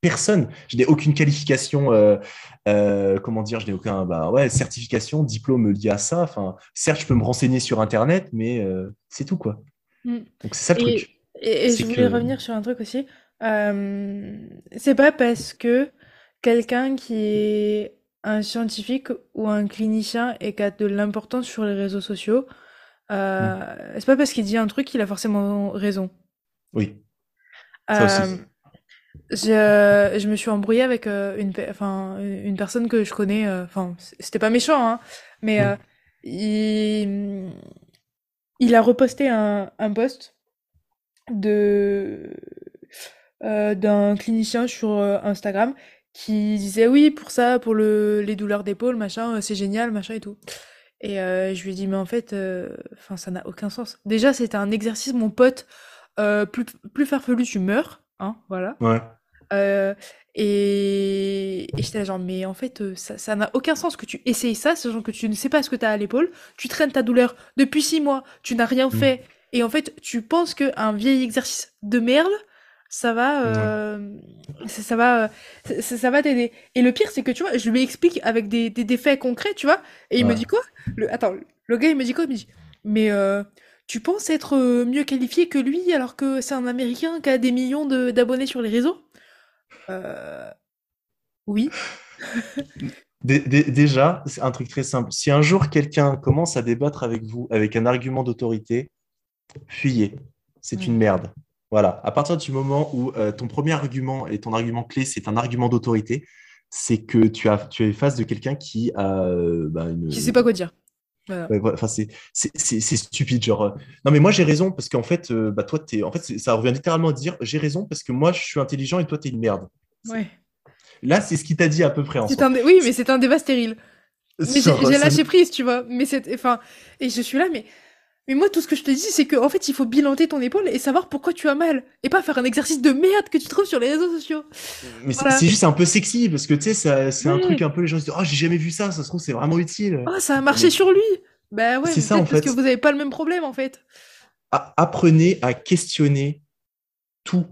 personne. Je n'ai aucune qualification, euh, euh, comment dire, je n'ai aucun, bah ouais, certification, diplôme lié à ça. Enfin, certes, je peux me renseigner sur Internet, mais euh, c'est tout, quoi. Mm. Donc, c'est ça le Et, truc. et, et C'est je voulais que, revenir sur un truc aussi. Euh, c'est pas parce que quelqu'un qui est un scientifique ou un clinicien et qui a de l'importance sur les réseaux sociaux, hmm, euh, c'est pas parce qu'il dit un truc qu'il a forcément raison. oui, ça Euh, aussi. je, je me suis embrouillée avec euh, une, pe- enfin, une personne que je connais, euh, enfin, c'était pas méchant, hein, mais euh, Hmm, il, il a reposté un, un post de euh, d'un clinicien sur euh, Instagram qui disait oui pour ça, pour le, les douleurs d'épaule, machin, euh, c'est génial, machin et tout. Et euh, je lui ai dit mais en fait, euh, enfin ça n'a aucun sens. Déjà c'était un exercice, mon pote, euh, plus plus farfelu tu meurs, hein, voilà. ouais, Euh, et, et j'étais là genre mais en fait euh, ça ça n'a aucun sens que tu essayes ça, sachant que tu ne sais pas ce que tu as à l'épaule, tu traînes ta douleur depuis six mois, tu n'as rien hmm, fait, et en fait tu penses qu'un vieil exercice de merde ça va ouais, euh, ça, ça va euh, ça, ça va t'aider. Et le pire c'est que tu vois je lui explique avec des, des, des faits concrets, tu vois, et il me ouais. dit quoi, le attends, le gars il me dit quoi, il me dit mais euh, tu penses être euh, mieux qualifié que lui alors que c'est un américain qui a des millions de d'abonnés sur les réseaux. euh, oui. Dé- dé- Déjà, c'est un truc très simple. Si un jour quelqu'un commence à débattre avec vous avec un argument d'autorité, fuyez. C'est une Ouais. merde. Voilà. À partir du moment où euh, ton premier argument et ton argument clé, c'est un argument d'autorité, c'est que tu as, tu es face de quelqu'un qui a euh, bah, Je sais une. pas quoi dire. Voilà. Ouais, voilà. Enfin, c'est c'est- c'est- c'est stupide. Genre, euh, non, mais moi j'ai raison parce qu'en fait, euh, bah, toi, t'es, en fait, c'est- ça revient littéralement à dire j'ai raison parce que moi je suis intelligent et toi t'es une merde. C'est- Ouais. Là, c'est ce qu'il t'a dit à peu près en C'est soi. un dé- oui, mais C'est- c'est un débat stérile. Mais j'ai Genre, j'ai ça, lâché prise, tu vois. Mais c'est, enfin, et je suis là, mais, mais moi, tout ce que je te dis, c'est qu'en fait, il faut bilanter ton épaule et savoir pourquoi tu as mal, et pas faire un exercice de merde que tu trouves sur les réseaux sociaux. mais c'est Voilà. c'est juste un peu sexy parce que tu sais, ça- c'est un truc Ouais. un peu les gens se disent oh j'ai jamais vu ça, ça se trouve c'est vraiment utile. Oh, ça a marché Mais sur lui. Bah ouais, c'est mais ça en peut-être parce que fait. vous avez pas le même problème, en fait. A- Apprenez à questionner tout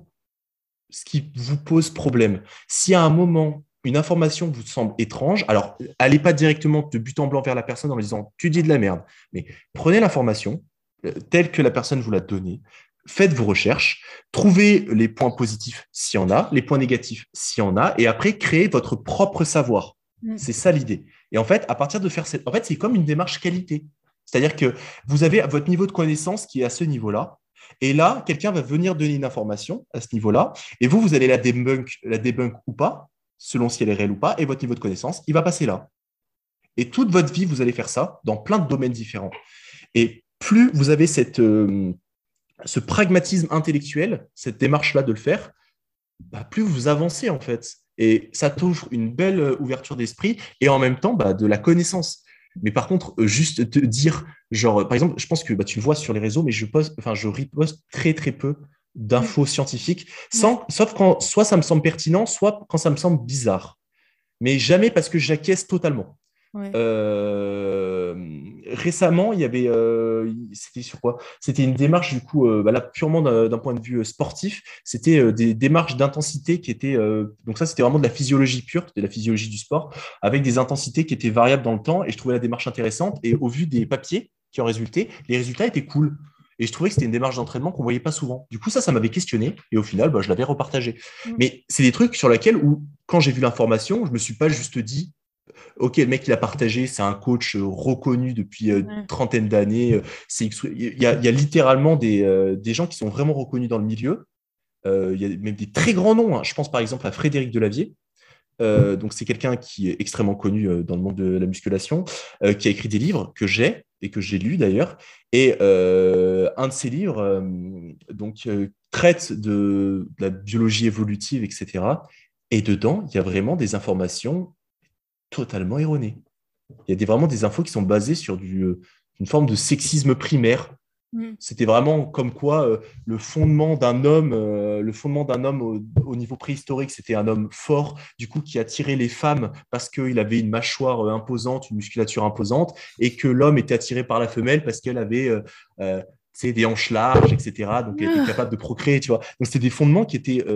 ce qui vous pose problème. Si à un moment une information vous semble étrange, alors allez pas directement de but en blanc vers la personne en lui disant tu dis de la merde, mais prenez l'information euh, telle que la personne vous l'a donnée. Faites vos recherches, trouvez les points positifs s'il y en a, les points négatifs s'il y en a, et après créez votre propre savoir. Mm. C'est ça l'idée. Et en fait, à partir de faire cette, en fait, c'est comme une démarche qualité. C'est-à-dire que vous avez votre niveau de connaissance qui est à ce niveau-là, et là, quelqu'un va venir donner une information à ce niveau-là, et vous, vous allez la debunk, la debunk ou pas, selon si elle est réelle ou pas, et votre niveau de connaissance, il va passer là. Et toute votre vie, vous allez faire ça dans plein de domaines différents. Et plus vous avez cette, euh, ce pragmatisme intellectuel, cette démarche-là de le faire, bah, plus vous avancez en fait. Et ça t'ouvre une belle euh, ouverture d'esprit et en même temps bah, de la connaissance. Mais par contre, euh, juste te dire, genre, euh, par exemple, je pense que bah, tu le vois sur les réseaux, mais je poste, enfin, je reposte très très peu Mm. d'infos scientifiques, Ouais. sans, sauf quand soit ça me semble pertinent, soit quand ça me semble bizarre. Mais jamais parce que j'acquiesce totalement. Ouais. Euh, récemment, il y avait, euh, c'était sur quoi? C'était une démarche du coup, euh, bah là, purement d'un d'un point de vue euh, sportif. C'était euh, des démarches d'intensité qui étaient, euh, donc ça, c'était vraiment de la physiologie pure, de la physiologie du sport, avec des intensités qui étaient variables dans le temps. Et je trouvais la démarche intéressante. Et au vu des papiers qui ont résulté, les résultats étaient cool. Et je trouvais que c'était une démarche d'entraînement qu'on voyait pas souvent. Du coup, ça, ça m'avait questionné. Et au final, bah, je l'avais repartagé. Mm. Mais c'est des trucs sur lesquels, où, quand j'ai vu l'information, je me suis pas juste dit, ok, le mec, il a partagé, c'est un coach euh, reconnu depuis euh, une Ouais. trentaine d'années. euh, c'est Il y a, il y a littéralement des, euh, des gens qui sont vraiment reconnus dans le milieu. Euh, il y a même des très grands noms, hein. Je pense par exemple à Frédéric Delavier. Euh, donc c'est quelqu'un qui est extrêmement connu euh, dans le monde de la musculation, euh, qui a écrit des livres que j'ai et que j'ai lus d'ailleurs. Et euh, un de ses livres euh, donc, euh, traite de, de la biologie évolutive, et cetera. Et dedans, il y a vraiment des informations totalement erronées. Il y a des, vraiment des infos qui sont basées sur du, euh, une forme de sexisme primaire. Mm. C'était vraiment comme quoi euh, le fondement d'un homme, euh, le fondement d'un homme au, au niveau préhistorique, c'était un homme fort, du coup, qui attirait les femmes parce qu'il avait une mâchoire euh, imposante, une musculature imposante, et que l'homme était attiré par la femelle parce qu'elle avait euh, euh, tu sais, des hanches larges, et cetera. Donc, elle était Ah. capable de procréer, tu vois. Donc, c'était des fondements qui étaient euh,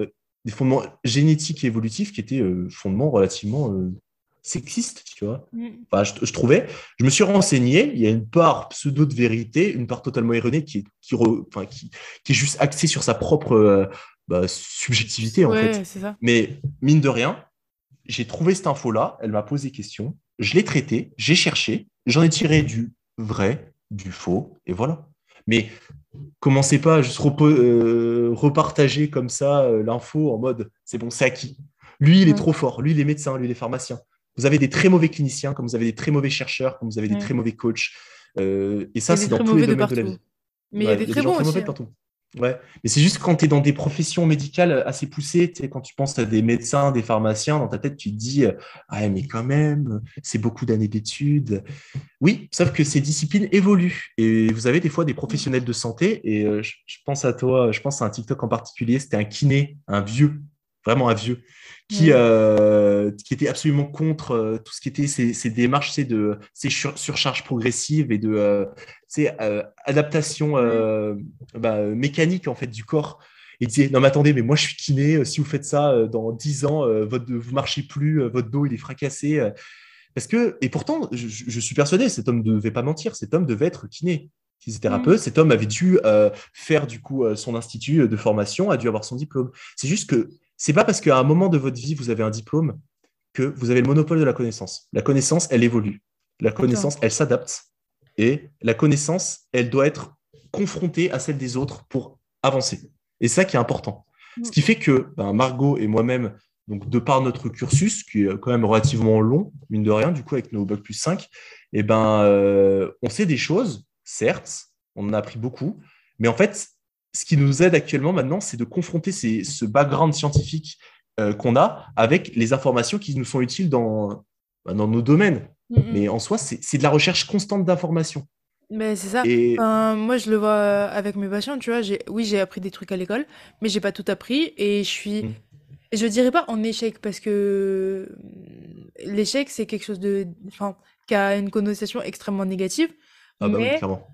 des fondements génétiques et évolutifs qui étaient euh, fondements relativement euh, sexistes, tu vois. Mm. Enfin, je, je, trouvais, je me suis renseigné, il y a une part pseudo de vérité, une part totalement erronée qui est, qui, re, enfin, qui, qui est juste axée sur sa propre euh, bah, subjectivité, en Ouais, fait. c'est ça. Mais mine de rien, j'ai trouvé cette info-là, elle m'a posé question, je l'ai traitée, j'ai cherché, j'en ai tiré du vrai, du faux, et voilà. Mais commencez pas à juste repo- euh, repartager comme ça euh, l'info en mode c'est bon, c'est acquis. Lui, il est Ouais. trop fort. Lui, il est médecin, lui, il est pharmacien. Vous avez des très mauvais cliniciens, comme vous avez des très mauvais chercheurs, comme vous avez des Ouais. très mauvais coachs. Euh, et Il y ça, a des c'est dans très tous les mauvais de domaines de la partout. vie. Mais il y a Ouais, des il y a des très gens bons très mauvais aussi, de hein. partout. Ouais. Mais c'est juste quand tu es dans des professions médicales assez poussées, tu sais, quand tu penses à des médecins, des pharmaciens, dans ta tête, tu te dis euh, ah, mais quand même, c'est beaucoup d'années d'études. Oui, sauf que ces disciplines évoluent et vous avez des fois des professionnels de santé et euh, je, je pense à toi, je pense à un TikTok en particulier, c'était un kiné, un vieux, vraiment un vieux, qui, Ouais. euh, qui était absolument contre euh, tout ce qui était ces, ces démarches, c'est de ces sur- surcharges progressives et de euh, ces euh, adaptations Ouais. euh, bah, mécaniques en fait du corps. Il disait non mais attendez, mais moi je suis kiné, euh, si vous faites ça euh, dans dix ans, euh, votre, vous marchez plus, euh, votre dos il est fracassé. euh, parce que, et pourtant, je, je suis persuadé, cet homme ne devait pas mentir, cet homme devait être kiné, Mm. kinésithérapeute, cet homme avait dû euh, faire du coup euh, son institut de formation, a dû avoir son diplôme. C'est juste que c'est pas parce qu'à un moment de votre vie, vous avez un diplôme que vous avez le monopole de la connaissance. La connaissance, elle évolue. La Attends. connaissance, elle s'adapte. Et la connaissance, elle doit être confrontée à celle des autres pour avancer. Et c'est ça qui est important. Ce Mm. qui fait que ben, Margot et moi-même, donc de par notre cursus, qui est quand même relativement long, mine de rien, du coup, avec nos bac plus cinq, eh ben, euh, on sait des choses, certes, on en a appris beaucoup, mais en fait, ce qui nous aide actuellement maintenant, c'est de confronter ces, ce background scientifique euh, qu'on a avec les informations qui nous sont utiles dans, bah, dans nos domaines. Mm, mm. Mais en soi, c'est c'est de la recherche constante d'informations. Mais c'est ça. Et Enfin, moi, je le vois euh, avec mes patients, tu vois. J'ai, oui, j'ai appris des trucs à l'école, mais j'ai pas tout appris et je suis, hmm. je dirais pas en échec parce que mm, l'échec, c'est quelque chose de, enfin, qui a une connotation extrêmement négative. Ah bah oui, Mais clairement.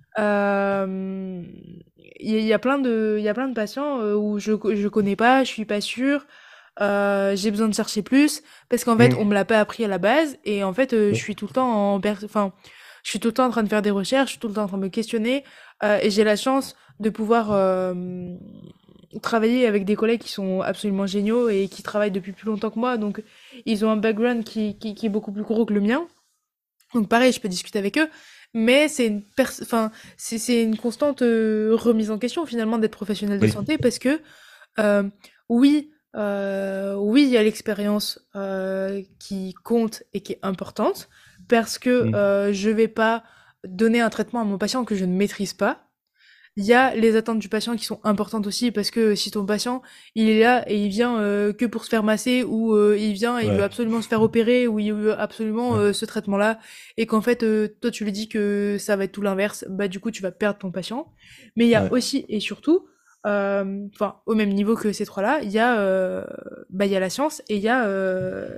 euh, il y, a il y a plein de, il y a plein de patients euh, où je, je connais pas, je suis pas sûre. Euh, j'ai besoin de chercher plus parce qu'en fait, Hmm. on me l'a pas appris à la base et en fait, euh, je Oui. suis tout le temps en, per- enfin, je suis tout le temps en train de faire des recherches, je suis tout le temps en train de me questionner euh, et j'ai la chance de pouvoir euh, travailler avec des collègues qui sont absolument géniaux et qui travaillent depuis plus longtemps que moi, donc ils ont un background qui, qui, qui est beaucoup plus gros que le mien. Donc pareil, je peux discuter avec eux, mais c'est une pers- enfin, c'est c'est une constante euh, remise en question finalement d'être professionnel de Oui. santé parce que euh, oui, euh, oui, il y a l'expérience euh, qui compte et qui est importante parce que Hmm. euh, je vais pas donner un traitement à mon patient que je ne maîtrise pas. Il y a les attentes du patient qui sont importantes aussi parce que si ton patient il est là et il vient euh, que pour se faire masser ou euh, il vient et il veut Ouais. absolument se faire opérer ou il veut absolument Ouais. euh, ce traitement-là et qu'en fait euh, toi tu lui dis que ça va être tout l'inverse, bah du coup tu vas perdre ton patient. Mais il y a Ouais. aussi et surtout, euh, enfin au même niveau que ces trois-là, il y a euh, bah il y a la science et il y a euh,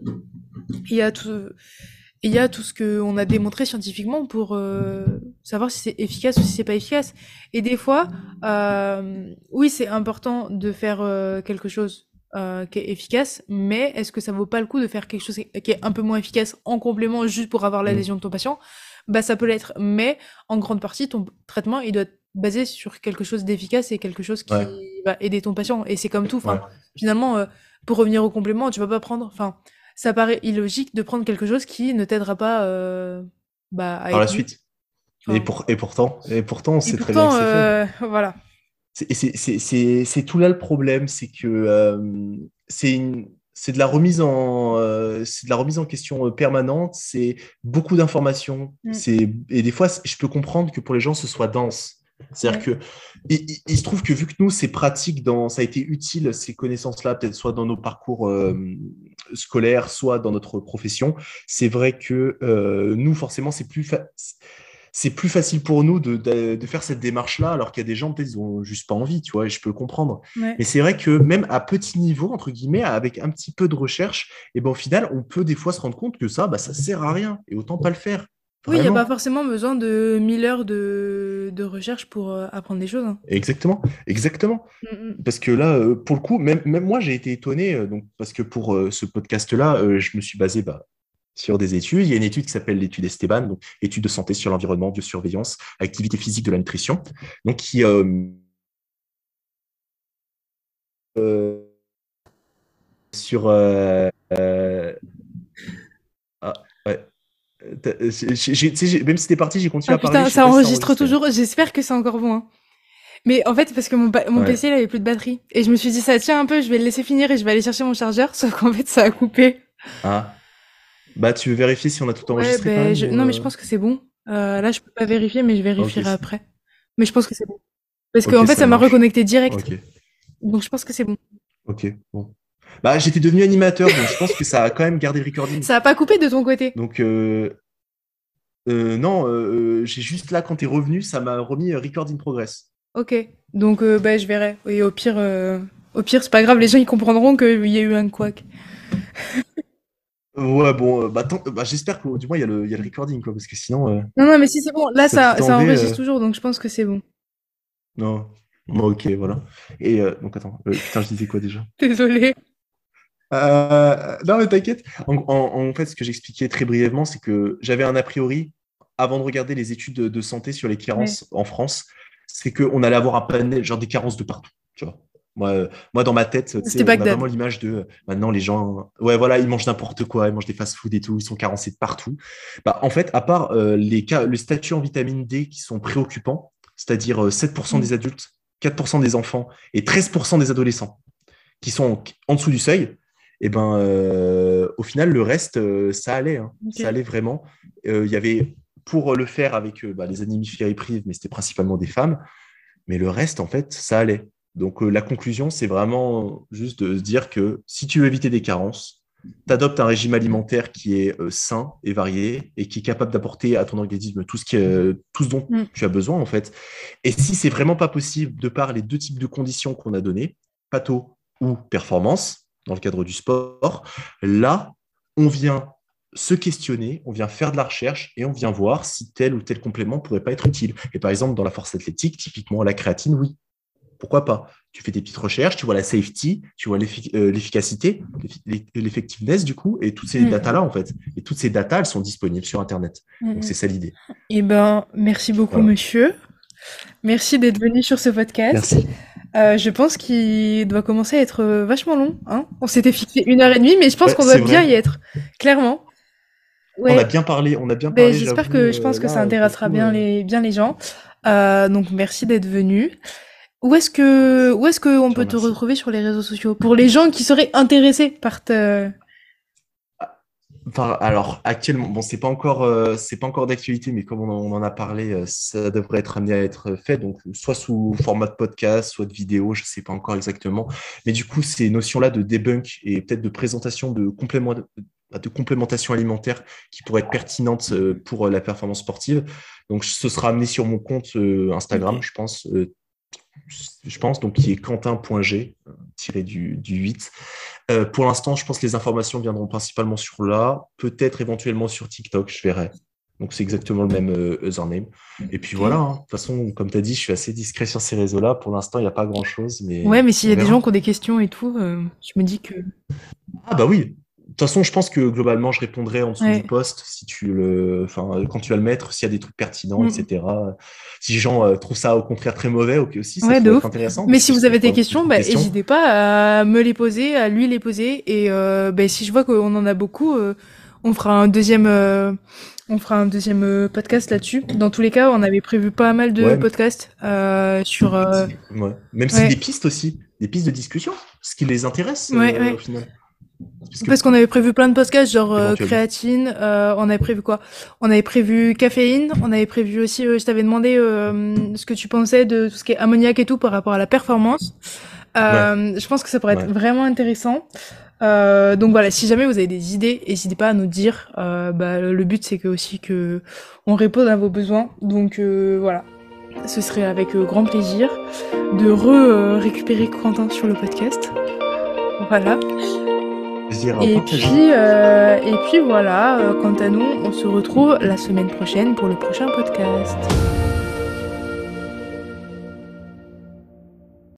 il y a tout il y a tout ce qu'on a démontré scientifiquement pour euh, savoir si c'est efficace ou si c'est pas efficace. Et des fois, euh, oui, c'est important de faire euh, quelque chose euh, qui est efficace, mais est-ce que ça vaut pas le coup de faire quelque chose qui est un peu moins efficace en complément juste pour avoir Hmm. l'adhésion de ton patient? Bah ça peut l'être, mais en grande partie, ton traitement, il doit être basé sur quelque chose d'efficace et quelque chose qui Ouais. va aider ton patient. Et c'est comme tout, enfin, Ouais. finalement, euh, pour revenir au complément, tu vas pas prendre, enfin, ça paraît illogique de prendre quelque chose qui ne t'aidera pas euh, bah, à Par la être mieux. suite. Et, Enfin, pour, et pourtant, et pourtant, on et sait très bien que pourtant, c'est fait. euh, voilà. C'est c'est- c'est- c'est- c'est tout là le problème, c'est que euh, c'est une- c'est de la remise en, euh, c'est de la remise en question euh, permanente, c'est beaucoup d'informations, Mm, c'est, et des fois, c'est- je peux comprendre que pour les gens, ce soit dense. C'est-à-dire ouais. que, il, il- il se trouve que vu que nous, c'est pratique, dans, ça a été utile, ces connaissances-là, peut-être soit dans nos parcours euh, scolaires, soit dans notre profession, c'est vrai que euh, nous, forcément, c'est plus, fa- c'est plus facile pour nous de, de, de faire cette démarche-là, alors qu'il y a des gens, peut-être, ils ont juste pas envie, tu vois, et je peux le comprendre. Ouais. Mais c'est vrai que même à petit niveau, entre guillemets, avec un petit peu de recherche, et ben, au final, on peut des fois se rendre compte que ça, bah, ça sert à rien, et autant pas le faire. Oui, il n'y a pas Vraiment. forcément besoin de mille heures de, de recherche pour euh, apprendre des choses, hein. Exactement, exactement. Mm, mm. Parce que là, euh, pour le coup, même, même moi, j'ai été étonné, euh, donc, parce que pour euh, ce podcast-là, euh, je me suis basé bah, sur des études. Il y a une étude qui s'appelle l'étude Esteban, donc étude de santé sur l'environnement, biosurveillance, activité physique de la nutrition, donc qui euh, euh, sur euh, euh, ah, ouais. T'as- j'ai- j'ai- tu sais, j'ai- même si t'es parti, j'ai continué Ah à parler. putain, Je sais ça pas si ça enregistre enregistre, hein. toujours. J'espère que c'est encore bon, hein. Mais en fait, parce que mon, ba- mon Ouais. P C, il avait plus de batterie. Et je me suis dit, ça tient un peu, je vais le laisser finir et je vais aller chercher mon chargeur. Sauf qu'en fait, ça a coupé. Ah. Bah, tu veux vérifier si on a tout Ouais, enregistré quand ben, même je... ou non, mais je euh, pense que c'est bon. Euh, là, je peux pas vérifier, mais je Ok, vérifierai c- après. Mais je pense que c'est bon. Parce ok, qu'en fait, ça ça m'a marche. reconnecté direct. Ok, Donc, je pense que c'est bon. ok, bon. Bah, j'étais devenu animateur, donc je pense que ça a quand même gardé le recording. Ça a pas coupé de ton côté. Donc, euh, euh, non, euh, euh, j'ai juste là, quand t'es revenu, ça m'a remis euh, Record in Progress. Ok. Donc, euh, bah, je verrai. Et au pire, euh, au pire, c'est pas grave. Les gens, ils comprendront qu'il y a eu un couac. Euh, Ouais, bon, euh, bah, tant- bah, j'espère que du moins il y a le, il y a le recording, quoi, parce que sinon, euh, Non, non, mais si c'est bon. Là, si t'as ça, tout ça enlevé, enregistre euh, toujours, donc je pense que c'est bon. non. Bon, ok, voilà. Et euh, donc, attends, euh, putain, je disais quoi déjà? Désolée. Euh, non, mais t'inquiète. En, en- en fait, ce que j'expliquais très brièvement, c'est que j'avais un a priori, avant de regarder les études de, de santé sur les Ouais. carences en France, c'est qu'on allait avoir un panel, genre des carences de partout, tu vois. Moi, euh, moi, dans ma tête, tu sais, C'était on a Bagdad. vraiment l'image de euh, maintenant les gens, ouais, voilà, ils mangent n'importe quoi, ils mangent des fast-food et tout, ils sont carencés de partout. Bah, en fait, à part euh, les cas, le statut en vitamine D qui sont préoccupants, c'est-à-dire euh, sept pour cent Mm. des adultes, quatre pour cent des enfants et treize pour cent des adolescents qui sont en dessous du seuil, et ben, euh, au final, le reste, euh, ça allait, hein. Ok. Ça allait vraiment. Euh, Il y avait pour le faire avec euh, bah, les anémie prive, mais c'était principalement des femmes. Mais le reste, en fait, ça allait. Donc, euh, la conclusion, c'est vraiment juste de se dire que si tu veux éviter des carences, tu adoptes un régime alimentaire qui est euh, sain et varié et qui est capable d'apporter à ton organisme tout ce, qui, euh, tout ce dont Mm. tu as besoin, en fait. Et si c'est vraiment pas possible, de par les deux types de conditions qu'on a données, patho ou performance, dans le cadre du sport, là, on vient se questionner, on vient faire de la recherche et on vient voir si tel ou tel complément pourrait pas être utile. Et par exemple, dans la force athlétique, typiquement la créatine, oui, pourquoi pas? Tu fais des petites recherches, tu vois la safety, tu vois l'effic- euh, l'efficacité, l'eff- l'effectiveness du coup, et toutes ces Mm. datas-là, en fait. Et toutes ces datas, elles sont disponibles sur Internet. Donc, Mm. c'est ça l'idée. Eh ben, merci beaucoup, Voilà. monsieur. Merci d'être venu sur ce podcast. Merci. Euh, je pense qu'il doit commencer à être euh, vachement long, hein. On s'était fixé une heure et demie, mais je pense Ouais, qu'on doit c'est bien vrai. y être, clairement. On a Ouais. bien parlé, on a bien Ben, parlé, j'espère j'avoue, que je pense euh, que ça là, euh, pour le intéressera coup. bien euh, les bien les gens. Euh, donc merci d'être venu. Où est-ce que où est-ce que on Je te peut te remercie. retrouver sur les réseaux sociaux pour les gens qui seraient intéressés par te... Enfin, alors actuellement, bon, c'est pas encore, euh, c'est pas encore d'actualité, mais comme on en, on en a parlé, euh, ça devrait être amené à être fait, donc soit sous format de podcast, soit de vidéo, je sais pas encore exactement. Mais du coup, ces notions-là de debunk et peut-être de présentation de compléments de, de complémentation alimentaire qui pourraient être pertinentes euh, pour euh, la performance sportive. Donc, ce sera amené sur mon compte euh, Instagram, Ok. je pense, euh, je pense, donc qui est quentin point g euh, tiré du, du huit. Euh, pour l'instant, je pense que les informations viendront principalement sur là, peut-être éventuellement sur TikTok, je verrai. Donc, c'est exactement le même euh, username. Et puis voilà, Ok. hein. De toute façon, comme tu as dit, je suis assez discret sur ces réseaux-là. Pour l'instant, il n'y a pas grand-chose, Ouais, mais mais s'il y on a des gens verra. qui ont des questions et tout, euh, je me dis que... Ah bah oui. De toute façon, je pense que globalement, je répondrai en dessous du Ouais. post si tu le, enfin, quand tu vas le mettre, s'il y a des trucs pertinents, Mm. et cetera. Si les gens euh, trouvent ça au contraire très mauvais, ok aussi, ça Ouais, de pourrait être ouf. intéressant Mais parce si que ça vous avez des pourrait me poser questions, des bah, questions. n'hésitez pas à me les poser, à lui les poser. Et euh, bah, si je vois qu'on en a beaucoup, euh, on fera un deuxième, euh, on fera un deuxième euh, podcast là-dessus. Dans tous les cas, on avait prévu pas mal de Ouais, podcasts euh, sur. euh, si- ouais. Même si ouais, des pistes aussi, des pistes de discussion, ce qui les intéresse ouais, euh, au ouais. final. Parce que Parce qu'on avait prévu plein de podcasts, genre euh, éventuellement. créatine. Euh, on avait prévu quoi? On avait prévu caféine. On avait prévu aussi. Euh, je t'avais demandé euh, ce que tu pensais de tout ce qui est ammoniac et tout par rapport à la performance. Ouais, Euh, je pense que ça pourrait être ouais. vraiment intéressant. Euh, donc voilà, si jamais vous avez des idées, n'hésitez pas à nous dire. Euh, bah, le but c'est que aussi que on réponde à vos besoins. Donc euh, voilà, ce serait avec euh, grand plaisir de re euh, récupérer Quentin sur le podcast. Voilà. plaisir à Et partager. puis, euh, et puis voilà, euh, quant à nous, on se retrouve la semaine prochaine pour le prochain podcast.